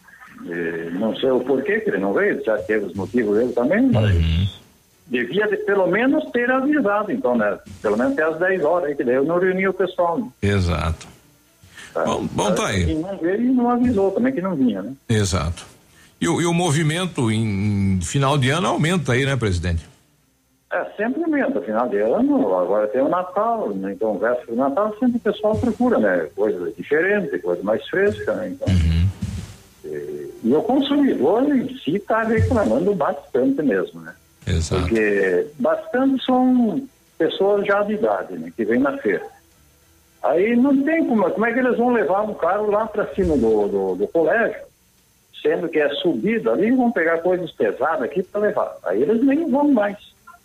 E não sei o porquê que ele não veio, já teve os motivos dele também, mas uhum. devia de, pelo menos ter avisado, então, né? Pelo menos até às dez horas, aí, que daí eu não reuni o pessoal. Né? Exato. Tá. Bom, bom, tá aí. Quem não veio e não avisou também que não vinha, né? Exato. E o, e o movimento em final de ano aumenta aí, né, presidente? É, sempre aumenta, final de ano, agora tem o Natal, né? Então, véspera do Natal, sempre o pessoal procura, né? Coisa diferente, coisa mais fresca, né? Então, uhum. e, e o consumidor em si está reclamando bastante mesmo, né? Exato. Porque bastante são pessoas já de idade, né? Que vêm na feira. Aí não tem como, como é que eles vão levar um carro lá para cima do, do, do colégio, sendo que é subida ali, vão pegar coisas pesadas aqui para levar. Aí eles nem vão mais.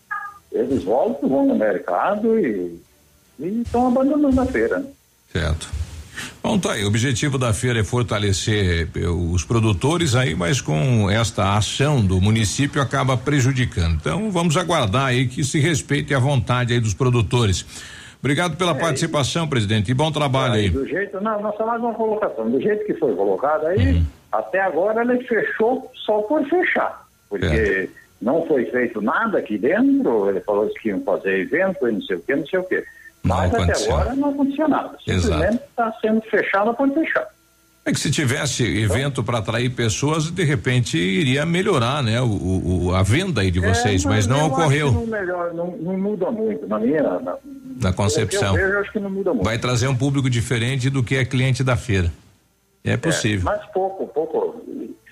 Eles voltam, vão no mercado e estão abandonando a feira. Né? Certo. Bom, tá aí. O objetivo da feira é fortalecer os produtores aí, mas com esta ação do município acaba prejudicando. Então, vamos aguardar aí que se respeite a vontade aí dos produtores. Obrigado pela é, participação, presidente, e bom trabalho aí. aí. Do jeito, não, não só mais uma colocação, do jeito que foi colocado aí, uhum. até agora ele fechou só por fechar, porque é. não foi feito nada aqui dentro, ele falou que iam fazer evento e não sei o que, não sei o que. Mas até agora não aconteceu nada. Simplesmente está sendo fechado por fechar. É que se tivesse evento para atrair pessoas, de repente iria melhorar, né? O, o a venda aí de vocês, é, mas, mas não ocorreu. Não, melhor, não, não muda muito na minha. Na, na concepção. Eu, eu acho que não muda muito. Vai trazer um público diferente do que é cliente da feira. É possível. É, mas pouco, pouco.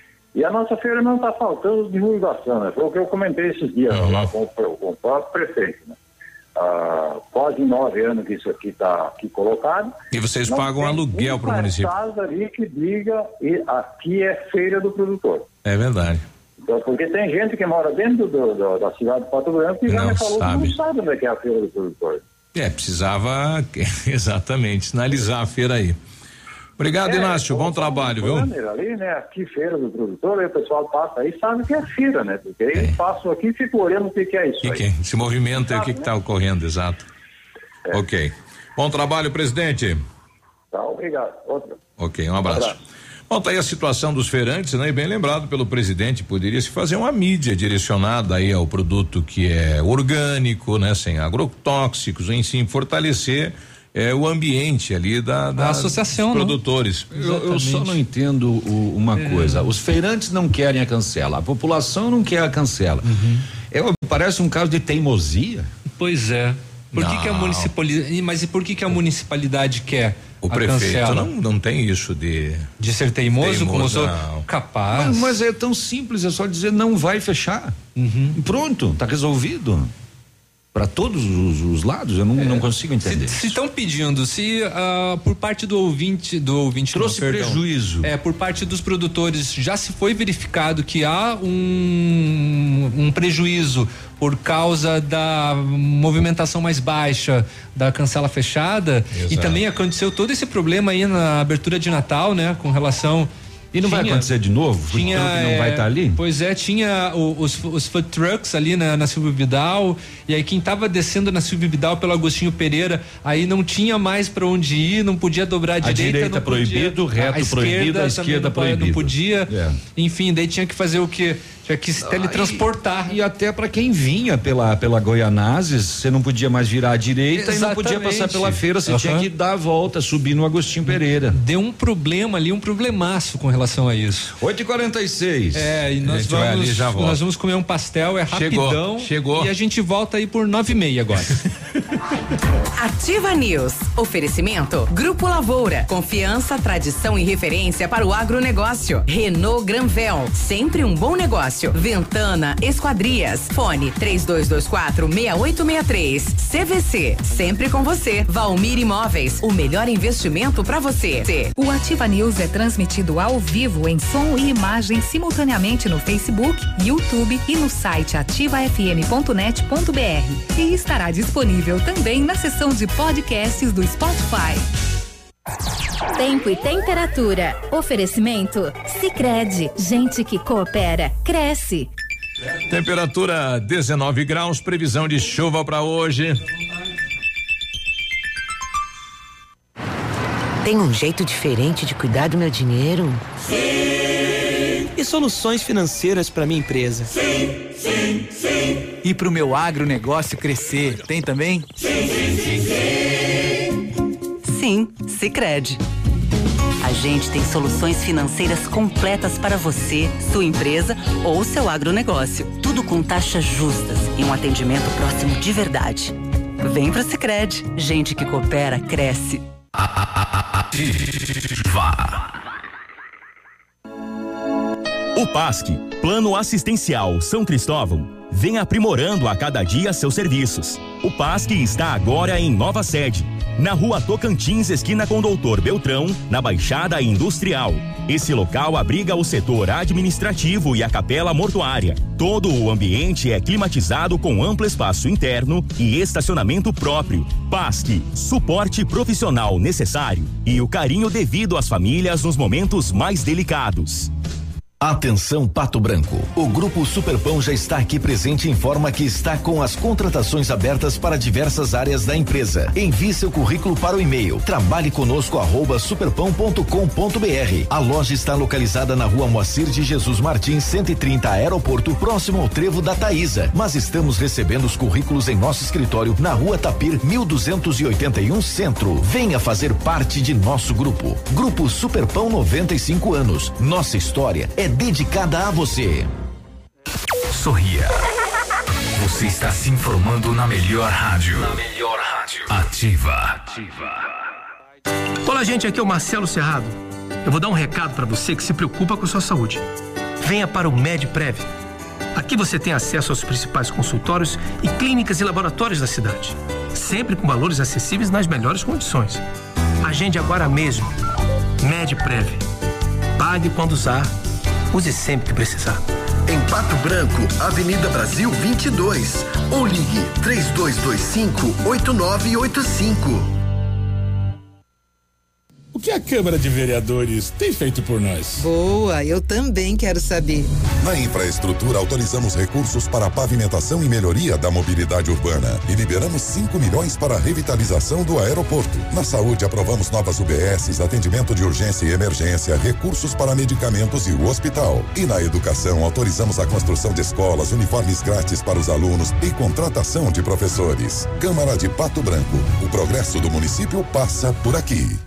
E a nossa feira não está faltando divulgação, né? Foi o que eu comentei esses dias uhum. lá com, com o próprio prefeito, né? Ah, quase nove anos que isso aqui está aqui colocado. E vocês pagam aluguel para o município? Casa ali que diga e aqui é feira do produtor. É verdade. Então, porque tem gente que mora dentro do, do, da cidade de Pato Branco e já não me falou sabe. que não sabe onde é que é a feira do produtor. É, precisava exatamente sinalizar a feira aí. Obrigado, é, Inácio, bom trabalho, viu? Ali, né, aqui feira do produtor, aí o pessoal passa aí sabe que é feira, né? Porque aí eles passam aqui e ficam olhando o que, que é isso que aí. Que, esse movimento aí, o que está né? ocorrendo, exato. É. Ok. Bom trabalho, presidente. Tá, obrigado. Outro. Ok, um abraço. Um abraço. Bom, tá aí a situação dos feirantes, né? E bem lembrado pelo presidente, poderia se fazer uma mídia direcionada aí ao produto que é orgânico, né? Sem agrotóxicos, em sim, fortalecer é o ambiente ali da, da associação, dos produtores. Eu, eu só não entendo o, uma é. coisa. Os feirantes não querem a cancela, a população não quer a cancela. Uhum. É, parece um caso de teimosia. Pois é. Por que, que a municipalidade, mas e por que que a municipalidade quer o a prefeito cancela? Não, não tem isso de de ser teimoso, teimoso como eu sou capaz. Mas, mas é tão simples, é só dizer não vai fechar. Uhum. Pronto, tá resolvido. Para todos os, os lados, eu não, é, não consigo entender. Se estão pedindo, se uh, por parte do ouvinte, do ouvinte trouxe não, prejuízo. É, por parte dos produtores, já se foi verificado que há um, um prejuízo por causa da movimentação mais baixa da cancela fechada. Exato. E também aconteceu todo esse problema aí na abertura de Natal, né, com relação. E não tinha, vai acontecer de novo? Tinha, que não vai estar tá ali? Pois é, tinha o, os, os food trucks ali na, na Silvio Vidal, e aí quem estava descendo na Silvio Vidal pelo Agostinho Pereira, aí não tinha mais para onde ir, não podia dobrar a direita. A direita não proibido, podia, reto a proibido, a esquerda proibido. Não podia, é. Enfim, daí tinha que fazer o quê? Tinha que se teletransportar. E, e até para quem vinha pela, pela Goianazes, você não podia mais virar à direita. Exatamente. E não podia passar pela feira, você uhum. tinha que dar a volta, subir no Agostinho Pereira. Deu um problema ali, um problemaço com relação a isso. oito e quarenta e seis. É, e nós vamos, ali, já nós vamos comer um pastel, é rapidão. Chegou, chegou. E a gente volta aí por nove e meia agora. Ativa News. Oferecimento Grupo Lavoura. Confiança, tradição e referência para o agronegócio. Renault Granvel. Sempre um bom negócio. Ventana Esquadrias. Fone três dois dois quatro, seis oito seis três. C V C. Sempre com você. Valmir Imóveis. O melhor investimento para você. O Ativa News é transmitido ao vivo em som e imagem simultaneamente no Facebook, YouTube e no site ativa f m ponto net ponto b r. E estará disponível também na seção de podcasts do Spotify. Tempo e temperatura. Oferecimento Sicredi. Gente que coopera, cresce. Temperatura dezenove graus, previsão de chuva para hoje. Tem um jeito diferente de cuidar do meu dinheiro? Sim! E soluções financeiras para minha empresa? Sim, sim, sim. E para o meu agronegócio crescer, tem também? Sim, sim, sim, sim. Sim, Sicredi. A gente tem soluções financeiras completas para você, sua empresa ou seu agronegócio. Tudo com taxas justas e um atendimento próximo de verdade. Vem pro Sicredi. Gente que coopera, cresce. Ativa. O PASC, Plano Assistencial São Cristóvão, vem aprimorando a cada dia seus serviços. O PASC está agora em nova sede, na Rua Tocantins, esquina com Doutor Beltrão, na Baixada Industrial. Esse local abriga o setor administrativo e a capela mortuária. Todo o ambiente é climatizado com amplo espaço interno e estacionamento próprio. PASC, suporte profissional necessário e o carinho devido às famílias nos momentos mais delicados. Atenção Pato Branco, o Grupo Superpão já está aqui presente e informa que está com as contratações abertas para diversas áreas da empresa. Envie seu currículo para o e-mail trabalhe conosco arroba superpão ponto com ponto b r. A loja está localizada na Rua Moacir de Jesus Martins, cento e trinta, Aeroporto, próximo ao Trevo da Taísa. Mas estamos recebendo os currículos em nosso escritório na Rua Tapir, mil duzentos e oitenta e um, Centro. Venha fazer parte de nosso grupo. Grupo Superpão, noventa e cinco anos. Nossa história é dedicada a você. Sorria. Você está se informando na melhor rádio. Na melhor rádio. Ativa. Ativa. Olá, gente, aqui é o Marcelo Serrado. Eu vou dar um recado para você que se preocupa com a sua saúde. Venha para o MedPrev. Aqui você tem acesso aos principais consultórios e clínicas e laboratórios da cidade, sempre com valores acessíveis nas melhores condições. Agende agora mesmo. MedPrev. Pague quando usar. Use sempre que precisar. Em Pato Branco, Avenida Brasil vinte e dois. Ou ligue três dois dois cinco, oito nove oito cinco. O que a Câmara de Vereadores tem feito por nós? Boa, eu também quero saber. Na infraestrutura, autorizamos recursos para a pavimentação e melhoria da mobilidade urbana e liberamos cinco milhões para a revitalização do aeroporto. Na saúde, aprovamos novas U B Ss, atendimento de urgência e emergência, recursos para medicamentos e o hospital. E na educação, autorizamos a construção de escolas, uniformes grátis para os alunos e contratação de professores. Câmara de Pato Branco. O progresso do município passa por aqui.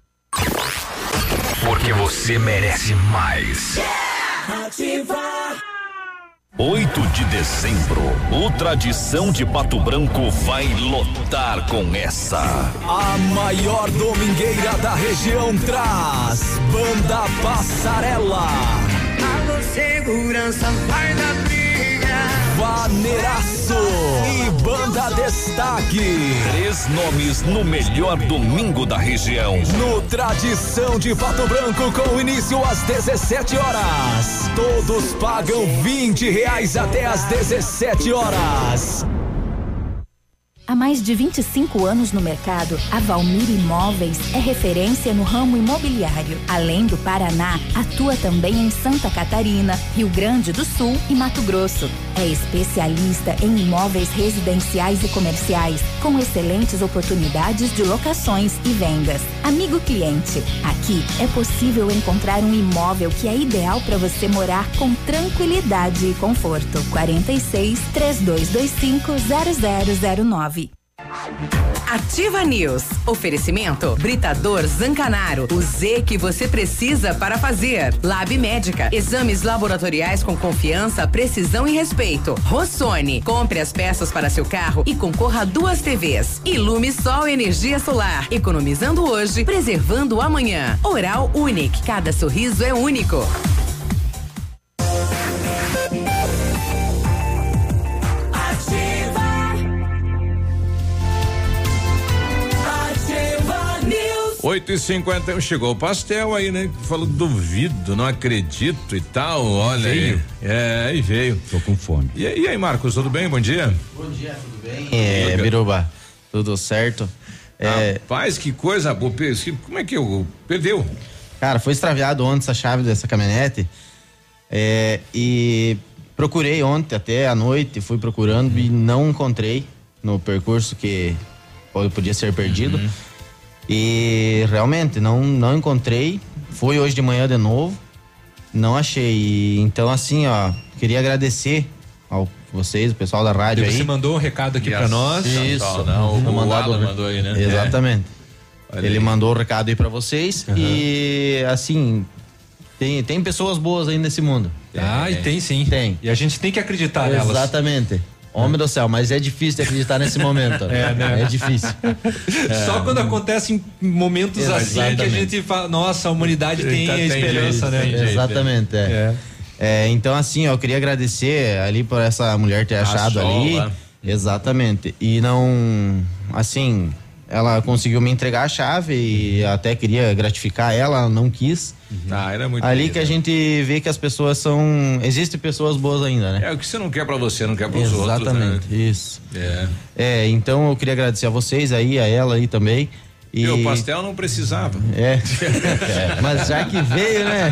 Porque você merece mais. Ativa. oito de dezembro, o Tradição de Pato Branco vai lotar com essa. A maior domingueira da região traz Banda Passarela. Alô, segurança, vai da briga. Vaneiraço e Banda Destaque. Três nomes no melhor domingo da região. No Tradição de Pato Branco, com início às dezessete horas. Todos pagam vinte reais até às dezessete horas. Há mais de vinte e cinco anos no mercado, a Valmir Imóveis é referência no ramo imobiliário. Além do Paraná, atua também em Santa Catarina, Rio Grande do Sul e Mato Grosso. É especialista em imóveis residenciais e comerciais, com excelentes oportunidades de locações e vendas. Amigo cliente, aqui é possível encontrar um imóvel que é ideal para você morar com tranquilidade e conforto. quarenta e seis, três dois dois cinco, zero zero zero nove. Ativa News. Oferecimento Britador Zancanaro. O Z que você precisa para fazer. Lab Médica. Exames laboratoriais com confiança, precisão e respeito. Rossoni. Compre as peças para seu carro e concorra a duas T Vs. Ilume Sol Energia Solar. Economizando hoje, preservando amanhã. Oral Unique. Cada sorriso é único. oito e cinquenta e um, chegou o pastel aí, né? Falou, duvido, não acredito e tal, olha veio. aí. É, e veio. Tô com fome. E, e aí, Marcos, tudo bem? Bom dia. Bom dia, tudo bem? É, Biruba, tudo certo? É... Rapaz, que coisa boa, como é que eu perdeu? Cara, foi extraviado ontem essa chave dessa caminhonete, é, e procurei ontem até à noite, fui procurando uhum. e não encontrei no percurso que podia ser perdido. Uhum. E realmente não, não encontrei. Fui hoje de manhã de novo, não achei. Então, assim, ó, queria agradecer ao vocês, o pessoal da rádio e aí. Você mandou um recado aqui yes. pra nós. Isso. Não, uhum. o Alan mandou aí, né? Exatamente. É. Ele mandou o recado aí pra vocês. Uhum. E, assim, tem, tem pessoas boas aí nesse mundo. Ah, é. e tem sim. Tem. E a gente tem que acreditar nelas. Exatamente. Homem do céu, mas é difícil de acreditar nesse momento. É, né? É difícil. É. Só quando acontecem momentos é, assim que a gente fala, nossa, a humanidade tem, tem a esperança, jeito, né? Exatamente, é. É. É, então, assim, ó, eu queria agradecer ali por essa mulher ter achado ali. Exatamente. E não, assim, ela conseguiu me entregar a chave e até queria gratificar ela, não quis. Ah, era muito ali bonito, que a gente vê que as pessoas são, existem pessoas boas ainda, né? É, o que você não quer pra você, não quer pros outros. Exatamente, né? isso. É. É, então eu queria agradecer a vocês aí, a ela aí também. E o pastel não precisava. É. é. Mas já que veio, né?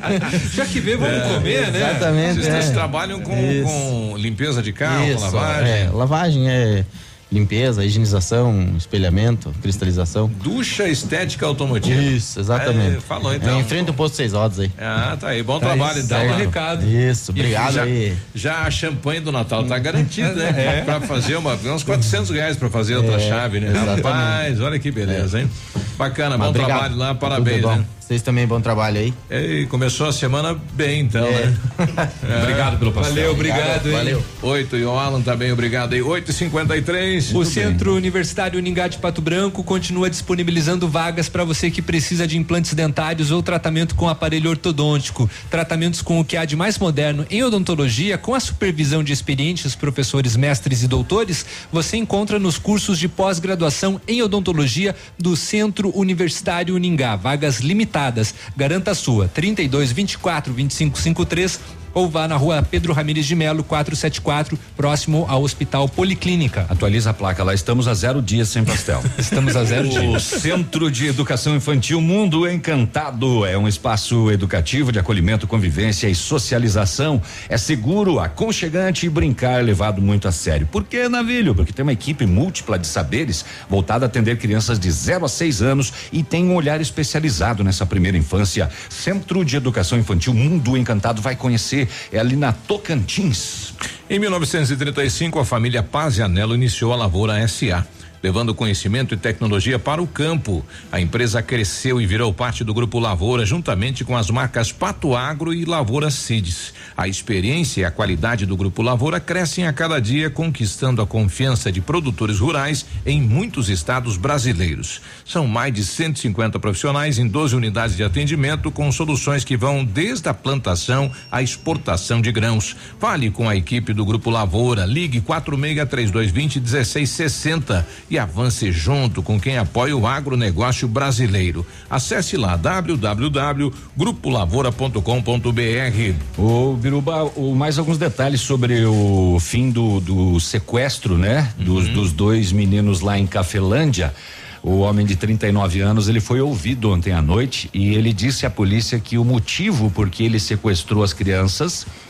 Já que veio, vamos é, comer, né? Exatamente. Vocês é. trabalham com, com limpeza de carro, Isso, com lavagem? É, lavagem é limpeza, higienização, espelhamento, cristalização. Ducha estética automotiva. Isso, exatamente. É, falou então. É, em frente ao posto Seis Rodas aí. Ah, tá aí. Bom tá trabalho aí, então. Dá um recado. Isso, obrigado já, aí. Já a champanhe do Natal tá garantida, né? É. Pra fazer uma, uns quatrocentos reais pra fazer outra é, chave, né? Exatamente. Rapaz, olha que beleza, é. hein? Bacana, Mas bom obrigado. trabalho lá, parabéns, né? Vocês também, bom trabalho aí. E começou a semana bem, então, é. né? É. Obrigado pelo pastel. Valeu, obrigado. Valeu. Oito, e o Alan também, obrigado aí. oito e cinquenta e três. O Centro bem. Universitário Uningá de Pato Branco continua disponibilizando vagas para você que precisa de implantes dentários ou tratamento com aparelho ortodôntico. Tratamentos com o que há de mais moderno em odontologia, com a supervisão de experientes professores, mestres e doutores, você encontra nos cursos de pós-graduação em odontologia do Centro Universitário Uningá. Vagas limitadas. Garanta a sua. trinta e dois, vinte e quatro, vinte e cinco, cinquenta e três ou vá na rua Pedro Ramires de Melo, quatrocentos e setenta e quatro, próximo ao Hospital Policlínica. Atualiza a placa lá, estamos a zero dias sem pastel. Estamos a zero dias. O Centro de Educação Infantil Mundo Encantado é um espaço educativo de acolhimento, convivência e socialização. É seguro, aconchegante e brincar levado muito a sério. Por que, Navilho? Porque tem uma equipe múltipla de saberes voltada a atender crianças de zero a seis anos e tem um olhar especializado nessa primeira infância. Centro de Educação Infantil Mundo Encantado, vai conhecer. É ali na Tocantins. Em mil novecentos e trinta e cinco, a família Pazianello iniciou a Lavoura S A, levando conhecimento e tecnologia para o campo. A empresa cresceu e virou parte do Grupo Lavoura, juntamente com as marcas Pato Agro e Lavoura Seeds. A experiência e a qualidade do Grupo Lavoura crescem a cada dia, conquistando a confiança de produtores rurais em muitos estados brasileiros. São mais de cento e cinquenta profissionais em doze unidades de atendimento, com soluções que vão desde a plantação à exportação de grãos. Fale com a equipe do Grupo Lavoura. Ligue quatro seis três dois dois zero dezesseis sessenta e avance junto com quem apoia o agronegócio brasileiro. Acesse lá w w w ponto grupo lavoura ponto com ponto b r. Ô Biruba, o, mais alguns detalhes sobre o fim do, do sequestro, né? Uhum. Dos, dos dois meninos lá em Cafelândia. O homem de trinta e nove anos, ele foi ouvido ontem à noite e ele disse à polícia que o motivo por que ele sequestrou as crianças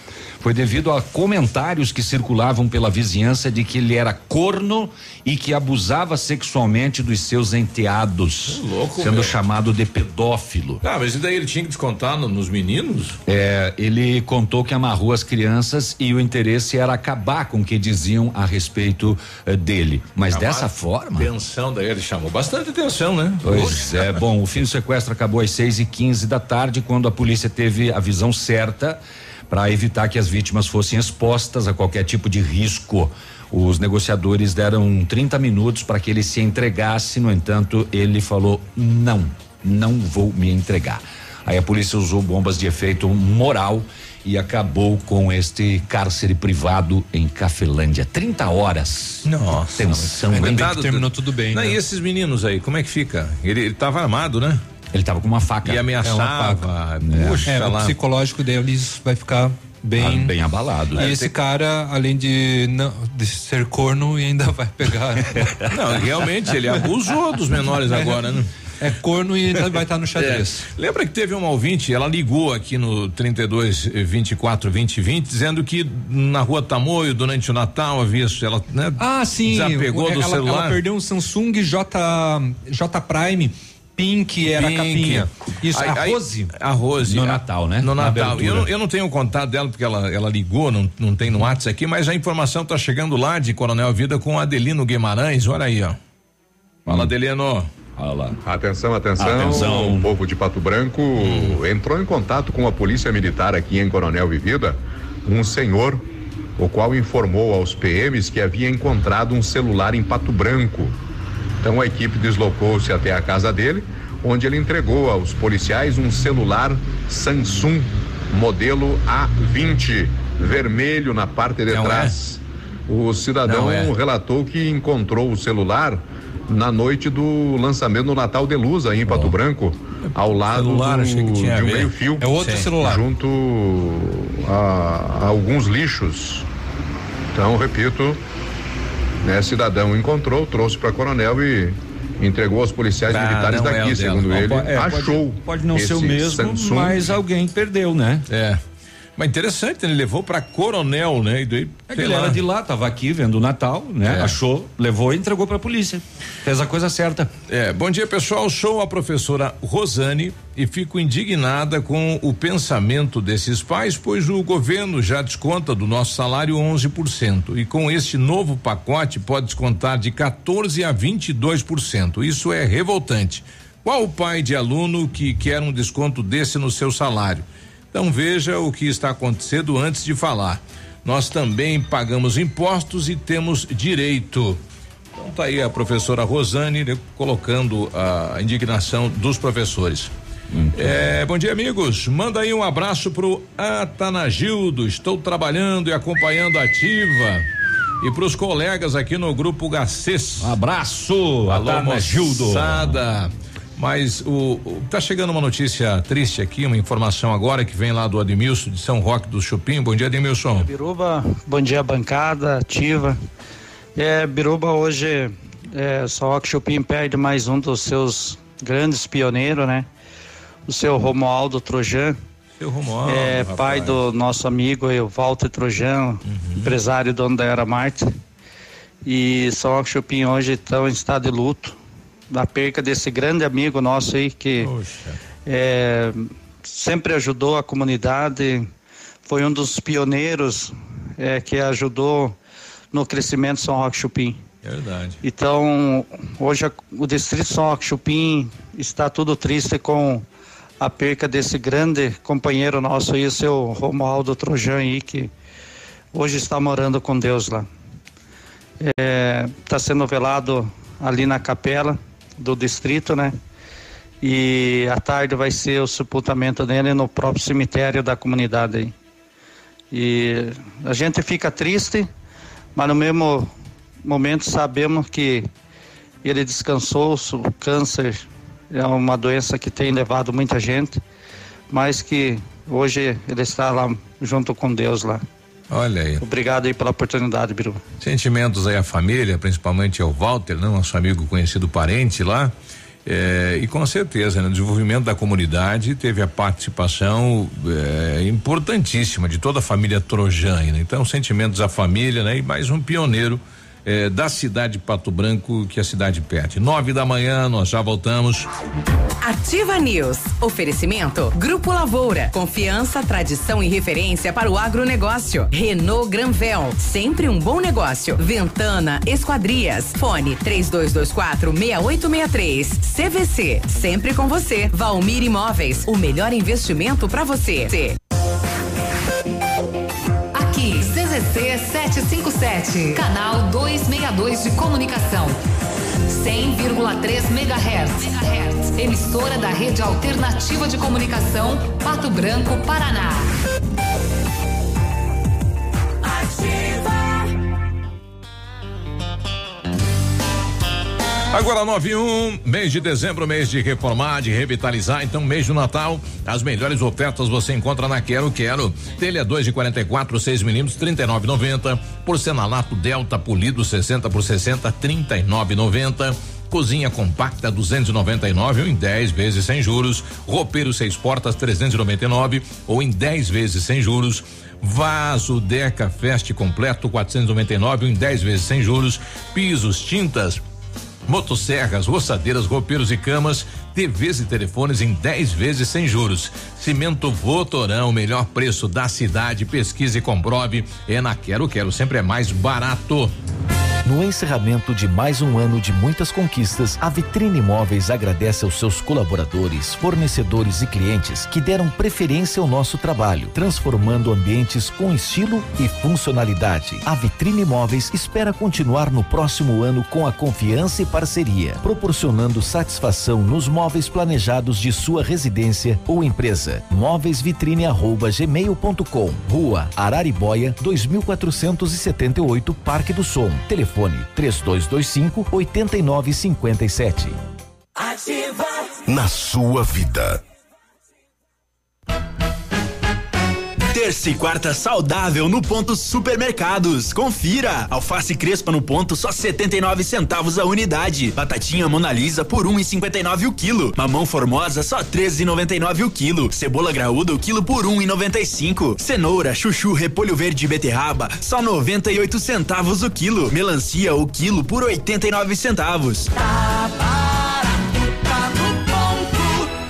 foi devido a comentários que circulavam pela vizinhança de que ele era corno e que abusava sexualmente dos seus enteados, louco, sendo meu. chamado de pedófilo. Ah, mas e daí ele tinha que descontar no, nos meninos? É, ele contou que amarrou as crianças e o interesse era acabar com o que diziam a respeito eh, dele. Mas Chamar dessa forma. Atenção daí, ele chamou bastante atenção, né? Pois Poxa. é, bom, o fim do sequestro acabou às seis e quinze da tarde, quando a polícia teve a visão certa para evitar que as vítimas fossem expostas a qualquer tipo de risco. Os negociadores deram trinta minutos para que ele se entregasse, no entanto, ele falou: não, não vou me entregar. Aí a polícia usou bombas de efeito moral e acabou com este cárcere privado em Cafelândia. trinta horas. Nossa. Tensão. Ainda bem que terminou tudo bem, Não, né? E esses meninos aí, como é que fica? Ele, ele tava armado, né? Ele tava com uma faca. E ameaçava. Puxa É, o lá. psicológico deles vai ficar bem, Ah, bem abalado. E É, esse tem- cara, além de, não, de ser corno, ainda vai pegar. Não, realmente, ele abusou dos menores agora, né? É corno e ainda vai estar no xadrez. É. Lembra que teve uma ouvinte, ela ligou aqui no trinta e dois, vinte e quatro, vinte e vinte, dizendo que na rua Tamoio, durante o Natal, havia, ela, né? Ah, sim. Desapegou do ela, celular. Ela perdeu um Samsung J, J Prime. Pink era Pink. a capinha. Isso, Aí- a aí- Rose. A Rose. No a- Natal, né? No Na Natal. abertura. Eu, não- eu não tenho o contato dela porque ela, ela ligou, não, não tem no WhatsApp aqui, mas a informação tá chegando lá de Coronel Vida com Adelino Guimarães. Olha aí, ó. Fala, Adelino. Olha lá. Atenção, atenção, Atenção. O povo de Pato Branco entrou em contato com a polícia militar aqui em Coronel Vivida, um senhor, o qual informou aos P Ms que havia encontrado um celular em Pato Branco. Então a equipe deslocou-se até a casa dele, onde ele entregou aos policiais um celular Samsung modelo A vinte, vermelho na parte de Não trás. O cidadão Não é. relatou que encontrou o celular na noite do lançamento do Natal de Luz aí em Pato Branco, ao lado Celular, do, achei que tinha de a um ver. meio fio. É outro Sim. celular. Junto a, a alguns lixos. Então, repito, né, cidadão encontrou, trouxe para Coronel e entregou aos policiais Ah, militares não é daqui, o dela. segundo Não, ele, Pode- é, pode- achou. Pode, não ser o esse mesmo, Samsung. mas alguém perdeu, né? É. Mas interessante, ele levou pra Coronel, né? E daí, É que sei ele lá. era de lá, tava aqui vendo o Natal, né? É. Achou, levou e entregou pra polícia. Fez a coisa certa. É, bom dia, pessoal. Sou a professora Rosane e fico indignada com o pensamento desses pais, pois o governo já desconta do nosso salário onze por cento e com este novo pacote pode descontar de quatorze a vinte e dois por cento. Isso é revoltante. Qual o pai de aluno que quer um desconto desse no seu salário? Então veja o que está acontecendo antes de falar. Nós também pagamos impostos e temos direito. Então tá aí a professora Rosane, né, colocando a indignação dos professores. É, bom dia, amigos. Manda aí um abraço pro Atanagildo. Estou trabalhando e acompanhando a Ativa. E pros colegas aqui no grupo Gacês. Um abraço, Alô, Atanagildo. moçada. Mas o, o tá chegando uma notícia triste aqui, uma informação agora que vem lá do Admilson de São Roque do Chupim. Bom dia, Admilson. Biruba, bom dia, bancada ativa. É, Biruba, hoje é, São Roque Chupim perde mais um dos seus grandes pioneiros, né? O seu Romualdo Trojan. Seu Romualdo, É rapaz. pai do nosso amigo o Walter Trojan, Uhum. empresário dono da Era Marte. E São Roque Chupim hoje estão em estado de luto da perca desse grande amigo nosso aí que é, sempre ajudou a comunidade, foi um dos pioneiros é, que ajudou no crescimento de São Roque Chupim. É verdade. Então, hoje a- o distrito de São Roque Chupim está tudo triste com a perca desse grande companheiro nosso aí, o seu Romualdo Trojan aí, que hoje está morando com Deus lá. Está sendo velado ali na capela do distrito, né? E à tarde vai ser o sepultamento dele no próprio cemitério da comunidade aí. E a gente fica triste, mas no mesmo momento sabemos que ele descansou, o câncer é uma doença que tem levado muita gente, mas que hoje ele está lá junto com Deus lá. Olha aí. Obrigado aí pela oportunidade, Biru. Sentimentos aí à família, principalmente ao Walter, né? Nosso amigo conhecido parente lá. É, e com certeza, no desenvolvimento da comunidade teve a participação é, importantíssima de toda a família Trojane. Então, sentimentos à família, né? E mais um pioneiro é, da cidade de Pato Branco que a cidade pede. Nove da manhã, nós já voltamos. Ativa News. Oferecimento Grupo Lavoura. Confiança, tradição e referência para o agronegócio. Renault Granvel. Sempre um bom negócio. Ventana Esquadrias. Fone três dois dois quatro, seis oito seis três. C V C. Sempre com você. Valmir Imóveis. O melhor investimento para você. Aqui, C Z C setecentos e cinquenta e sete. Canal duzentos e sessenta e dois de comunicação. cem vírgula três megahertz. Emissora da Rede Alternativa de Comunicação, Pato Branco, Paraná. Agora nove e um, mês de dezembro, mês de reformar, de revitalizar, então mês do Natal, as melhores ofertas você encontra na Quero Quero. Telha dois de quarenta e quatro, seis milímetros, trinta e nove e noventa. Porcelanato Delta polido sessenta por sessenta, trinta e nove e noventa. Cozinha compacta duzentos e noventa e nove ou em dez vezes sem juros. Roupeiro seis portas trezentos e noventa e nove ou em dez vezes sem juros. Vaso Deca Fest completo quatrocentos e noventa e nove ou em dez vezes sem juros. Pisos, tintas, motosserras, roçadeiras, roupeiros e camas, T Vs e telefones em dez vezes sem juros. Cimento Votorão, o melhor preço da cidade. Pesquise e comprove. É na Quero Quero, sempre é mais barato. No encerramento de mais um ano de muitas conquistas, a Vitrine Imóveis agradece aos seus colaboradores, fornecedores e clientes que deram preferência ao nosso trabalho, transformando ambientes com estilo e funcionalidade. A Vitrine Imóveis espera continuar no próximo ano com a confiança e parceria, proporcionando satisfação nos móveis planejados de sua residência ou empresa. móveisvitrine arroba gmail ponto com. Rua Araribóia, dois mil quatrocentos e setenta e oito, Parque do Som. Telefone três dois dois cinco, oito nove cinco sete. Ativa. Na sua vida. Terça e quarta saudável no Ponto Supermercados. Confira. Alface crespa no ponto só setenta e nove centavos a unidade. Batatinha Mona Lisa por um e cinquenta e nove o quilo. Mamão Formosa só treze e noventa e nove o quilo. Cebola graúda o quilo por um e noventa e cinco. Cenoura, chuchu, repolho verde e beterraba só noventa e oito centavos o quilo. Melancia o quilo por oitenta e nove centavos. Tá barato, tá no ponto.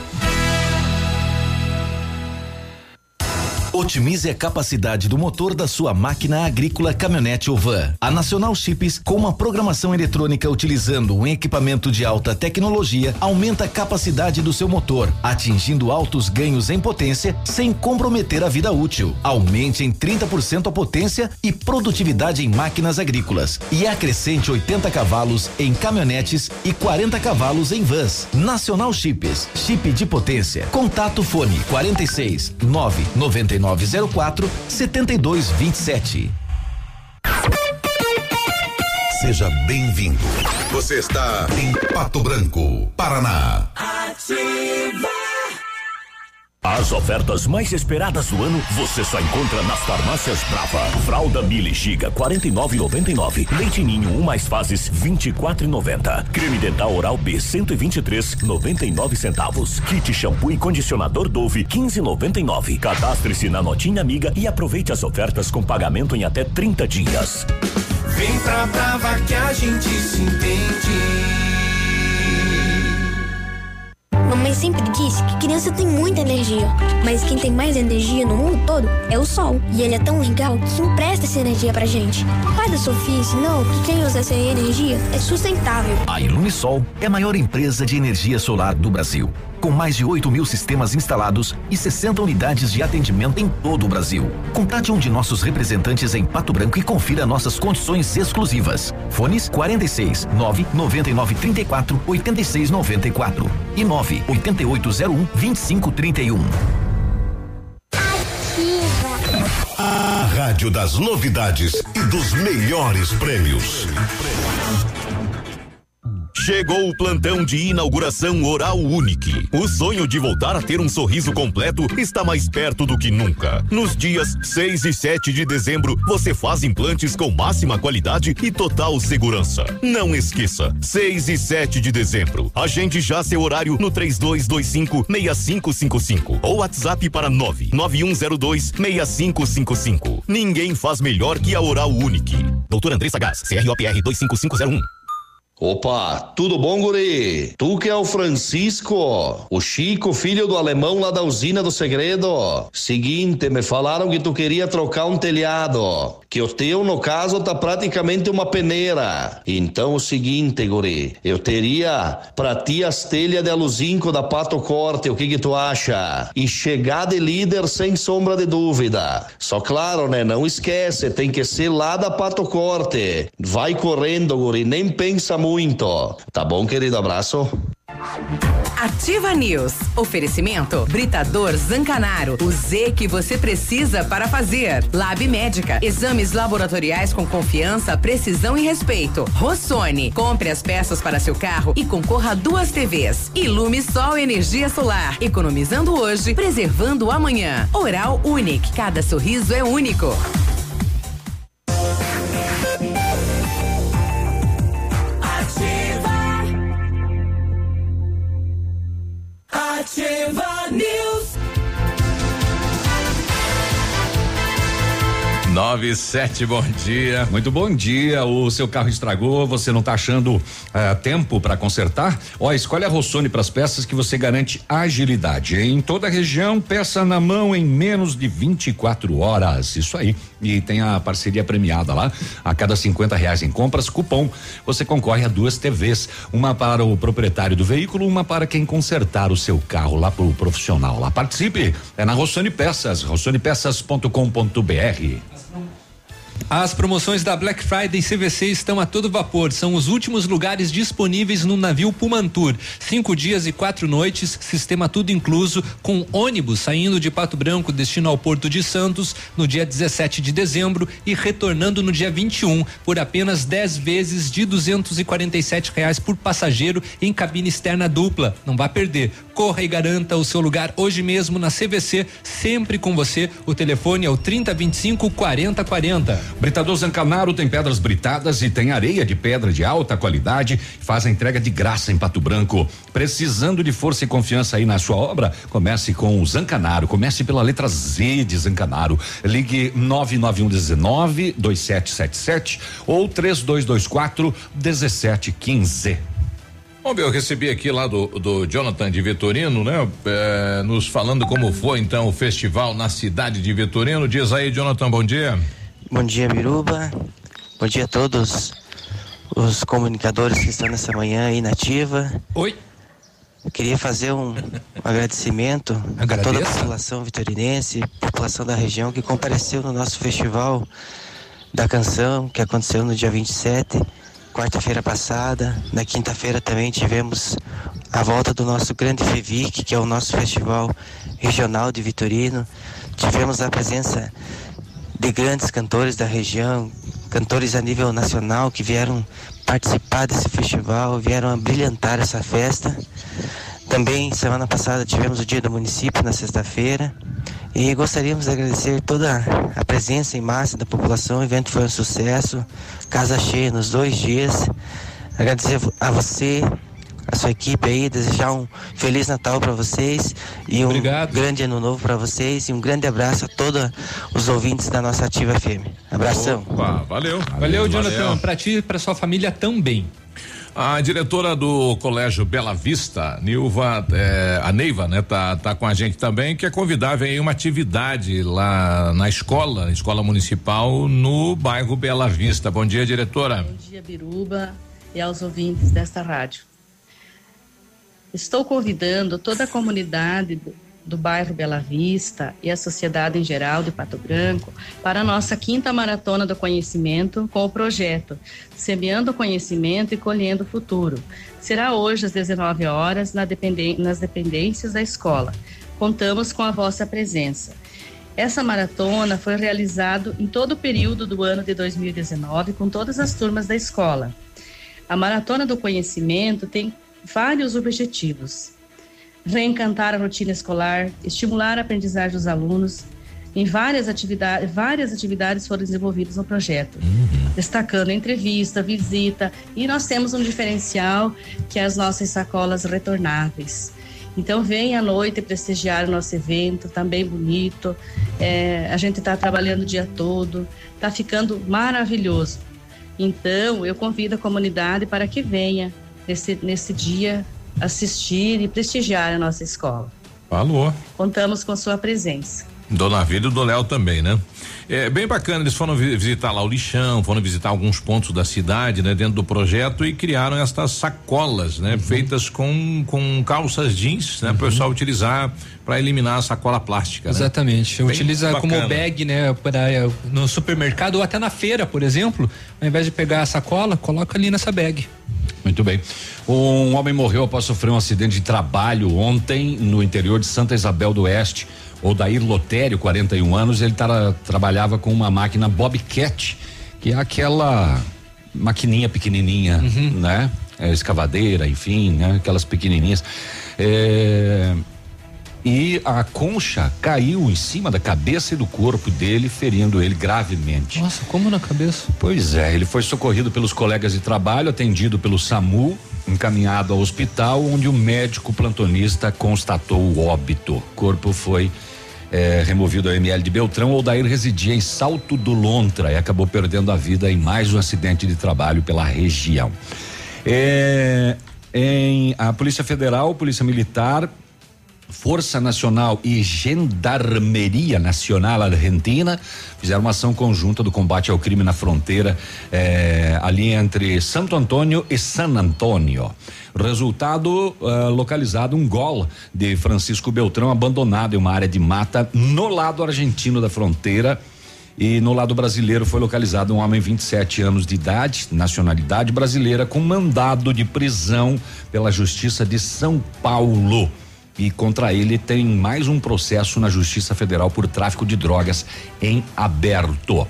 Otimize a capacidade do motor da sua máquina agrícola, caminhonete ou van. A Nacional Chips, com uma programação eletrônica utilizando um equipamento de alta tecnologia, aumenta a capacidade do seu motor, atingindo altos ganhos em potência sem comprometer a vida útil. Aumente em trinta por cento a potência e produtividade em máquinas agrícolas e acrescente oitenta cavalos em caminhonetes e quarenta cavalos em vans. Nacional Chips, chip de potência. Contato fone quarenta e seis, nove noventa e nove zero quatro, setenta e dois vinte e sete. Seja bem-vindo. Você está em Pato Branco, Paraná. Ativa. As ofertas mais esperadas do ano você só encontra nas farmácias Brava. Fralda Mili Giga quarenta e nove e noventa e nove. Leite Ninho um mais fases vinte e quatro e noventa. Creme dental Oral B cento e vinte e três, noventa e nove centavos. Kit shampoo e condicionador Dove quinze e noventa e nove. Cadastre-se na Notinha Amiga e aproveite as ofertas com pagamento em até trinta dias. Vem pra Brava que a gente se entende. Mamãe sempre disse que criança tem muita energia, mas quem tem mais energia no mundo todo é o sol. E ele é tão legal que empresta essa energia pra gente. O pai da Sofia ensinou que quem usa essa energia é sustentável. A Ilumisol é a maior empresa de energia solar do Brasil, com mais de oito mil sistemas instalados e sessenta unidades de atendimento em todo o Brasil. Contate um de nossos representantes em Pato Branco e confira nossas condições exclusivas. Fones quarenta e seis, nove noventa e nove trinta e quatro, oitenta e seis noventa e quatro e nove oitenta e oito zero um vinte e cinco trinta e um. A rádio das novidades e dos melhores prêmios. Chegou o plantão de inauguração Oral Unique. O sonho de voltar a ter um sorriso completo está mais perto do que nunca. Nos dias seis e sete de dezembro, você faz implantes com máxima qualidade e total segurança. Não esqueça, seis e sete de dezembro. Agende já seu horário no três dois dois cinco, seis cinco cinco cinco ou WhatsApp para nove nove um zero dois, seis cinco cinco cinco. Ninguém faz melhor que a Oral Unique. Doutor André Sagaz, C R O P R dois cinco cinco zero um. Opa, tudo bom, guri? Tu que é o Francisco, o Chico, filho do alemão lá da usina do segredo. Seguinte, me falaram que tu queria trocar um telhado, que o teu, no caso, tá praticamente uma peneira. Então, o seguinte, guri, eu teria pra ti as telhas de aluzinco da Pato Corte, o que que tu acha? E chegar de líder sem sombra de dúvida. Só claro, né, não esquece, tem que ser lá da Pato Corte. Vai correndo, guri, nem pensa muito. Tá bom, querido? Abraço. Ativa News. Oferecimento Britador Zancanaro. O Z que você precisa para fazer. Lab Médica. Exames laboratoriais com confiança, precisão e respeito. Rossoni. Compre as peças para seu carro e concorra a duas T Vs. Ilume Sol Energia Solar. Economizando hoje, preservando amanhã. Oral Unique. Cada sorriso é único. Ativa News. nove e sete, bom dia. Muito bom dia. O seu carro estragou, você não tá achando uh, tempo para consertar? Ó, escolhe a Rossoni para as peças que você garante agilidade. Em toda a região, peça na mão em menos de vinte e quatro horas. Isso aí. E tem a parceria premiada lá. A cada cinquenta reais em compras, cupom, você concorre a duas T Vs. Uma para o proprietário do veículo, uma para quem consertar o seu carro lá pro profissional. Lá participe. É na Rossoni Peças, rossoni peças ponto com ponto b r. As promoções da Black Friday C V C estão a todo vapor. São os últimos lugares disponíveis no navio Pumantur. Cinco dias e quatro noites, sistema tudo incluso, com ônibus saindo de Pato Branco, destino ao Porto de Santos, no dia dezessete de dezembro e retornando no dia vinte e um, por apenas dez vezes de duzentos e quarenta e sete reais por passageiro em cabine externa dupla. Não vá perder. Corra e garanta o seu lugar hoje mesmo na C V C, sempre com você. O telefone é o trinta, vinte e cinco, quarenta, quarenta. Britador Zancanaro tem pedras britadas e tem areia de pedra de alta qualidade. Faz a entrega de graça em Pato Branco. Precisando de força e confiança aí na sua obra? Comece com o Zancanaro. Comece pela letra Z de Zancanaro. Ligue nove nove um um nove, dois sete sete sete ou três dois dois quatro, um sete um cinco. Bom, eu recebi aqui lá do, do Jonathan de Vitorino, né? É, nos falando como foi então o festival na cidade de Vitorino. Diz aí, Jonathan, bom dia. Bom dia, Biruba. Bom dia a todos os comunicadores que estão nessa manhã aí na Ativa. Oi. Eu queria fazer um, um agradecimento Agradeça. a toda a população vitorinense, população da região que compareceu no nosso festival da canção, que aconteceu no dia vinte e sete, quarta-feira passada. Na quinta-feira também tivemos a volta do nosso grande FEVIC, que é o nosso festival regional de Vitorino. Tivemos a presença de grandes cantores da região, cantores a nível nacional que vieram participar desse festival, vieram a brilhantar essa festa. Também, semana passada, tivemos o Dia do Município, na sexta-feira, e gostaríamos de agradecer toda a presença em massa da população. O evento foi um sucesso, casa cheia nos dois dias. Agradecer a você, a sua equipe aí, desejar um Feliz Natal para vocês e um Obrigado. grande ano novo para vocês e um grande abraço a todos os ouvintes da nossa Ativa F M. Abração. Opa, valeu. Valeu, valeu Jonathan, para ti e para sua família também. A diretora do Colégio Bela Vista, Nilva, eh, a Neiva, né, tá, tá com a gente também, quer convidar, vem uma atividade lá na escola, escola municipal, no bairro Bela Vista. Bom dia, diretora. Bom dia, Biruba, e aos ouvintes desta rádio. Estou convidando toda a comunidade do, do bairro Bela Vista e a sociedade em geral de Pato Branco para a nossa quinta Maratona do Conhecimento com o projeto Semeando o Conhecimento e Colhendo o Futuro. Será hoje às dezenove horas na dependen- nas dependências da escola. Contamos com a vossa presença. Essa maratona foi realizada em todo o período do ano de dois mil e dezenove com todas as turmas da escola. A Maratona do Conhecimento tem vários objetivos: reencantar a rotina escolar, estimular a aprendizagem dos alunos. Em várias atividades, várias atividades foram desenvolvidas no projeto, uhum. destacando entrevista, visita, e nós temos um diferencial que é as nossas sacolas retornáveis. Então vem à noite prestigiar o nosso evento, tá bem bonito, é, a gente está trabalhando o dia todo, está ficando maravilhoso. Então eu convido a comunidade para que venha nesse, nesse dia assistir e prestigiar a nossa escola. Falou. Contamos com sua presença. Dona Vida e do Léo também, né? É bem bacana, eles foram visitar lá o lixão, foram visitar alguns pontos da cidade, né? Dentro do projeto, e criaram estas sacolas, né? Uhum. Feitas com, com calças jeans, né? Uhum. Para o pessoal utilizar para eliminar a sacola plástica. Exatamente, né? utiliza bacana. como bag, né? Pra, no supermercado ou até na feira, por exemplo, ao invés de pegar a sacola, coloca ali nessa bag. Muito bem. Um homem morreu após sofrer um acidente de trabalho ontem no interior de Santa Isabel do Oeste. Odair Lotério, quarenta e um anos, ele tara, trabalhava com uma máquina Bobcat, que é aquela maquininha pequenininha, uhum. né? É, escavadeira, enfim, né? Aquelas pequenininhas. É, e a concha caiu em cima da cabeça e do corpo dele, ferindo ele gravemente. Nossa, como na cabeça? Pois é, ele foi socorrido pelos colegas de trabalho, atendido pelo SAMU, encaminhado ao hospital, onde o médico plantonista constatou o óbito. O corpo foi é, removido ao M L de Beltrão. O Odair residia em Salto do Lontra e acabou perdendo a vida em mais um acidente de trabalho pela região. É, em a Polícia Federal, Polícia Militar, Força Nacional e Gendarmeria Nacional Argentina fizeram uma ação conjunta do combate ao crime na fronteira eh, ali entre Santo Antônio e San Antônio. Resultado, uh, localizado um gol de Francisco Beltrão abandonado em uma área de mata no lado argentino da fronteira. E no lado brasileiro foi localizado um homem de vinte e sete anos de idade, nacionalidade brasileira, com mandado de prisão pela Justiça de São Paulo. E contra ele tem mais um processo na Justiça Federal por tráfico de drogas em aberto.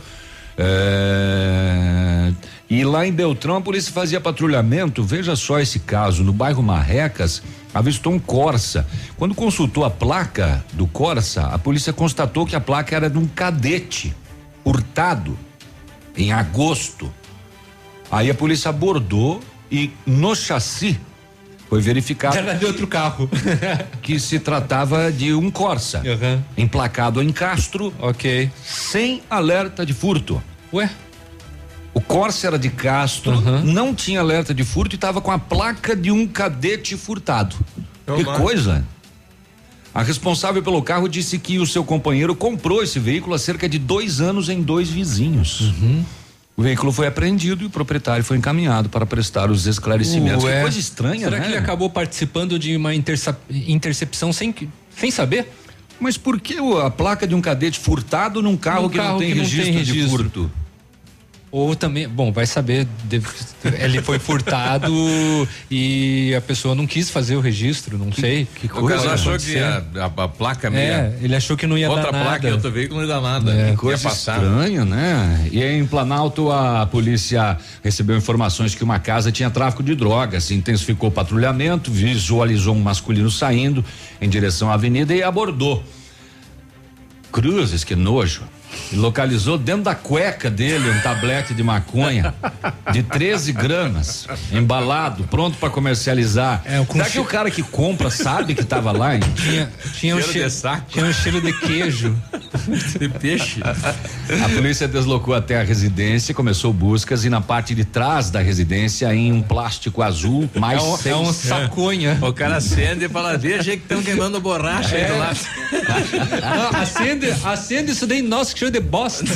É... E lá em Beltrão a polícia fazia patrulhamento. Veja só esse caso, no bairro Marrecas avistou um Corsa. Quando consultou a placa do Corsa, a polícia constatou que a placa era de um cadete hurtado em agosto. Aí a polícia abordou e no chassi foi verificado era de outro carro que se tratava de um Corsa, uhum. emplacado em Castro, ok, sem alerta de furto. Ué? O Corsa era de Castro, uhum. não tinha alerta de furto e estava com a placa de um cadete furtado. Eu que lá. coisa! A responsável pelo carro disse que o seu companheiro comprou esse veículo há cerca de dois anos em dois vizinhos. Uhum. O veículo foi apreendido e o proprietário foi encaminhado para prestar os esclarecimentos. Ué, que coisa estranha, será né? que ele acabou participando de uma intercep- intercepção sem, sem saber? Mas por que a placa de um cadete furtado num carro, um que, carro não tem que não registro tem registro de furto? Ou também, bom, vai saber, deve, ele foi furtado e a pessoa não quis fazer o registro, não que, sei. Que coisa. O cara achou que a, a, a placa meia. É, ele achou que não ia outra dar nada. Outra placa e outro veículo não ia dar nada. É, que coisa estranha, né? E em Planalto a polícia recebeu informações que uma casa tinha tráfico de drogas, intensificou o patrulhamento, visualizou um masculino saindo em direção à avenida e abordou. Cruzes, que nojo. E localizou dentro da cueca dele um tablete de maconha de treze gramas, embalado, pronto para comercializar. É, Será che... que o cara que compra sabe que estava lá? Hein? Tinha, tinha, um cheiro, tinha um cheiro de queijo, de peixe. A polícia deslocou até a residência, começou buscas e na parte de trás da residência, em um plástico azul, mais é um, seis. É um saconha. É. O cara acende e fala: veja que estão queimando borracha é. aí do lado. Não, acende, acende isso daí, nossa, que cheiro de bosta.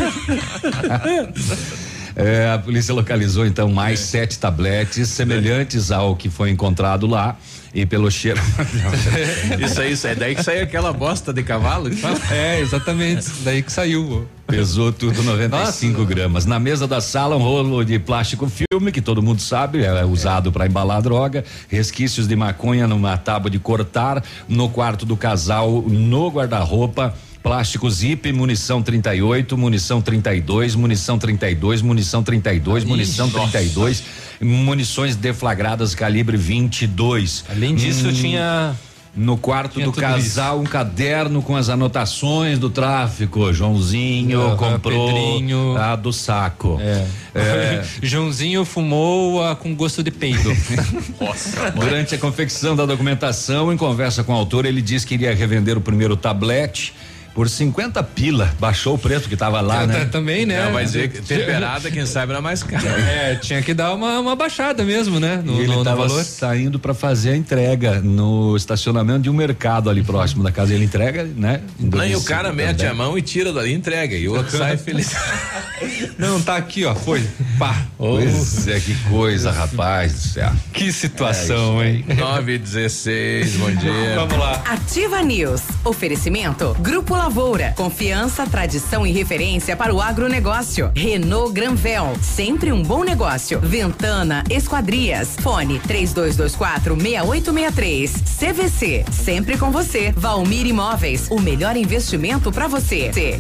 É, a polícia localizou então mais é. sete tabletes semelhantes ao que foi encontrado lá e pelo cheiro. Isso aí, isso é daí que saiu aquela bosta de cavalo que fala? É, exatamente, daí que saiu. Pesou tudo noventa e cinco gramas. Na mesa da sala, um rolo de plástico filme, que todo mundo sabe, é usado é. para embalar droga, resquícios de maconha numa tábua de cortar, no quarto do casal, no guarda-roupa, plástico zip, munição trinta e oito, munição trinta e dois, munição trinta e dois, munição trinta e dois, munição trinta e dois, munições deflagradas calibre vinte e dois. Além disso, hum, tinha no quarto tinha do casal isso. Um caderno com as anotações do tráfico. Joãozinho uhum, comprou Pedrinho. A do saco. É. É. Joãozinho fumou a com gosto de peido. Nossa. Durante a confecção da documentação, em conversa com o autor, ele disse que iria revender o primeiro tablete por cinquenta pila, baixou o preço que tava lá, eu né? Também, né? Não, vai dizer que temperada, quem sabe era mais cara. É, tinha que dar uma, uma baixada mesmo, né? No, e ele no, tava no valor. Saindo para fazer a entrega no estacionamento de um mercado ali próximo da casa. Ele entrega, né? Não, e o cara mete também a mão e tira dali e entrega. E o outro sai feliz. Não, tá aqui, ó. Foi. Pá. Pois é, que coisa, rapaz do céu. Que situação, é hein? nove e dezesseis, bom dia. Vamos lá. Ativa News. Oferecimento. Grupo Lavoura. Confiança, tradição e referência para o agronegócio. Renault Granvel. Sempre um bom negócio. Ventana Esquadrias. Fone três dois dois quatro, seis oito seis três. C V C. Sempre com você. Valmir Imóveis. O melhor investimento para você.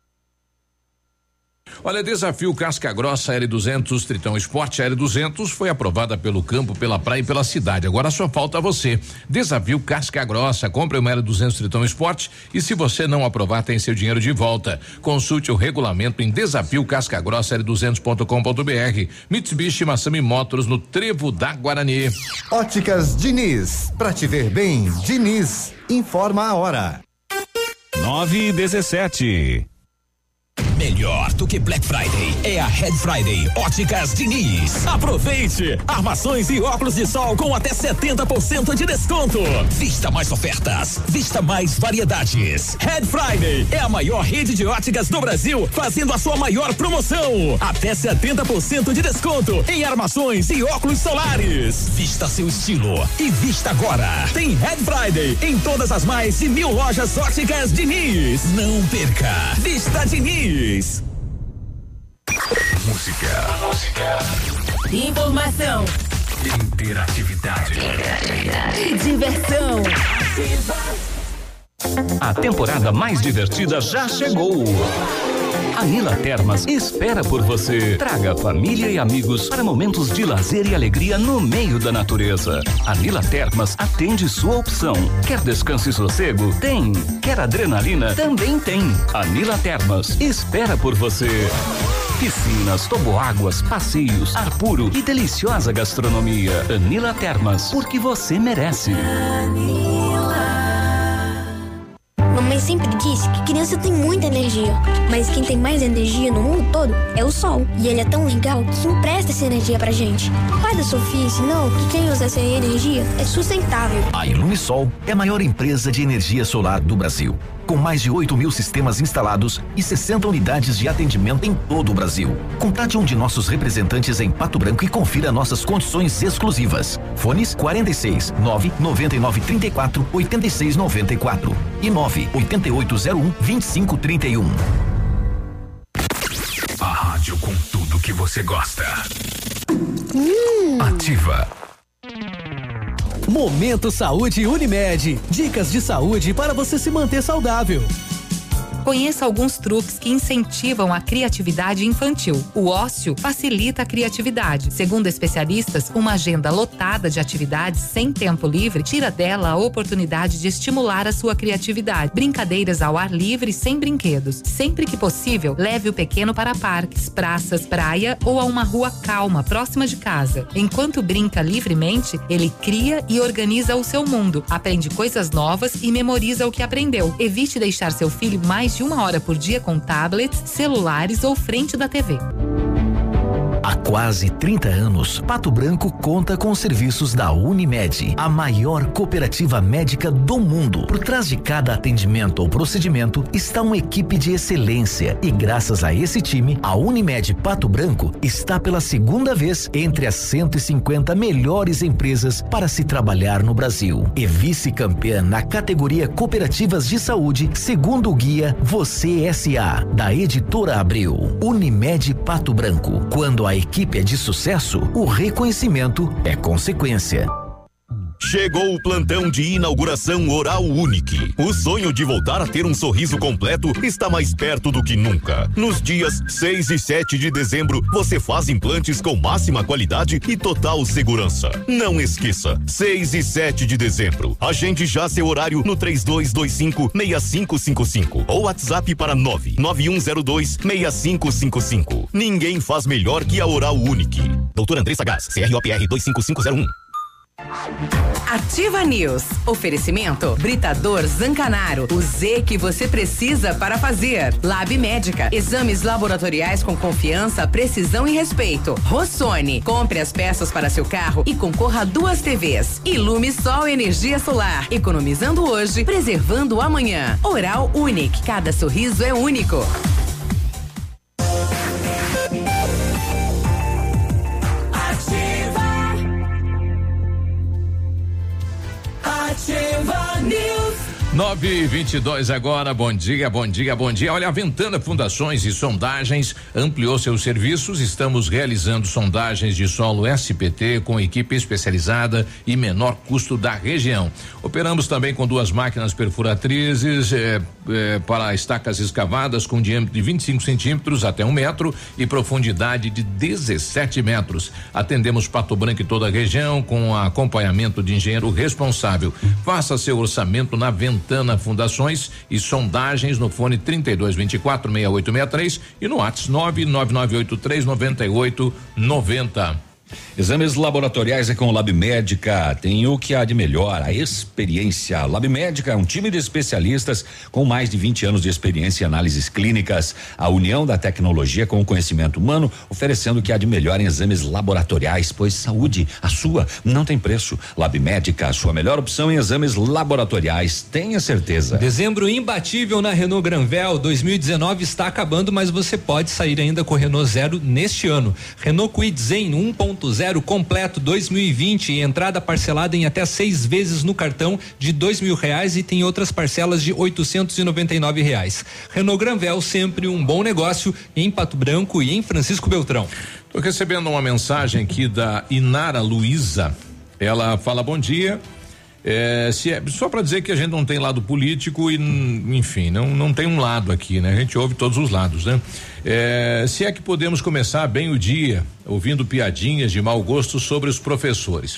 Olha, desafio Casca Grossa L duzentos Tritão Esporte L duzentos foi aprovada pelo campo, pela praia e pela cidade. Agora só falta você. Desafio Casca Grossa. Compre uma L duzentos Tritão Esporte e se você não aprovar, tem seu dinheiro de volta. Consulte o regulamento em desafio casca grossa L duzentos ponto com ponto br. Mitsubishi Massami Motors no Trevo da Guarani. Óticas Diniz. Pra te ver bem, Diniz. Informa a hora. nove e dezessete. Melhor do que Black Friday é a Red Friday Óticas Diniz. Aproveite! Armações e óculos de sol com até setenta por cento de desconto. Vista mais ofertas, vista mais variedades. Red Friday é a maior rede de óticas do Brasil, fazendo a sua maior promoção. Até setenta por cento de desconto em armações e óculos solares. Vista seu estilo e vista agora. Tem Red Friday em todas as mais de mil lojas Óticas Diniz. Não perca! Vista Diniz. Música. Música. Informação. Interatividade. E diversão. A temporada mais divertida já chegou. A Nila Termas espera por você. Traga família e amigos para momentos de lazer e alegria no meio da natureza. A Nila Termas atende sua opção. Quer descanso e sossego? Tem. Quer adrenalina? Também tem. A Nila Termas espera por você. Piscinas, toboáguas, passeios, ar puro e deliciosa gastronomia. Anila Termas, porque você merece. Mamãe sempre disse que criança tem muita energia, mas quem tem mais energia no mundo todo é o sol. E ele é tão legal que empresta essa energia pra gente. O pai da Sofia ensinou que quem usa essa energia é sustentável. A Ilumisol é a maior empresa de energia solar do Brasil, com mais de oito mil sistemas instalados e sessenta unidades de atendimento em todo o Brasil. Contate um de nossos representantes em Pato Branco e confira nossas condições exclusivas. Fones quarenta e seis, nove noventa e nove trinta e quatro, oitenta e seis noventa e quatro e nove oitenta e oito zero um vinte e cinco trinta e um. A rádio com tudo que você gosta. Hum. Ativa. Momento Saúde Unimed. Dicas de saúde para você se manter saudável. Conheça alguns truques que incentivam a criatividade infantil. O ócio facilita a criatividade. Segundo especialistas, uma agenda lotada de atividades sem tempo livre tira dela a oportunidade de estimular a sua criatividade. Brincadeiras ao ar livre sem brinquedos. Sempre que possível, leve o pequeno para parques, praças, praia ou a uma rua calma, próxima de casa. Enquanto brinca livremente, ele cria e organiza o seu mundo, aprende coisas novas e memoriza o que aprendeu. Evite deixar seu filho mais de uma hora por dia com tablets, celulares ou frente da T V. Há quase trinta anos, Pato Branco conta com os serviços da Unimed, a maior cooperativa médica do mundo. Por trás de cada atendimento ou procedimento está uma equipe de excelência e graças a esse time, a Unimed Pato Branco está pela segunda vez entre as cento e cinquenta melhores empresas para se trabalhar no Brasil e vice-campeã na categoria Cooperativas de Saúde, segundo o guia Você S A, da editora Abril. Unimed Pato Branco, quando a A equipe é de sucesso, o reconhecimento é consequência. Chegou o plantão de inauguração Oral Unique. O sonho de voltar a ter um sorriso completo está mais perto do que nunca. Nos dias seis e sete de dezembro, você faz implantes com máxima qualidade e total segurança. Não esqueça, seis e sete de dezembro. Agende já seu horário no três dois dois cinco, seis cinco cinco cinco ou WhatsApp para nove nove um zero dois, seis cinco cinco cinco. Ninguém faz melhor que a Oral Unique. Doutor Andressa Gás, C R O P R dois cinco cinco zero um. Ativa News. Oferecimento Britador Zancanaro. O Z que você precisa para fazer. Lab Médica. Exames laboratoriais com confiança, precisão e respeito. Rossoni. Compre as peças para seu carro e concorra a duas T Vs. Ilume Sol Energia Solar. Economizando hoje, preservando amanhã. Oral Unique. Cada sorriso é único. Ativa News. nove e vinte e dois agora, bom dia, bom dia, bom dia. Olha, a Ventana Fundações e Sondagens ampliou seus serviços. Estamos realizando sondagens de solo S P T com equipe especializada e menor custo da região. Operamos também com duas máquinas perfuratrizes eh, eh, para estacas escavadas com diâmetro de vinte e cinco centímetros até um metro e profundidade de dezessete metros. Atendemos Pato Branco e toda a região com acompanhamento de engenheiro responsável. Faça seu orçamento na Ventana Ventana Fundações e Sondagens no fone trinta e dois, vinte e quatro, sessenta e oito sessenta e três e no WhatsApp nove nove nove oito três noventa e oito noventa. Exames laboratoriais é com Lab Médica, tem o que há de melhor, a experiência. Lab Médica é um time de especialistas com mais de vinte anos de experiência em análises clínicas, a união da tecnologia com o conhecimento humano, oferecendo o que há de melhor em exames laboratoriais, pois saúde, a sua, não tem preço. Lab Médica, a sua melhor opção em exames laboratoriais, tenha certeza. Dezembro imbatível na Renault Granvel, dois mil e dezenove está acabando, mas você pode sair ainda com o Renault Zero neste ano. Renault Kwid Zen um ponto zero completo dois mil e vinte, entrada parcelada em até seis vezes no cartão de dois mil reais e tem outras parcelas de oitocentos e noventa e nove reais. Renault Granvel, sempre um bom negócio em Pato Branco e em Francisco Beltrão. Tô recebendo uma mensagem aqui da Inara Luiza. Ela fala bom dia. É, se é, só para dizer que a gente não tem lado político e, enfim, não, não tem um lado aqui, né? A gente ouve todos os lados, né? É, se é que podemos começar bem o dia ouvindo piadinhas de mau gosto sobre os professores.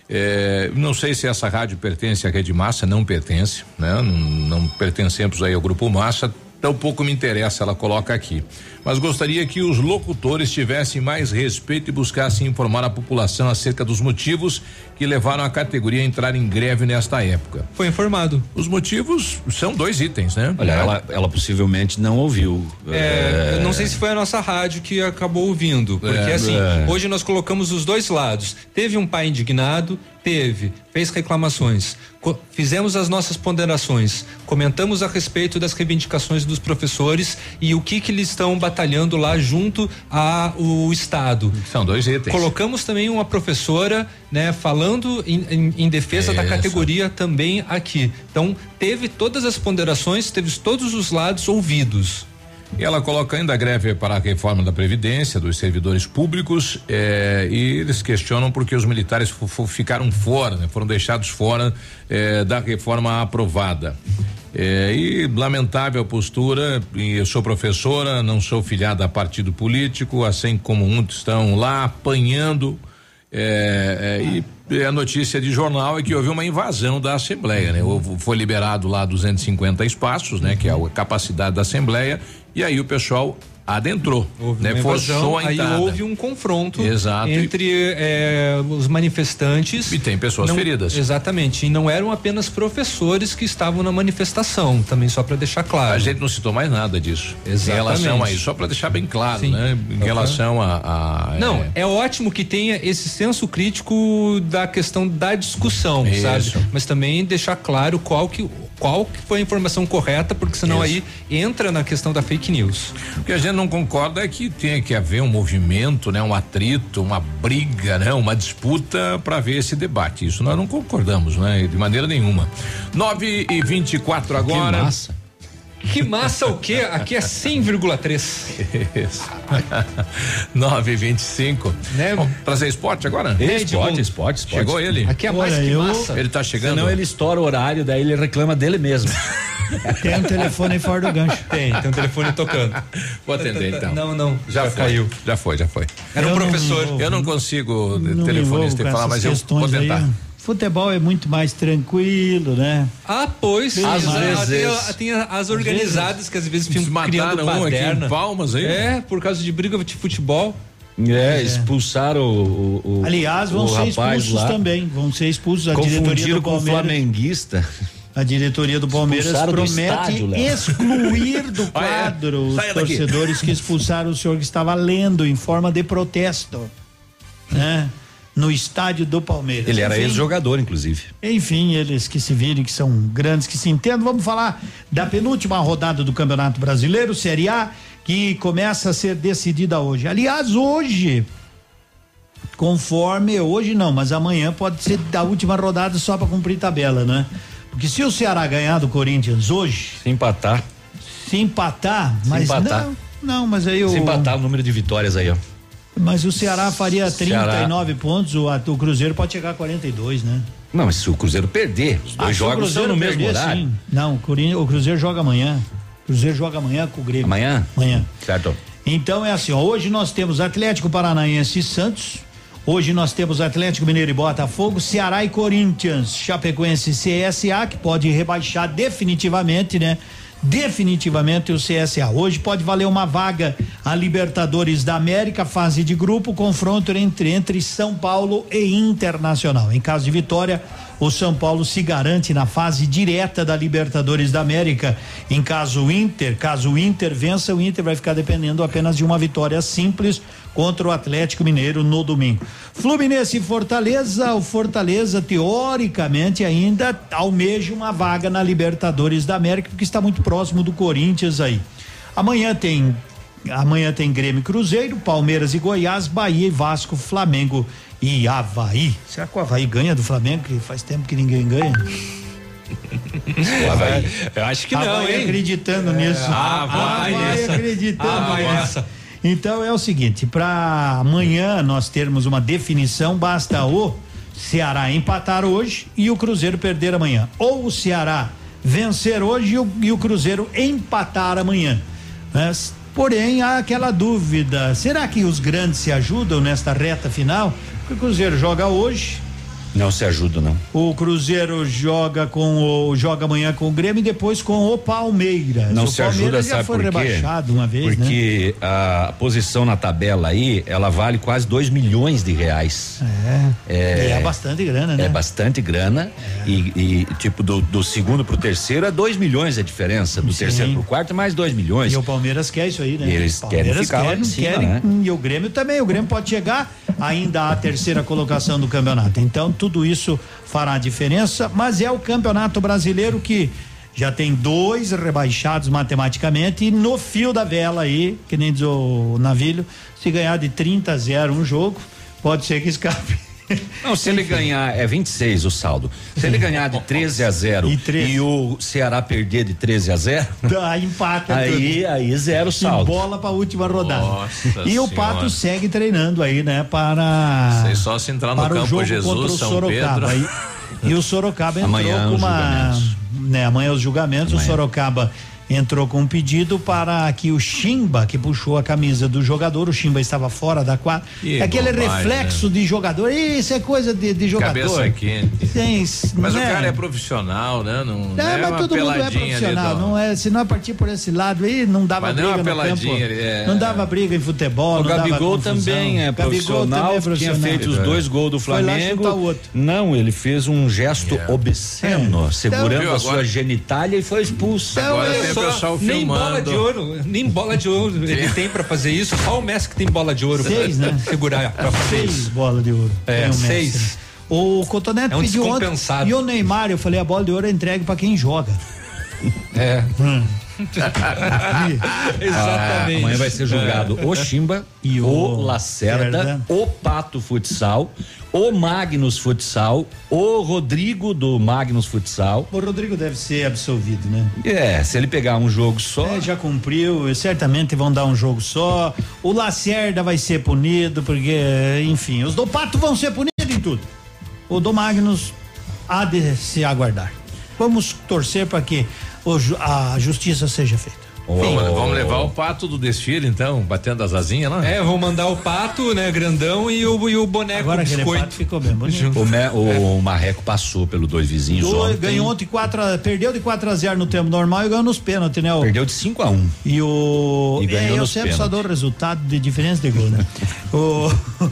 É, não sei se essa rádio pertence à Rede Massa, não pertence, né? Não, não pertencemos aí ao Grupo Massa, tampouco me interessa, ela coloca aqui. Mas gostaria que os locutores tivessem mais respeito e buscassem informar a população acerca dos motivos que levaram a categoria a entrar em greve nesta época. Foi informado. Os motivos são dois itens, né? Olha, ela, ela possivelmente não ouviu. É, é... Eu não sei se foi a nossa rádio que acabou ouvindo, porque é, assim, é. hoje nós colocamos os dois lados. Teve um pai indignado, teve, fez reclamações, co- fizemos as nossas ponderações, comentamos a respeito das reivindicações dos professores e o que que eles estão batalhando lá junto ao Estado. São dois itens. Colocamos também uma professora, né, falando em, em, em defesa Isso. da categoria também aqui. Então, teve todas as ponderações, teve todos os lados ouvidos. E ela coloca ainda a greve para a reforma da Previdência dos servidores públicos, eh, e eles questionam porque os militares f- f- ficaram fora, né? Foram deixados fora eh, da reforma aprovada. É, e lamentável a postura, e eu sou professora, não sou filiada a partido político, assim como muitos estão lá apanhando, é, é, e a notícia de jornal é que houve uma invasão da Assembleia, né? Foi liberado lá duzentos e cinquenta espaços, né? Que é a capacidade da Assembleia, e aí o pessoal adentrou, houve né? Forçou a entrada. Aí houve um confronto Exato. entre é, os manifestantes. E tem pessoas não, feridas. Exatamente, e não eram apenas professores que estavam na manifestação, também só para deixar claro. A gente não citou mais nada disso. Exatamente. Em relação a isso, só para deixar bem claro, Sim. né? Em uhum. relação a, a Não, é, é ótimo que tenha esse senso crítico da questão da discussão, Isso. sabe? Mas também deixar claro qual que qual que foi a informação correta, porque senão Isso. aí entra na questão da fake news. O que a gente não concorda é que tem que haver um movimento, né? Um atrito, uma briga, né? Uma disputa para ver esse debate. Isso nós não concordamos, né? De maneira nenhuma. nove e vinte e quatro agora. Que massa. Que massa o quê? Aqui é cem vírgula três. Isso. nove e vinte e cinco. Né? Bom, trazer esporte agora? É, esporte, esporte, esporte. Chegou ele? Aqui é mais Olha, que eu- massa. Ele tá chegando? Senão ele estoura o horário, daí ele reclama dele mesmo. Tem um telefone fora do gancho. Tem, tem um telefone tocando. Vou atender então. Não, não. Já, já foi. caiu. Já foi, já foi. Era um Eu não professor. envolvo, Eu não consigo não telefonista me e envolvo falar, com mas essas eu vou questões tentar. aí. Futebol é muito mais tranquilo, né? Ah, pois. Às Tem- vezes. Tem, tem as organizadas que às vezes ficam criando Mataram um aqui baderna. em Palmas aí? É, por causa de briga de futebol. É, expulsaram o, o, o Aliás, vão o ser rapaz expulsos lá. também. Vão ser expulsos. A diretoria Confundiram do com o Palmeiras. flamenguista. A diretoria do Palmeiras Expulsaram do promete estádio, Léo. excluir do Ah, é? quadro os Saia daqui. torcedores que expulsaram o senhor que estava lendo em forma de protesto, né? No estádio do Palmeiras. Ele era Enfim, ex-jogador, inclusive. Enfim, eles que se virem, que são grandes, que se entendam. Vamos falar da penúltima rodada do Campeonato Brasileiro, Série A, que começa a ser decidida hoje. Aliás, hoje, conforme, hoje não, mas amanhã pode ser da última rodada só para cumprir tabela, né? Porque se o Ceará ganhar do Corinthians hoje, Se empatar. se empatar, mas empatar. não, não, mas aí o Se empatar o número de vitórias aí, ó. mas o Ceará faria Ceará. trinta e nove pontos, o, o Cruzeiro pode chegar a quarenta e dois, né? Não, mas se o Cruzeiro perder, os dois Ah, se o jogos são Cruzeiro no mesmo perder, horário. sim. Não, o, Corin- o Cruzeiro joga amanhã. O Cruzeiro joga amanhã com o Grêmio. Amanhã? Amanhã. Certo. Então é assim, ó, hoje nós temos Atlético Paranaense e Santos. Hoje nós temos Atlético Mineiro e Botafogo, Ceará e Corinthians, Chapecoense e C S A, que pode rebaixar definitivamente, né? Definitivamente o C S A. Hoje pode valer uma vaga a Libertadores da América, fase de grupo, confronto entre, entre São Paulo e Internacional. Em caso de vitória, o São Paulo se garante na fase direta da Libertadores da América. Em caso o Inter, caso o Inter vença, o Inter vai ficar dependendo apenas de uma vitória simples contra o Atlético Mineiro no domingo. Fluminense e Fortaleza, o Fortaleza teoricamente ainda almeja uma vaga na Libertadores da América, porque está muito próximo do Corinthians aí. Amanhã tem amanhã tem Grêmio e Cruzeiro, Palmeiras e Goiás, Bahia e Vasco, Flamengo e Avaí. Será que o Avaí ganha do Flamengo? Que faz tempo que ninguém ganha. O Avaí. Eu acho que não, Avaí hein? acreditando nisso. Ah, vai Avaí nessa. acreditando Ah, vai nisso. nessa. Então é o seguinte, para amanhã nós termos uma definição, basta o Ceará empatar hoje e o Cruzeiro perder amanhã. Ou o Ceará vencer hoje e o, e o Cruzeiro empatar amanhã. Mas, porém, há aquela dúvida: será que os grandes se ajudam nesta reta final? Porque o Cruzeiro joga hoje. Não se ajuda, não. O Cruzeiro joga com o joga amanhã com o Grêmio e depois com o Palmeiras. Não o se Palmeiras ajuda, já sabe foi por quê? rebaixado uma vez, né? Porque a posição na tabela aí, ela vale quase dois milhões de reais. É. É, É bastante grana, né? É bastante grana. É. E, e, tipo, do, do segundo pro terceiro é dois milhões a diferença. Do Sim. terceiro pro quarto é mais dois milhões. E o Palmeiras quer isso aí, né? E eles Palmeiras querem ficar lá em cima, querem, né? E o Grêmio também. O Grêmio pode chegar ainda à terceira colocação do campeonato. Então, tudo isso fará a diferença, mas é o Campeonato Brasileiro que já tem dois rebaixados matematicamente e no fio da vela aí, que nem diz o Navilho, se ganhar de trinta a zero um jogo, pode ser que escape. Não, se ele ganhar, é vinte e seis o saldo. Se ele ganhar de treze a zero E treze. e o Ceará perder de treze a zero, Aí empata aí, tudo. aí zero o E saldo. bola para a última rodada. Nossa E o Senhora. Pato segue treinando aí, né? Para. Sei só se entrar no para o campo jogo Jesus, contra o São Sorocaba. Pedro. E, e o Sorocaba entrou Amanhã com os uma. julgamentos. Né, amanhã os julgamentos. Amanhã. O Sorocaba entrou com um pedido para que o Chimba, que puxou a camisa do jogador, o Chimba estava fora da quadra. Que É aquele bobagem, reflexo de jogador. Isso é coisa de, de jogador. Cabeça quente. Tem, Mas né? o cara é profissional, né? Não, Não, não é mas uma todo mundo é peladinha ali, profissional, não. não é, se não é partir por esse lado aí, não dava Mas não é briga uma no campo, peladinha, ele é- não dava briga em futebol, O não dava Gabigol confusão. também é Gabigol profissional, também é tinha profissional. feito os dois gols do Foi lá Flamengo. chutar o outro. Não, ele fez um gesto Yeah. obsceno, É. segurando Viu, a agora- sua genitália e foi expulso. Então, Agora eu tem o só- pessoal Nem filmando. bola de ouro, nem bola de ouro ele tem pra fazer isso, só o Messi que tem bola de ouro. Seis, pra né? segurar pra fazer Seis isso. bolas de ouro. É, Tem o Messi, seis. né? O Cotonete É um pediu ontem. descompensado. E o Neymar, eu falei, a bola de ouro é entregue pra quem joga. É. Hum. Exatamente. Amanhã vai ser julgado o Chimba, e o, o Lacerda, Cerda. o Pato Futsal, o Magnus Futsal, o Rodrigo do Magnus Futsal. O Rodrigo deve ser absolvido, né? É, se ele pegar um jogo só. É, já cumpriu, certamente vão dar um jogo só. O Lacerda vai ser punido, porque, enfim, os do Pato vão ser punidos em tudo. O do Magnus há de se aguardar. Vamos torcer para que o, a justiça seja feita. Oh, vamos levar o Pato do desfile, então, batendo as asinhas lá? É, vou mandar o Pato, né, grandão, e o, e o boneco Agora biscoito. Pato ficou bem bonito. O, me, o é. Marreco passou pelo dois vizinhos Do, ontem. Ganhou ontem quatro, perdeu de quatro a zero no tempo normal e ganhou nos pênaltis, né? O, perdeu de cinco a um. E o... E ganhou é, nos eu sempre só dou o resultado de diferença de gol, né? o...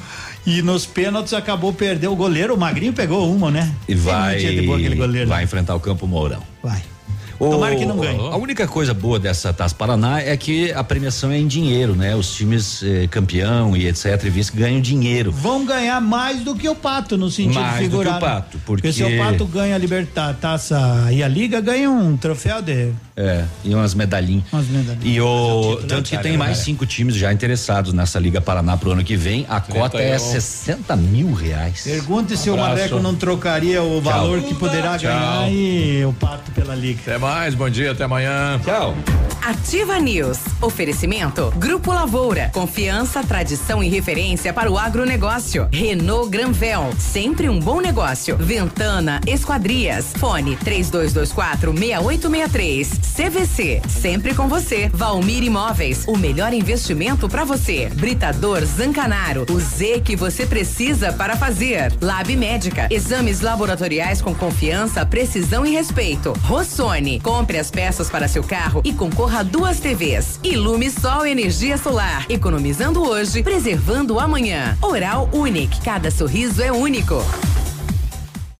E nos pênaltis acabou perdendo o goleiro, o Magrinho pegou uma, né? E vai, de boa aquele goleiro, vai né? enfrentar o Campo Mourão. Vai. O, Tomara que não ganhe. A única coisa boa dessa Taça Paraná é que a premiação é em dinheiro, né? Os times eh, campeão e etc e vice ganham dinheiro. Vão ganhar mais do que o Pato no sentido mais figurado. Do que o Pato, porque, porque se o Pato ganha a Libertad, Taça e a Liga, ganha um troféu de É, e umas medalhinhas. Umas medalhinhas. E o tanto que tem mais cinco times já interessados nessa Liga Paraná pro ano que vem. A cota é sessenta mil reais. Pergunte se o Marreco não trocaria o valor que poderá ganhar e o Pato pela Liga. Até mais, bom dia, até amanhã. Tchau. Ativa News. Oferecimento Grupo Lavoura. Confiança, tradição e referência para o agronegócio. Renault Granvel. Sempre um bom negócio. Ventana Esquadrias. Fone três dois dois quatro seis oito seis três. C V C. Sempre com você. Valmir Imóveis. O melhor investimento para você. Britador Zancanaro. O Z que você precisa para fazer. Lab Médica. Exames laboratoriais com confiança, precisão e respeito. Rossoni. Compre as peças para seu carro e concorra a duas T Vs. Ilume Sol Energia Solar. Economizando hoje, preservando amanhã. Oral Unique. Cada sorriso é único.